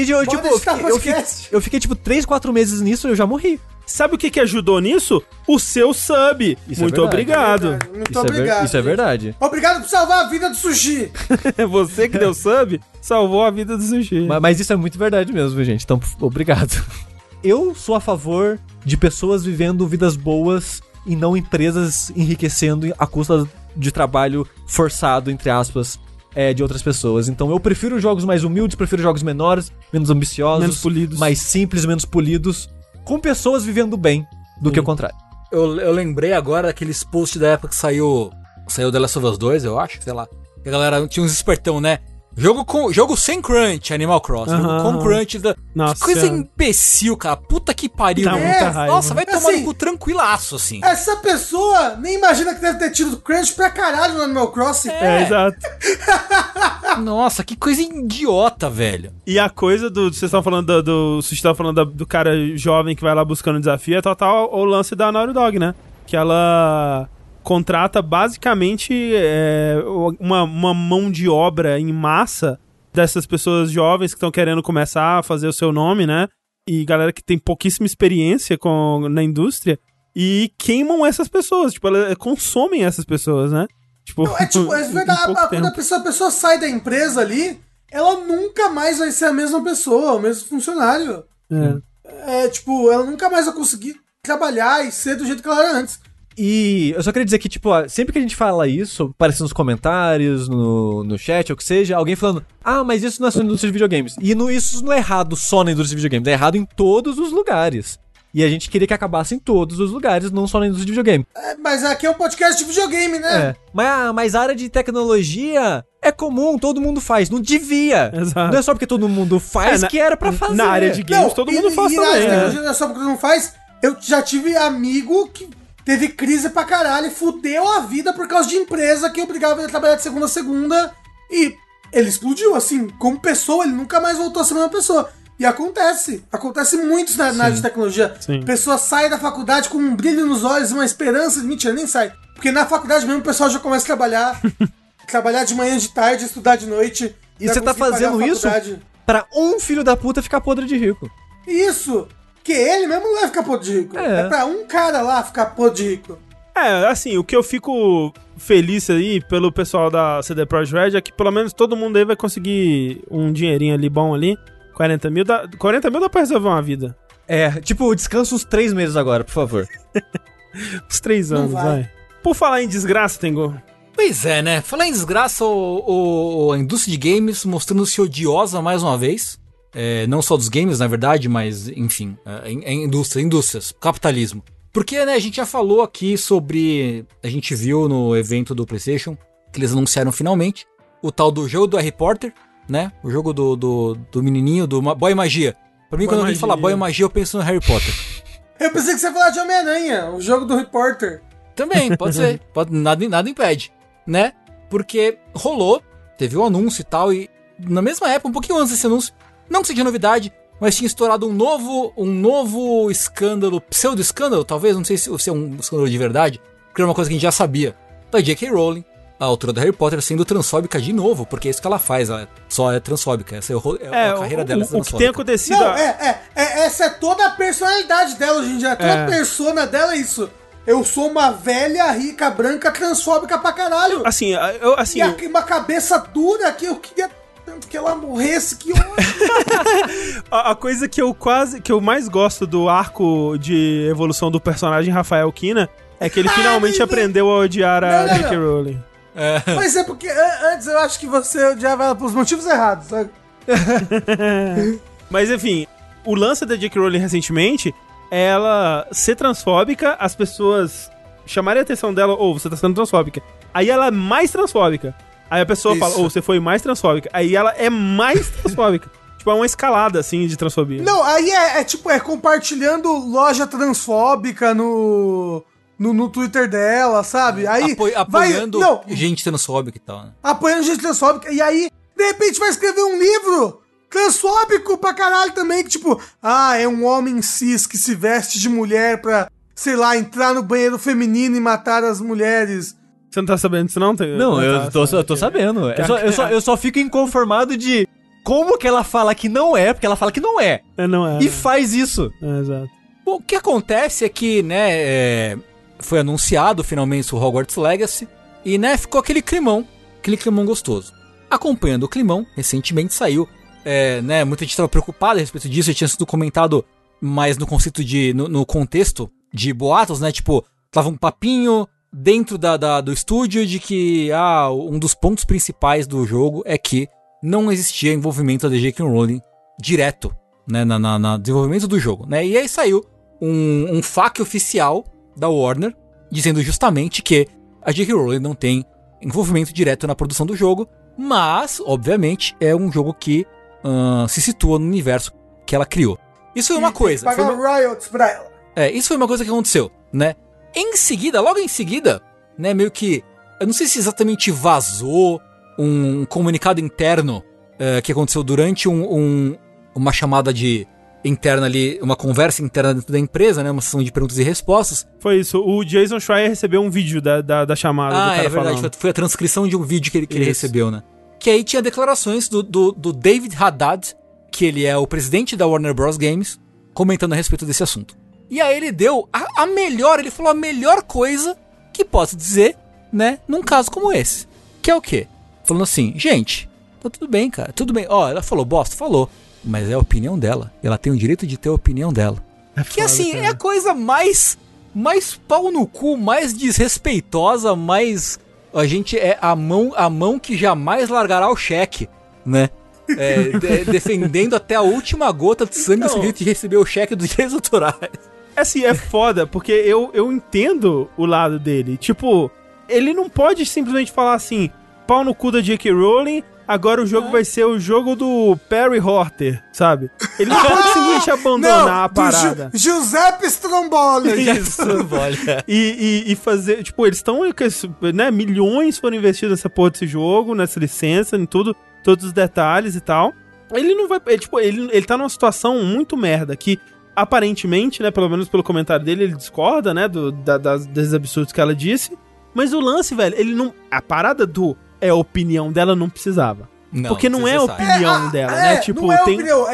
Eu fiquei, tipo, 3, 4 meses nisso e eu já morri. Sabe o que ajudou nisso? O seu sub. Isso Muito é verdade. obrigado. Muito obrigado. Isso é verdade. Obrigado por salvar a vida do Sushi. Você que deu sub, salvou a vida do Sushi. Mas isso é muito verdade mesmo, gente. Então, obrigado. Eu sou a favor de pessoas vivendo vidas boas e não empresas enriquecendo à custa de trabalho forçado, entre aspas, de outras pessoas. Então eu prefiro jogos mais humildes, prefiro jogos menores, menos ambiciosos, menos polidos, mais simples, menos polidos, com pessoas vivendo bem, do que o contrário. Eu lembrei agora daqueles posts da época que saiu The Last of Us 2, eu acho, sei lá. E a galera tinha uns espertão, né? Jogo sem crunch, Animal Crossing. Jogo com crunch. Nossa, que coisa imbecil, cara. Puta que pariu. Dá muita raiva. Nossa, vai tomar Assim, no cu tranquilaço, assim. Essa pessoa nem imagina que deve ter tido crunch pra caralho no Animal Crossing. Exato. Nossa, que coisa idiota, velho. E a coisa do... Vocês estavam falando Vocês estavam falando do cara jovem que vai lá buscando desafio, é total o lance da Naughty Dog, né? Que ela contrata basicamente uma mão de obra em massa dessas pessoas jovens que estão querendo começar a fazer o seu nome, né? E galera que tem pouquíssima experiência na indústria e queimam essas pessoas, tipo, elas consomem essas pessoas, né? Tipo, quando a pessoa sai da empresa ali, ela nunca mais vai ser a mesma pessoa, o mesmo funcionário. Tipo, ela nunca mais vai conseguir trabalhar e ser do jeito que ela era antes. E eu só queria dizer que, tipo, sempre que a gente fala isso, aparece nos comentários, no chat, ou o que seja, alguém falando, mas isso não é só na indústria de videogames. E isso não é errado só na indústria de videogames, é errado em todos os lugares. E a gente queria que acabasse em todos os lugares, não só na indústria de videogame. Mas aqui é um podcast de videogame, né? Mas a área de tecnologia é comum, todo mundo faz. Não devia. Exato. Não é só porque todo mundo faz que era pra fazer. Na área de games todo mundo faz também. Na área de tecnologia não é só porque todo mundo faz. Eu já tive amigo que teve crise pra caralho e fudeu a vida por causa de empresa que obrigava ele a trabalhar de segunda a segunda. E ele explodiu, assim. Como pessoa, ele nunca mais voltou a ser a mesma pessoa. E acontece muito na área de tecnologia. Sim. Pessoa sai da faculdade com um brilho nos olhos, uma esperança. Mentira, nem sai. Porque na faculdade mesmo o pessoal já começa a trabalhar. Trabalhar de manhã, de tarde, estudar de noite. E você tá fazendo isso pra um filho da puta ficar podre de rico. Isso! Que ele mesmo não vai ficar podre de rico. É pra um cara lá ficar podre de rico. Assim, o que eu fico feliz aí pelo pessoal da CD Projekt Red é que pelo menos todo mundo aí vai conseguir um dinheirinho ali bom ali. 40 mil dá pra resolver uma vida. Tipo, descansa uns 3 meses agora, por favor. Uns 3 anos, vai. Por falar em desgraça, Tengu. Pois é, né? Falar em desgraça, a indústria de games mostrando-se odiosa mais uma vez. Não só dos games, na verdade, mas, enfim, indústrias, capitalismo. Porque, né, a gente já falou aqui sobre... A gente viu no evento do PlayStation que eles anunciaram finalmente o tal do jogo do Harry Potter, né? O jogo do menininho, do Boy Magia. Pra mim, quando alguém fala Boy Magia, eu penso no Harry Potter. Eu pensei que você ia falar de Homem-Aranha, o jogo do Harry Potter. Também, pode ser. Nada impede, né? Porque rolou, teve o anúncio e tal, e na mesma época, um pouquinho antes desse anúncio, não que seja novidade, mas tinha estourado um novo escândalo, pseudo-escândalo, talvez, não sei se é um escândalo de verdade, porque era uma coisa que a gente já sabia, da J.K. Rowling, a autora do Harry Potter, sendo transfóbica de novo, porque é isso que ela faz, ela só é transfóbica, essa é a carreira dela. O que tem acontecido... Não, essa é toda a personalidade dela hoje em dia, toda a persona dela é isso. Eu sou uma velha, rica, branca, transfóbica pra caralho. Assim, E uma cabeça dura que eu queria tanto que ela morresse, que ódio. A coisa que eu mais gosto do arco de evolução do personagem Rafael Kina é que ele finalmente aprendeu a odiar a J.K. Rowling. Mas é porque antes eu acho que você odiava ela pelos motivos errados, sabe? Mas enfim, o lance da J.K. Rowling recentemente é ela ser transfóbica, as pessoas chamarem a atenção dela, você tá sendo transfóbica. Aí ela é mais transfóbica. Aí a pessoa fala, você foi mais transfóbica. Aí ela é mais transfóbica. Tipo, é uma escalada, assim, de transfobia. Não, aí é compartilhando loja transfóbica no Twitter dela, sabe? Aí apoiando gente transfóbica e tal, né? Apoiando gente transfóbica. E aí, de repente, vai escrever um livro transfóbico pra caralho também, que tipo, é um homem cis que se veste de mulher pra, sei lá, entrar no banheiro feminino e matar as mulheres. Você não tá sabendo disso, não? Não, eu tô sabendo. Eu só fico inconformado de como que ela fala que não é, porque ela fala que não é. Não é. E faz isso. Exato. Bom, o que acontece é que, né, foi anunciado finalmente o Hogwarts Legacy e, né, ficou aquele climão gostoso. Acompanhando o climão, recentemente saiu, né, muita gente estava preocupada a respeito disso, já tinha sido comentado mais no conceito no contexto de boatos, né, tipo, tava um papinho dentro do estúdio de que, um dos pontos principais do jogo é que não existia envolvimento da J.K. Rowling direto, né, na desenvolvimento do jogo, né, e aí saiu um FAQ oficial da Warner, dizendo justamente que a J.K. Rowling não tem envolvimento direto na produção do jogo, mas, obviamente, é um jogo que se situa no universo que ela criou. Isso foi uma coisa. Pagar royalties pra ela. Isso foi uma coisa que aconteceu, né? Em seguida, logo em seguida, né, meio que, eu não sei se exatamente vazou um comunicado interno que aconteceu durante uma chamada interna ali, uma conversa interna dentro da empresa, né? Uma sessão de perguntas e respostas. Foi isso. O Jason Schreier recebeu um vídeo da chamada do cara verdade. falando. Foi a transcrição de um vídeo que ele recebeu, né? Que aí tinha declarações do David Haddad, que ele é o presidente da Warner Bros. Games, comentando a respeito desse assunto. E aí ele deu ele falou a melhor coisa que posso dizer, né? Num caso como esse. Que é o quê? Falando assim, gente, tá tudo bem, cara, tudo bem. Ela falou bosta, falou. Mas é a opinião dela. Ela tem o direito de ter a opinião dela. Que assim, cara, é a coisa mais pau no cu, mais desrespeitosa, mais... A gente é a mão que jamais largará o cheque, né? Defendendo até a última gota de sangue o de receber o cheque dos direitos autorais. Assim, é foda, porque eu entendo o lado dele. Tipo, ele não pode simplesmente falar assim, pau no cu da J.K. Rowling, agora o jogo vai ser o jogo do Perry Horter, sabe? Ele não pode simplesmente abandonar a parada. Giuseppe Stromboli. Isso. E fazer... Tipo, eles estão... Né, milhões foram investidos nessa porra desse jogo, nessa licença, em tudo, todos os detalhes e tal. Ele não vai... Ele tá numa situação muito merda, que aparentemente, né, pelo menos pelo comentário dele, ele discorda, né, desses absurdos que ela disse. Mas o lance, velho, ele não... A parada a opinião dela não precisava. Não, porque não é a opinião dela, né? Tipo, não é opinião,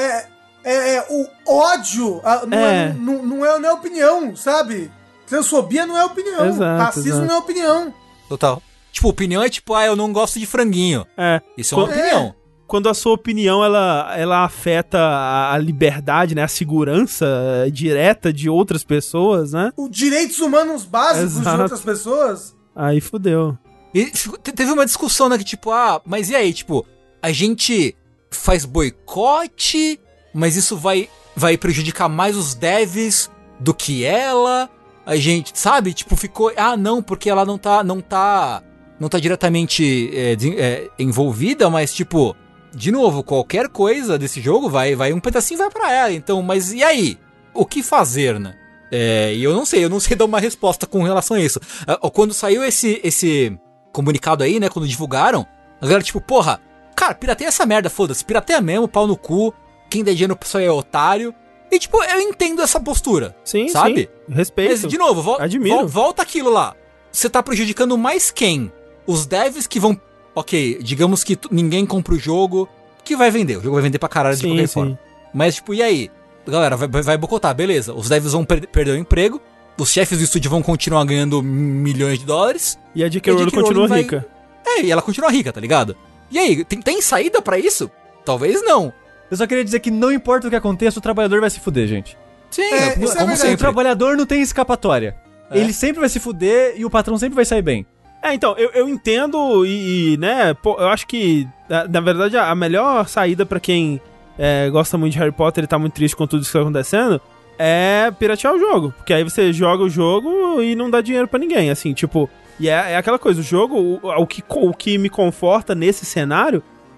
o ódio, não é opinião, sabe? Transfobia não é opinião, racismo não é opinião. Total. Tipo, opinião é tipo, eu não gosto de franguinho. Isso é uma opinião. Quando a sua opinião, ela afeta a liberdade, né? A segurança direta de outras pessoas, né? Os direitos humanos básicos de outras pessoas. Aí fudeu. E teve uma discussão, né, que tipo, mas e aí, tipo, a gente faz boicote, mas isso vai prejudicar mais os devs do que ela, a gente, sabe, tipo, ficou, não, porque ela não tá diretamente envolvida, mas tipo, de novo, qualquer coisa desse jogo um pedacinho vai pra ela, então, mas e aí? O que fazer, né? E eu não sei dar uma resposta com relação a isso. Quando saiu esse comunicado aí, né, quando divulgaram, a galera tipo, porra, cara, pirateia essa merda, foda-se, pirateia mesmo, pau no cu, quem der dinheiro pra pessoa é otário, e tipo, eu entendo essa postura, sim, sabe? Sim, respeito. Mas, de novo, admiro. Volta aquilo lá, você tá prejudicando mais quem? Os devs que vão, digamos que ninguém compra o jogo, que vai vender, o jogo vai vender pra caralho de qualquer forma, mas tipo, e aí? Galera, vai boicotar, beleza, os devs vão perder o emprego, os chefes do estúdio vão continuar ganhando milhões de dólares. E a J.K. Rowling continua rica. E ela continua rica, tá ligado? E aí, tem saída pra isso? Talvez não. Eu só queria dizer que não importa o que aconteça, o trabalhador vai se fuder, gente. Sim, como sempre. O trabalhador não tem escapatória. Ele sempre vai se fuder e o patrão sempre vai sair bem. Então, eu entendo né, eu acho que, na verdade, a melhor saída pra quem gosta muito de Harry Potter e tá muito triste com tudo isso que tá acontecendo é piratear o jogo. Porque aí você joga o jogo e não dá dinheiro pra ninguém, assim, tipo... E é aquela coisa, o jogo, o que me conforta nesse cenário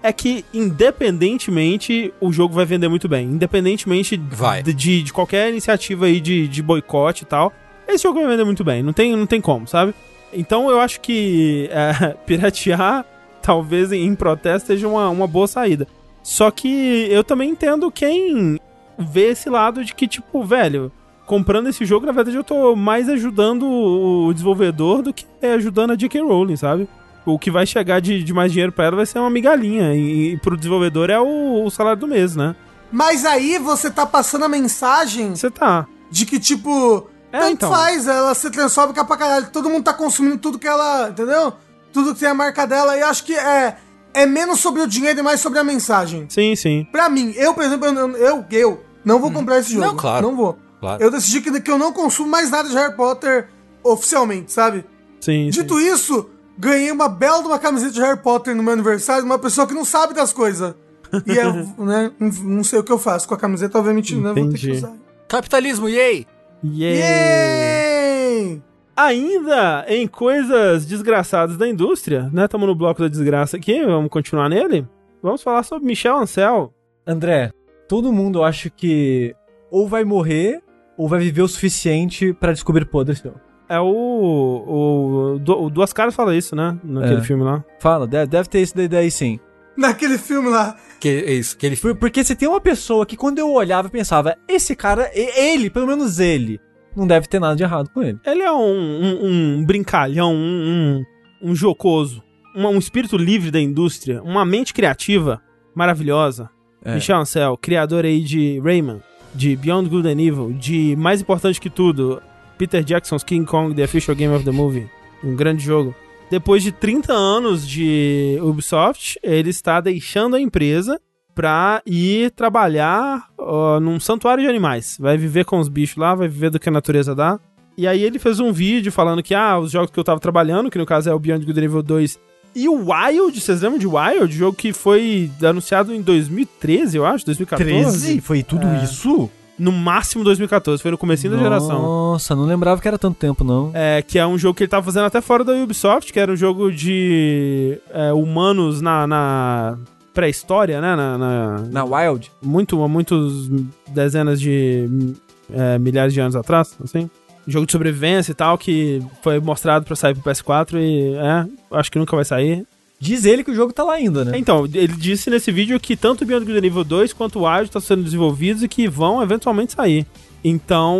é que, independentemente, o jogo vai vender muito bem. Independentemente de qualquer iniciativa aí de boicote e tal, esse jogo vai vender muito bem. Não tem como, sabe? Então eu acho que piratear, talvez em protesto, seja uma boa saída. Só que eu também entendo quem vê esse lado de que, tipo, velho, comprando esse jogo, na verdade eu tô mais ajudando o desenvolvedor do que ajudando a J.K. Rowling, sabe? O que vai chegar de mais dinheiro pra ela vai ser uma migalhinha. E pro desenvolvedor é o salário do mês, né? Mas aí você tá passando a mensagem... Você tá. De que, tipo... tanto faz, ela se transforma pra caralho. Todo mundo tá consumindo tudo que ela... Entendeu? Tudo que tem a marca dela. E eu acho que é menos sobre o dinheiro e mais sobre a mensagem. Sim, sim. Pra mim, eu, por exemplo, eu não vou comprar esse jogo. Não, claro. Não vou. Claro. Eu decidi que eu não consumo mais nada de Harry Potter oficialmente, sabe? Sim, Dito isso... ganhei uma bela de uma camiseta de Harry Potter no meu aniversário de uma pessoa que não sabe das coisas. E eu, né, não sei o que eu faço com a camiseta, obviamente, né, vou ter que usar. Capitalismo, yay! Yay! Ainda em coisas desgraçadas da indústria, né? Estamos no bloco da desgraça aqui, vamos continuar nele. Vamos falar sobre Michel Ancel. André, todo mundo acha que ou vai morrer ou vai viver o suficiente pra descobrir podre seu. É o Duas Caras fala isso, né? Naquele filme lá. Fala, deve ter isso daí sim. Naquele filme lá. Porque você tem uma pessoa que quando eu olhava eu pensava, esse cara, ele, pelo menos ele, não deve ter nada de errado com ele. Ele é um brincalhão, um jocoso, um espírito livre da indústria, uma mente criativa maravilhosa. Michel Ancel, criador aí de Rayman, de Beyond Good and Evil, de, mais importante que tudo, Peter Jackson's King Kong, The Official Game of the Movie. Um grande jogo. Depois de 30 anos de Ubisoft, ele está deixando a empresa pra ir trabalhar num santuário de animais. Vai viver com os bichos lá, vai viver do que a natureza dá. E aí ele fez um vídeo falando que, os jogos que eu tava trabalhando, que no caso é o Beyond Good and Evil 2 e o Wild, vocês lembram de Wild? Jogo que foi anunciado em 2013, eu acho, 2014. 13? Foi tudo isso? No máximo 2014, foi no comecinho da geração. Nossa, não lembrava que era tanto tempo, não. Que é um jogo que ele tava fazendo até fora da Ubisoft, que era um jogo de humanos na pré-história, né? Na Wild? Muitos dezenas de milhares de anos atrás, assim. Jogo de sobrevivência e tal, que foi mostrado pra sair pro PS4 e acho que nunca vai sair. Diz ele que o jogo tá lá ainda, né? Então, ele disse nesse vídeo que tanto o Beyond Good and Evil 2 quanto o Wild estão sendo desenvolvidos e que vão eventualmente sair. Então,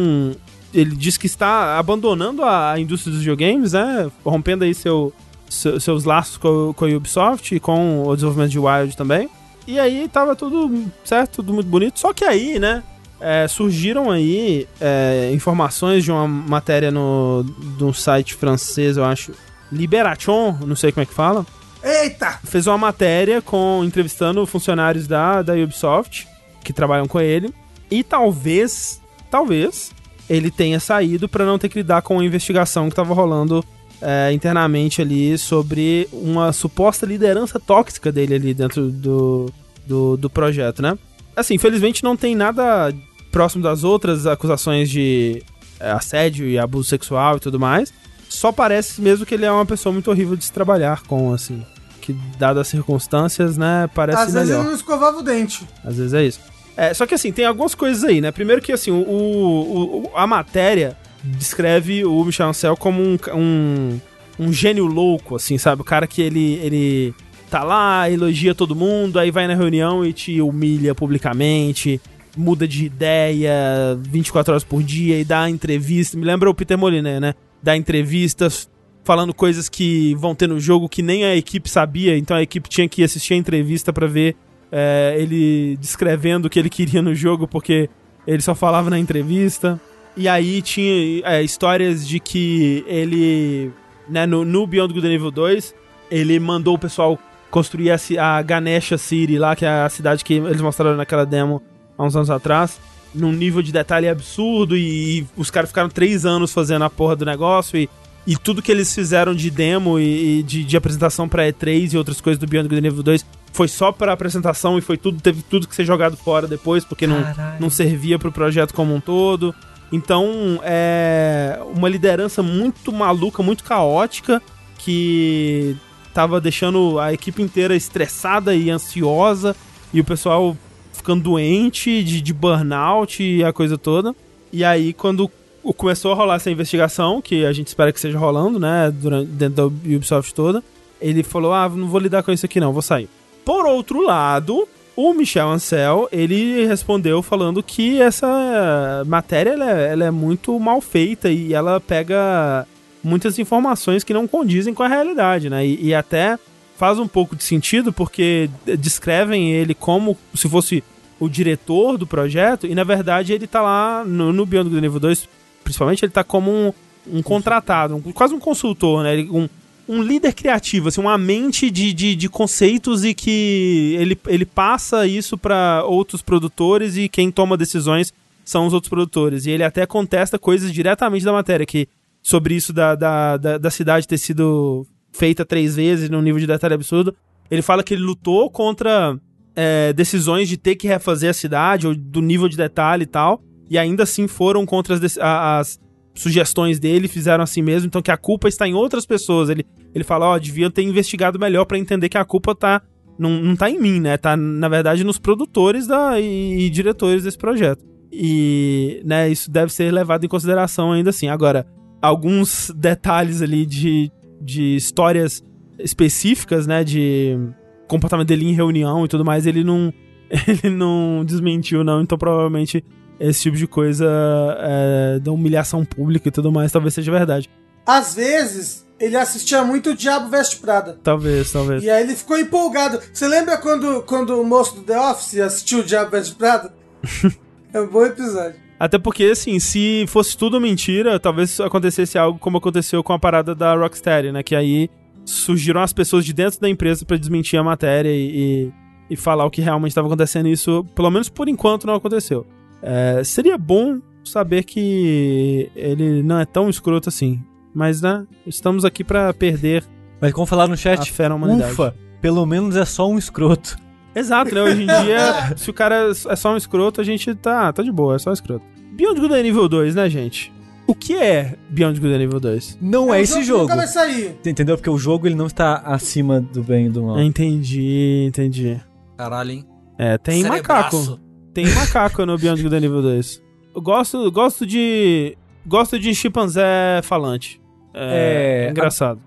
ele disse que está abandonando a indústria dos videogames, né? Rompendo aí seus laços com a Ubisoft e com o desenvolvimento de Wild também. E aí tava tudo certo, tudo muito bonito. Só que aí, né? Surgiram aí informações de uma matéria de um site francês, eu acho, Libération, não sei como é que fala. Eita! Fez uma matéria entrevistando funcionários da Ubisoft que trabalham com ele. E talvez ele tenha saído para não ter que lidar com a investigação que estava rolando internamente ali sobre uma suposta liderança tóxica dele ali dentro do projeto, né? Assim, infelizmente não tem nada próximo das outras acusações de assédio e abuso sexual e tudo mais. Só parece mesmo que ele é uma pessoa muito horrível de se trabalhar com, assim. Que, dadas as circunstâncias, né, parece melhor. Às vezes ele não escovava o dente. Às vezes é isso. Só que, assim, tem algumas coisas aí, né? Primeiro que, assim, a matéria descreve o Michel Ancel como um gênio louco, assim, sabe? O cara que ele tá lá, elogia todo mundo, aí vai na reunião e te humilha publicamente, muda de ideia 24 horas por dia e dá entrevista. Me lembra o Peter Molyneux, né? Dá entrevistas falando coisas que vão ter no jogo que nem a equipe sabia, então a equipe tinha que assistir a entrevista pra ver ele descrevendo o que ele queria no jogo, porque ele só falava na entrevista. E aí tinha histórias de que ele, né, no Beyond Good and Evil 2, ele mandou o pessoal construir a Ganesha City lá, que é a cidade que eles mostraram naquela demo há uns anos atrás, num nível de detalhe absurdo, e os caras ficaram 3 anos fazendo a porra do negócio, e tudo que eles fizeram de demo e de apresentação pra E3 e outras coisas do Beyond Good and Evil 2 foi só pra apresentação, e teve tudo que ser jogado fora depois, porque não servia pro projeto como um todo. Então, é uma liderança muito maluca, muito caótica, que tava deixando a equipe inteira estressada e ansiosa, e o pessoal ficando doente, de burnout e a coisa toda. E aí, quando começou a rolar essa investigação, que a gente espera que seja rolando, né, dentro da Ubisoft toda, ele falou, não vou lidar com isso aqui não, vou sair. Por outro lado, o Michel Ancel, ele respondeu falando que essa matéria ela é muito mal feita e ela pega muitas informações que não condizem com a realidade, né? E até faz um pouco de sentido porque descrevem ele como se fosse o diretor do projeto e, na verdade, ele tá lá no Beyond Good and Evil 2, principalmente, ele tá como um contratado, quase um consultor, né? Um líder criativo, assim, uma mente de conceitos e que ele passa isso para outros produtores e quem toma decisões são os outros produtores. E ele até contesta coisas diretamente da matéria, que sobre isso da cidade ter sido feita 3 vezes num nível de detalhe absurdo. Ele fala que ele lutou contra decisões de ter que refazer a cidade, ou do nível de detalhe e tal, e ainda assim foram contra as sugestões dele, fizeram assim mesmo, então que a culpa está em outras pessoas. Ele fala, devia ter investigado melhor pra entender que a culpa não tá em mim, né? Tá, na verdade, nos produtores e diretores desse projeto. E, né, isso deve ser levado em consideração ainda assim. Agora, alguns detalhes ali de histórias específicas, né, de comportamento dele em reunião e tudo mais, ele não desmentiu, não, então provavelmente esse tipo de coisa da humilhação pública e tudo mais, talvez seja verdade. Às vezes, ele assistia muito o Diabo Veste Prada. Talvez. E aí ele ficou empolgado. Você lembra quando o moço do The Office assistiu o Diabo Veste Prada? É um bom episódio. Até porque, assim, se fosse tudo mentira, talvez acontecesse algo como aconteceu com a parada da Rocksteady, né? Que aí surgiram as pessoas de dentro da empresa pra desmentir a matéria e falar o que realmente estava acontecendo. E isso, pelo menos por enquanto, não aconteceu. Seria bom saber que ele não é tão escroto assim. Mas, né, estamos aqui pra perder. Mas como falaram no chat, a fé na humanidade. Ufa, pelo menos é só um escroto. Exato, né? Hoje em dia, se o cara é só um escroto, a gente tá de boa, é só um escroto. Beyond Good and Evil 2, né, gente? O que é Beyond Good and Evil 2? Não é esse jogo. Nunca vai sair. Entendeu? Porque o jogo ele não está acima do bem e do mal. Entendi. Caralho, hein? Tem Cerebraço. macaco. Tem macaco no Beyond Good and Evil 2. Eu gosto de chimpanzé falante. É engraçado.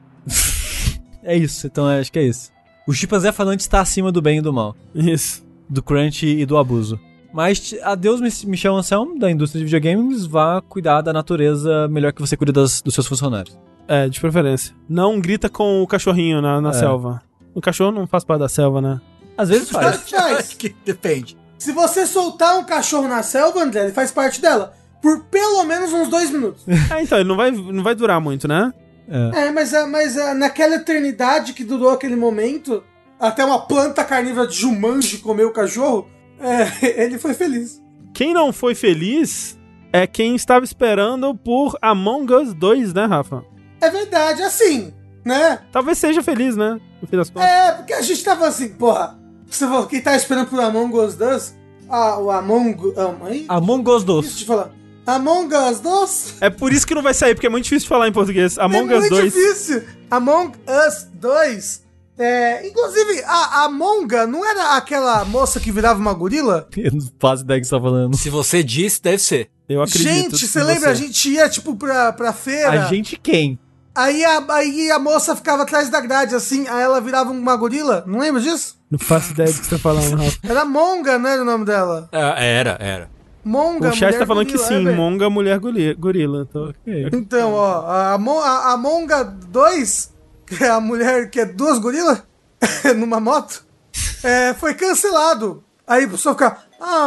É isso, então acho que é isso. O chimpanzé falante está acima do bem e do mal. Isso. Do crunch e do abuso. Mas adeus, Michel Ancel, da indústria de videogames, vá cuidar da natureza melhor que você cuida dos seus funcionários. De preferência. Não grita com o cachorrinho na selva. O cachorro não faz parte da selva, né? Às vezes faz. Faz. Que depende. Se você soltar um cachorro na selva, André, ele faz parte dela. Por pelo menos uns 2 minutos. Então, ele não vai durar muito, né? Mas naquela eternidade que durou aquele momento, até uma planta carnívora de Jumanji comeu o cachorro, ele foi feliz. Quem não foi feliz é quem estava esperando por Among Us 2, né, Rafa? É verdade, assim, né? Talvez seja feliz, né? No fim das contas. Porque a gente tava assim, porra, você falou, quem tá esperando por Among Us 2? O Among Us 2. Deixa eu te falar. Among Us 2? É por isso que não vai sair, porque é muito difícil de falar em português. Among Us 2. É muito difícil. Among Us 2. Inclusive, a Amonga não era aquela moça que virava uma gorila? Eu não faço ideia do que você tá falando. Se você disse, deve ser. Eu acredito. Gente, você lembra? A gente ia, tipo, pra feira. A gente quem? Aí a moça ficava atrás da grade, assim, aí ela virava uma gorila. Não lembra disso? Não faço ideia do que você tá falando, Rafa. Era Monga, não era o nome dela? Era. Monga, o chat tá falando gorila, que sim, Monga, mulher gorila. Então, okay. Então, ó, a Monga 2, que é a mulher que é 2 gorilas, numa moto, foi cancelado. Aí o pessoal fica...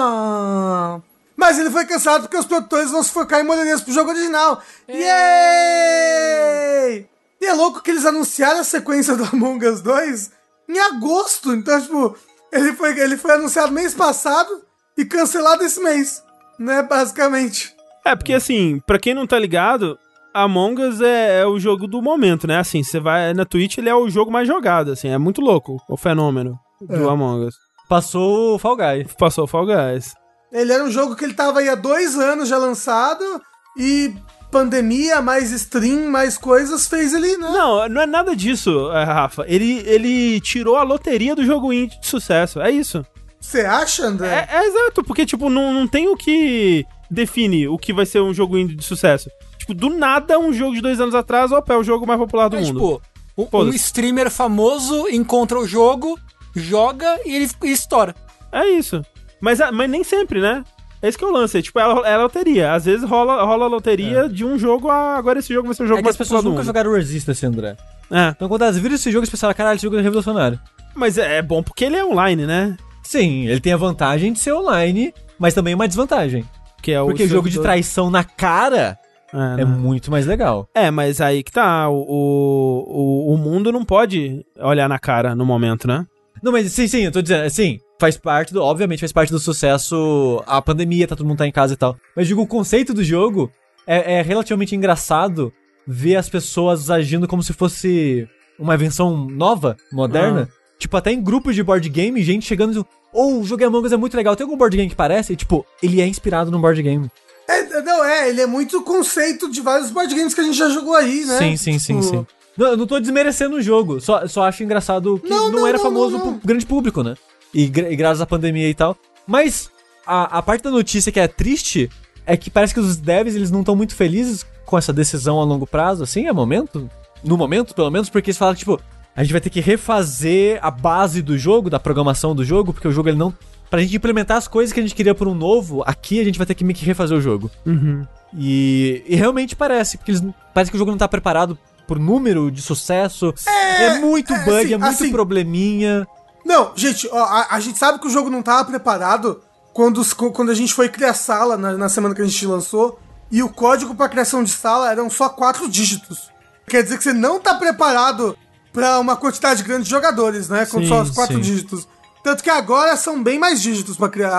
Mas ele foi cancelado porque os produtores vão se focar em melhorias pro jogo original. Yay! E é louco que eles anunciaram a sequência do Among Us 2 em agosto. Então, tipo, ele foi anunciado mês passado e cancelado esse mês, né, basicamente. Porque assim, pra quem não tá ligado, Among Us é o jogo do momento, né? Assim, você vai na Twitch, ele é o jogo mais jogado, assim, é muito louco o fenômeno do Among Us. Passou o Fall Guys. Passou o Fall Guys. Ele era um jogo que ele tava aí há 2 anos já lançado e pandemia, mais stream, mais coisas, fez ele, né? Não é nada disso, Rafa. Ele tirou a loteria do jogo indie de sucesso. É isso. Você acha, André? É exato, porque, tipo, não tem o que define o que vai ser um jogo indie de sucesso. Tipo, do nada, um jogo de 2 anos atrás, opa, é o jogo mais popular do mundo. Tipo, um streamer famoso encontra o jogo, joga e ele estoura. É isso. Mas nem sempre, né? É isso que eu lance. Tipo, é loteria. Às vezes rola a loteria de um jogo, agora esse jogo vai ser o jogo mais popular do mundo. As pessoas nunca jogaram Resistance, André. Então quando elas viram esse jogo, eles pensaram, caralho, esse jogo é revolucionário. Mas é bom porque ele é online, né? Sim, ele tem a vantagem de ser online, mas também uma desvantagem. Porque o jogo de traição na cara é muito mais legal. Mas aí que tá. O mundo não pode olhar na cara no momento, né? Não, mas sim, eu tô dizendo, assim, obviamente faz parte do sucesso a pandemia, todo mundo tá em casa e tal. Mas digo, o conceito do jogo é relativamente engraçado ver as pessoas agindo como se fosse uma invenção nova, moderna. Tipo, até em grupos de board game, gente chegando e o jogo Among Us é muito legal. Tem algum board game que parece? E, tipo, ele é inspirado num board game. Ele é muito conceito de vários board games que a gente já jogou aí, né? Sim. Não, eu não tô desmerecendo o jogo, só acho engraçado que não era famoso pro grande público, né? E graças à pandemia e tal. Mas a parte da notícia que é triste é que parece que os devs, eles não estão muito felizes com essa decisão a longo prazo, assim, no momento, pelo menos, porque eles falam que, tipo, a gente vai ter que refazer a base do jogo, da programação do jogo, porque o jogo, ele não... Pra gente implementar as coisas que a gente queria por um novo, aqui a gente vai ter que meio que refazer o jogo. Uhum. E realmente parece que o jogo não tá preparado por número de sucesso. É muito bug, muito probleminha. Não, gente, a gente sabe que o jogo não tava preparado quando a gente foi criar sala na semana que a gente lançou, e o código pra criação de sala eram só 4 dígitos. Quer dizer que você não tá preparado pra uma quantidade grande de jogadores, né? Com só os 4 dígitos. Tanto que agora são bem mais dígitos pra criar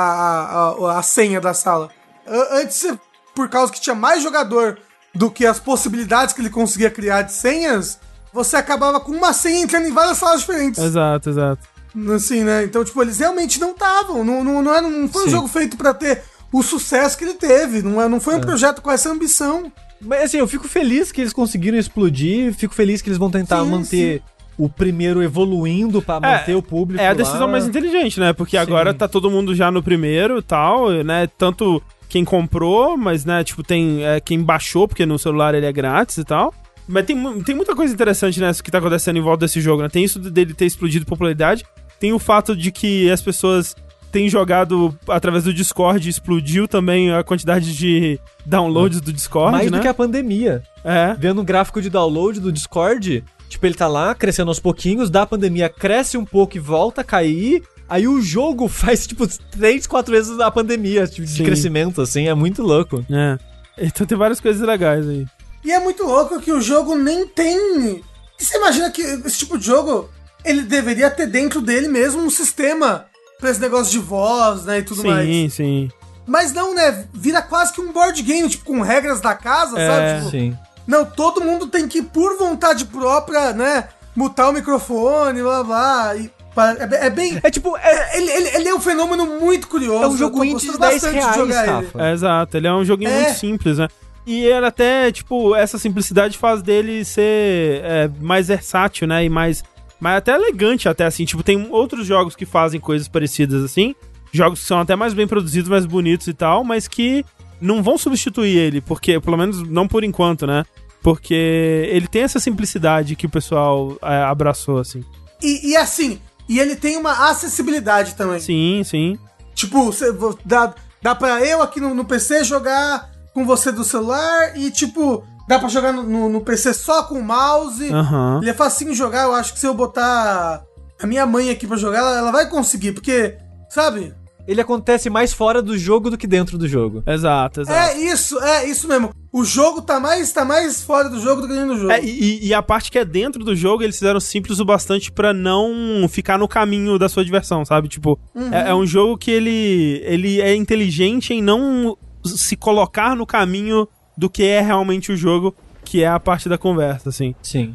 a senha da sala. Antes, por causa que tinha mais jogador do que as possibilidades que ele conseguia criar de senhas, você acabava com uma senha entrando em várias salas diferentes. Exato. Assim, né? Então, tipo, eles realmente não estavam. Não foi um jogo feito pra ter o sucesso que ele teve. Não foi um projeto com essa ambição. Mas, assim, eu fico feliz que eles conseguiram explodir. Fico feliz que eles vão tentar manter o primeiro evoluindo pra manter o público. É a decisão mais inteligente, né? Porque agora tá todo mundo já no primeiro e tal, né? Tanto quem comprou, mas, né, tipo, tem quem baixou, porque no celular ele é grátis e tal. Mas tem muita coisa interessante nessa que tá acontecendo em volta desse jogo, né? Tem isso dele ter explodido popularidade, tem o fato de que as pessoas têm jogado através do Discord, explodiu também a quantidade de downloads do Discord, mais né? do que a pandemia. Vendo o gráfico de download do Discord, tipo, ele tá lá crescendo aos pouquinhos, da pandemia cresce um pouco e volta a cair. Aí o jogo faz, tipo, 3, 4 vezes a pandemia, tipo, de crescimento, assim, é muito louco. Então tem várias coisas legais aí. E é muito louco que o jogo nem tem... E você imagina que esse tipo de jogo, ele deveria ter dentro dele mesmo um sistema pra esse negócio de voz, né, e tudo mais. Sim. Mas não, né, vira quase que um board game, tipo, com regras da casa, sabe? Tipo, sim. Não, todo mundo tem que, por vontade própria, né, mutar o microfone, blá, blá, e... É bem... É tipo... Ele é um fenômeno muito curioso. É um jogo indie de 10 reais, Rafa. Exato, ele é um joguinho muito simples, né? E ele até, tipo, essa simplicidade faz dele ser mais versátil, né? E mais até elegante, até assim. Tipo, tem outros jogos que fazem coisas parecidas assim. Jogos que são até mais bem produzidos, mais bonitos e tal, mas que não vão substituir ele, porque, pelo menos não por enquanto, né? Porque ele tem essa simplicidade que o pessoal abraçou, assim. E assim... E ele tem uma acessibilidade também. Sim. Tipo, dá pra eu aqui no PC jogar com você do celular e, tipo, dá pra jogar no PC só com o mouse. Ele é facinho de jogar. Eu acho que se eu botar a minha mãe aqui pra jogar, ela vai conseguir, porque, sabe? Ele acontece mais fora do jogo do que dentro do jogo. Exato. É isso mesmo. O jogo tá mais fora do jogo do que dentro do jogo. E a parte que é dentro do jogo, eles fizeram simples o bastante pra não ficar no caminho da sua diversão, sabe? Tipo, é um jogo que ele é inteligente em não se colocar no caminho do que é realmente o jogo, que é a parte da conversa, assim. Sim.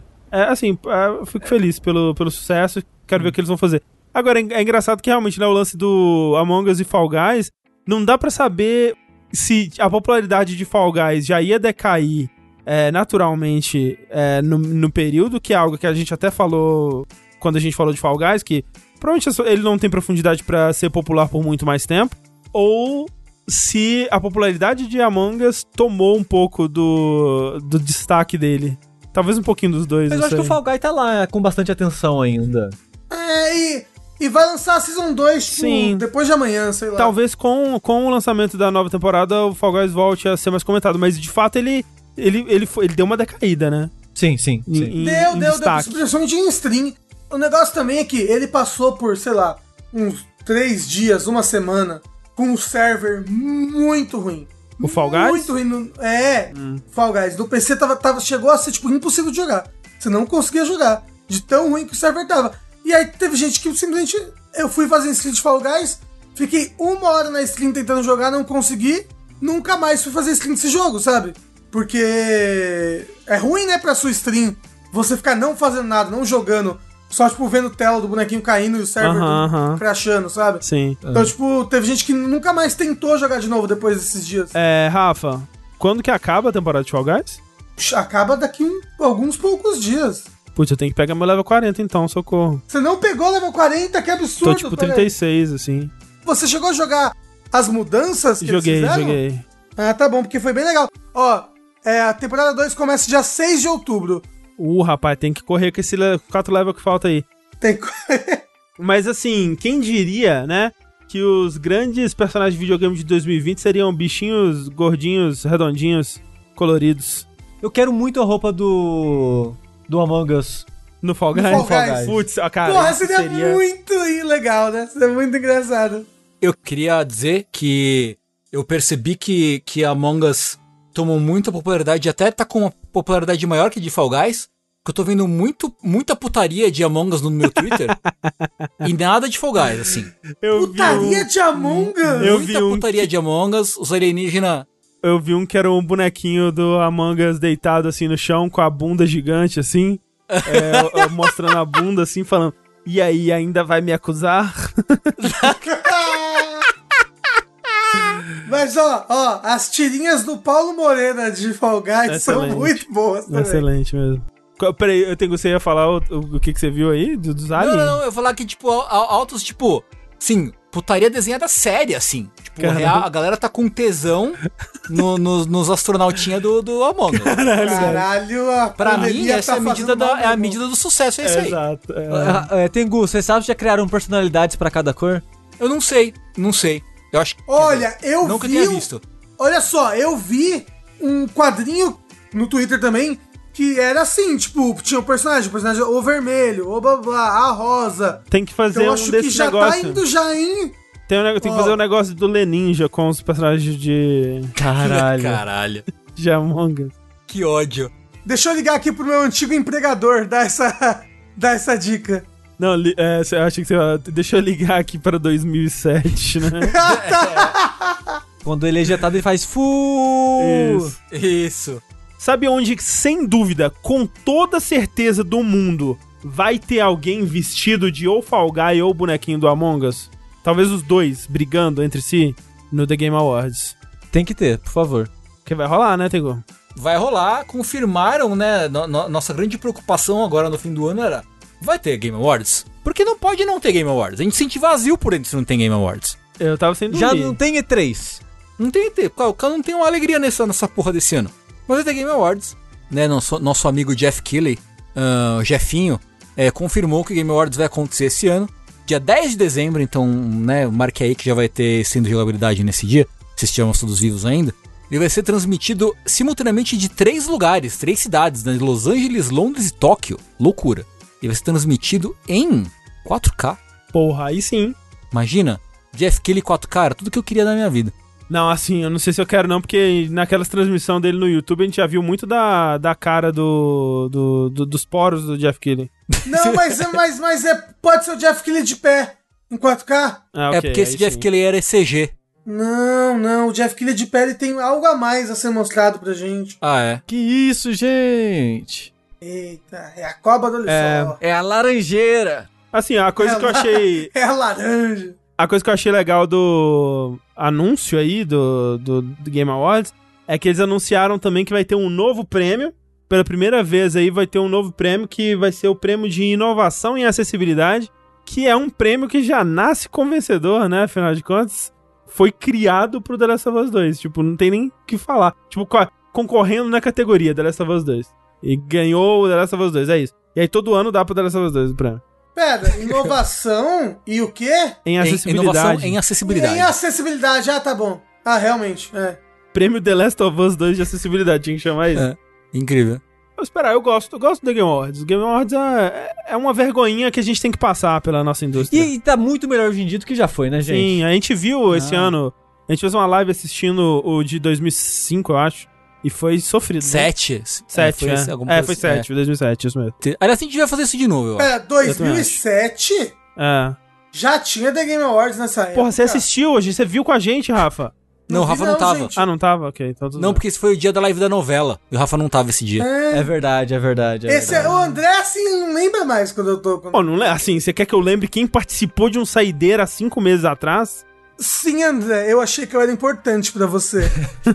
Eu fico feliz pelo sucesso, quero ver o que eles vão fazer. Agora, é engraçado que realmente, né, o lance do Among Us e Fall Guys, não dá pra saber se a popularidade de Fall Guys já ia decair naturalmente no período, que é algo que a gente até falou quando a gente falou de Fall Guys, que provavelmente ele não tem profundidade pra ser popular por muito mais tempo, ou se a popularidade de Among Us tomou um pouco do destaque dele. Talvez um pouquinho dos dois. Mas eu acho que o Fall Guys tá lá com bastante atenção ainda. E vai lançar a Season 2 Sim. Depois de amanhã, sei lá. Talvez com o lançamento da nova temporada o Fall Guys volte a ser mais comentado, mas de fato ele deu uma decaída, né? Sim. Deu, principalmente em stream. O negócio também é que ele passou por, sei lá, uns 3 dias, uma semana, com um server muito ruim. O Fall Guys? Muito ruim. Fall Guys. Do PC chegou a ser, tipo, impossível de jogar. Você não conseguia jogar. De tão ruim que o server tava. E aí teve gente que simplesmente... Eu fui fazer stream de Fall Guys, fiquei 1 hora na stream tentando jogar, não consegui. Nunca mais fui fazer stream desse jogo, sabe? Porque é ruim, né, pra sua stream. Você ficar não fazendo nada, não jogando... Só, tipo, vendo tela do bonequinho caindo e o server crashando, sabe? Sim. Então, tipo, teve gente que nunca mais tentou jogar de novo depois desses dias. Rafa, quando que acaba a temporada de Fall Guys? Acaba daqui alguns poucos dias. Putz, eu tenho que pegar meu level 40 então, socorro. Você não pegou level 40? Que absurdo. Tô tipo 36, assim. Você chegou a jogar as mudanças que Joguei. Ah, tá bom, porque foi bem legal. Ó, a temporada 2 começa dia 6 de outubro. Rapaz, tem que correr com esse 4 level que falta aí. Tem que correr. Mas assim, quem diria, né, que os grandes personagens de videogame de 2020 seriam bichinhos gordinhos, redondinhos, coloridos. Eu quero muito a roupa do Among Us. No Fall Guys? No Fall Guys. Putz, cara, porra, seria muito legal, né? Seria muito engraçado. Eu queria dizer que eu percebi que Among Us tomou muita popularidade, até tá com uma popularidade maior que de Fall Guys, que eu tô vendo muita putaria de Among Us no meu Twitter, e nada de Fall Guys, assim. Putaria de Among Us? Muita putaria de Among Us, os alienígenas... Eu vi um que era um bonequinho do Among Us deitado assim no chão, com a bunda gigante, assim, mostrando a bunda, assim, falando, e aí, ainda vai me acusar? Mas, ó, as tirinhas do Paulo Moreira de Fall Guys são muito boas também. Excelente mesmo. Peraí, você ia falar o que você viu aí, dos aliens? Não, eu ia falar que, tipo, altos, tipo, sim, putaria desenhada séria, assim. Tipo, a galera tá com tesão nos astronautinhas do Among Us. Caralho, pra mim, essa é a medida do sucesso, é isso aí. Exato. Tengu, você sabe se já criaram personalidades pra cada cor? Eu não sei. Eu acho que... Olha, eu nunca vi... tinha visto. Olha só, eu vi um quadrinho no Twitter também, que era assim, tipo, tinha o personagem ou vermelho, ou blá blá, a rosa. Tem que fazer então, um acho desse que já negócio. tá indo já em... Tem que fazer um negócio do Leninja com os personagens de... Caralho. De Among Us. Que ódio. Deixa eu ligar aqui pro meu antigo empregador, dar essa dica. Não, eu acho que você vai... Deixa eu ligar aqui para 2007, né? Quando ele é ejetado, ele faz Isso. Sabe onde, sem dúvida, com toda certeza do mundo, vai ter alguém vestido de ou Fall Guy ou bonequinho do Among Us? Talvez os dois brigando entre si no The Game Awards. Tem que ter, por favor. Porque vai rolar, né, Tengu? Vai rolar, confirmaram, né? Nossa grande preocupação agora no fim do ano era... Vai ter Game Awards? Porque não pode não ter Game Awards. A gente sente vazio por dentro se não tem Game Awards. Eu tava sem dormir. Já não tem E3. Não tem E3. O cara não tem uma alegria nessa porra desse ano. Mas vai ter Game Awards. Né? Nosso amigo Jeff Keighley, Jeffinho, confirmou que o Game Awards vai acontecer esse ano. Dia 10 de dezembro, então, né? Marque aí que já vai ter stream de jogabilidade nesse dia. Se estivermos todos vivos ainda. Ele vai ser transmitido simultaneamente de 3 lugares, 3 cidades, né? Los Angeles, Londres e Tóquio. Loucura. Ele vai ser transmitido em 4K. Porra, aí sim. Imagina, Jeff Keighley 4K, era tudo que eu queria na minha vida. Não, assim, eu não sei se eu quero não, porque naquelas transmissões dele no YouTube a gente já viu muito da cara dos poros do Jeff Keighley. Não, mas pode ser o Jeff Keighley de pé em 4K. Ah, okay, é porque esse sim. Jeff Keighley era ECG. Não, o Jeff Keighley de pé ele tem algo a mais a ser mostrado pra gente. Ah, é? Que isso, gente? Eita, é a cobra do Lissol. É a laranjeira. Assim, a coisa que eu achei... É a laranja. A coisa que eu achei legal do anúncio aí do Game Awards é que eles anunciaram também que vai ter um novo prêmio. Pela primeira vez aí vai ter um novo prêmio que vai ser o prêmio de inovação em acessibilidade, que é um prêmio que já nasce com vencedor, né? Afinal de contas, foi criado pro The Last of Us 2. Tipo, não tem nem o que falar. Tipo, concorrendo na categoria The Last of Us 2. E ganhou o The Last of Us 2, é isso. E aí todo ano dá pro The Last of Us 2 o prêmio. Pera, inovação e o quê? Em acessibilidade. Inovação em acessibilidade. Em acessibilidade, tá bom. Ah, realmente, Prêmio The Last of Us 2 de acessibilidade, tinha que chamar isso. Incrível. Mas espera, eu gosto do Game Awards. O Game Awards é uma vergonhinha que a gente tem que passar pela nossa indústria. E tá muito melhor hoje em dia do que já foi, né, gente? Sim, a gente viu esse ano, a gente fez uma live assistindo o de 2005, eu acho, e foi sofrido. 7. 7, foi 7, 2007, isso mesmo. Aliás, a gente vai fazer isso de novo, eu acho. Pera, 2007? Já tinha The Game Awards nessa época. Porra, você assistiu hoje, você viu com a gente, Rafa? Não, o Rafa não tava. Gente. Ah, não tava? Ok, então tudo Não, bem. porque esse foi o dia da live da novela. E o Rafa não tava esse dia. É verdade, é verdade. Esse verdade. o André, assim, não lembra mais quando eu tô... Pô, não é assim, você quer que eu lembre quem participou de um saideira há 5 meses atrás? Sim, André, eu achei que eu era importante pra você.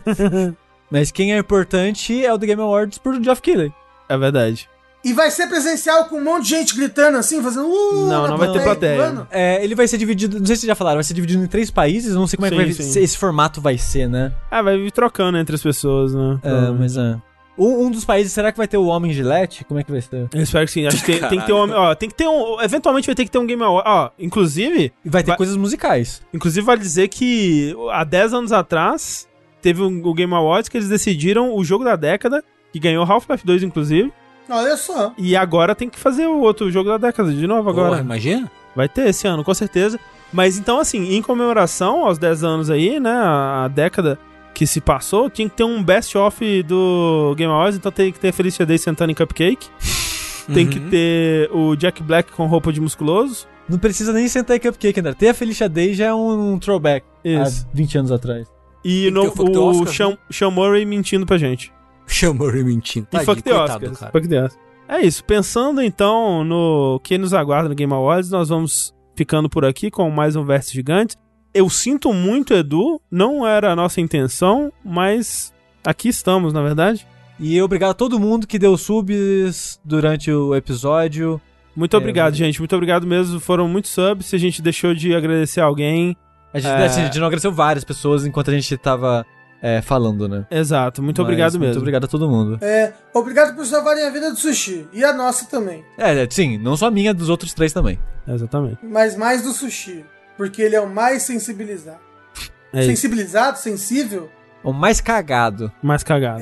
Mas quem é importante é o The Game Awards por Geoff Keighley. É verdade. E vai ser presencial com um monte de gente gritando assim, fazendo... Não vai ter plateia. pulando. Ele vai ser dividido, não sei se vocês já falaram, vai ser dividido em 3 países, eu não sei como é que Sim. esse formato vai ser, né? Vai ir trocando entre as pessoas, né? Mas Um dos países, será que vai ter o Homem Gillette? Como é que vai ser? Eu espero que sim. Acho que tem que ter tem que ter eventualmente vai ter que ter um Game Award. Inclusive... E vai ter coisas musicais. Inclusive vale dizer que há 10 anos atrás teve o Game Awards que eles decidiram o jogo da década, que ganhou Half-Life 2, inclusive. Olha só. E agora tem que fazer o outro jogo da década de novo agora. Porra, imagina. Vai ter esse ano, com certeza. Mas então, assim, em comemoração aos 10 anos aí, né, a década que se passou, tinha que ter um best-of do Game Awards, então tem que ter a Felicia Day sentando em cupcake. Tem que ter o Jack Black com roupa de musculoso. Não precisa nem sentar em cupcake, André. Ter a Felicia Day já é um throwback. Isso. Há 20 anos atrás. E o Sean Murray mentindo pra gente. Chamou ele mentindo. E fuck the Oscars. Fuck the Oscars. É isso. Pensando então no que nos aguarda no Game Awards, nós vamos ficando por aqui com mais um Verso Gigante. Eu sinto muito, Edu. Não era a nossa intenção, mas aqui estamos, na verdade. E obrigado a todo mundo que deu subs durante o episódio. Muito obrigado, gente. Muito obrigado mesmo. Foram muitos subs. Se a gente deixou de agradecer alguém... A gente não agradeceu várias pessoas enquanto a gente tava... falando, né? Exato, muito obrigado mesmo. Muito obrigado a todo mundo. Obrigado por salvarem a vida do Sushi. E a nossa também. Sim, não só a minha, dos outros 3 também. Exatamente. Mas mais do Sushi. Porque ele é o mais sensibilizado. Sensibilizado? Sensível? O mais cagado. Mais cagado.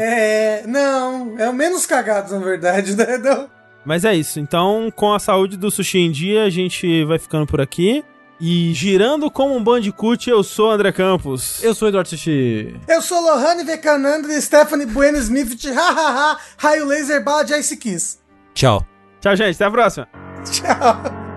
Não. É o menos cagado, na verdade, né? Não. Mas é isso. Então, com a saúde do Sushi em dia, a gente vai ficando por aqui. E girando como um Bandicoot, eu sou André Campos. Eu sou Eduardo Sushi. Eu sou Lohane Vekanandra e Stephanie Bueno Smith de Raio Laser Bala de Ice Kiss. Tchau. Tchau, gente. Até a próxima. Tchau.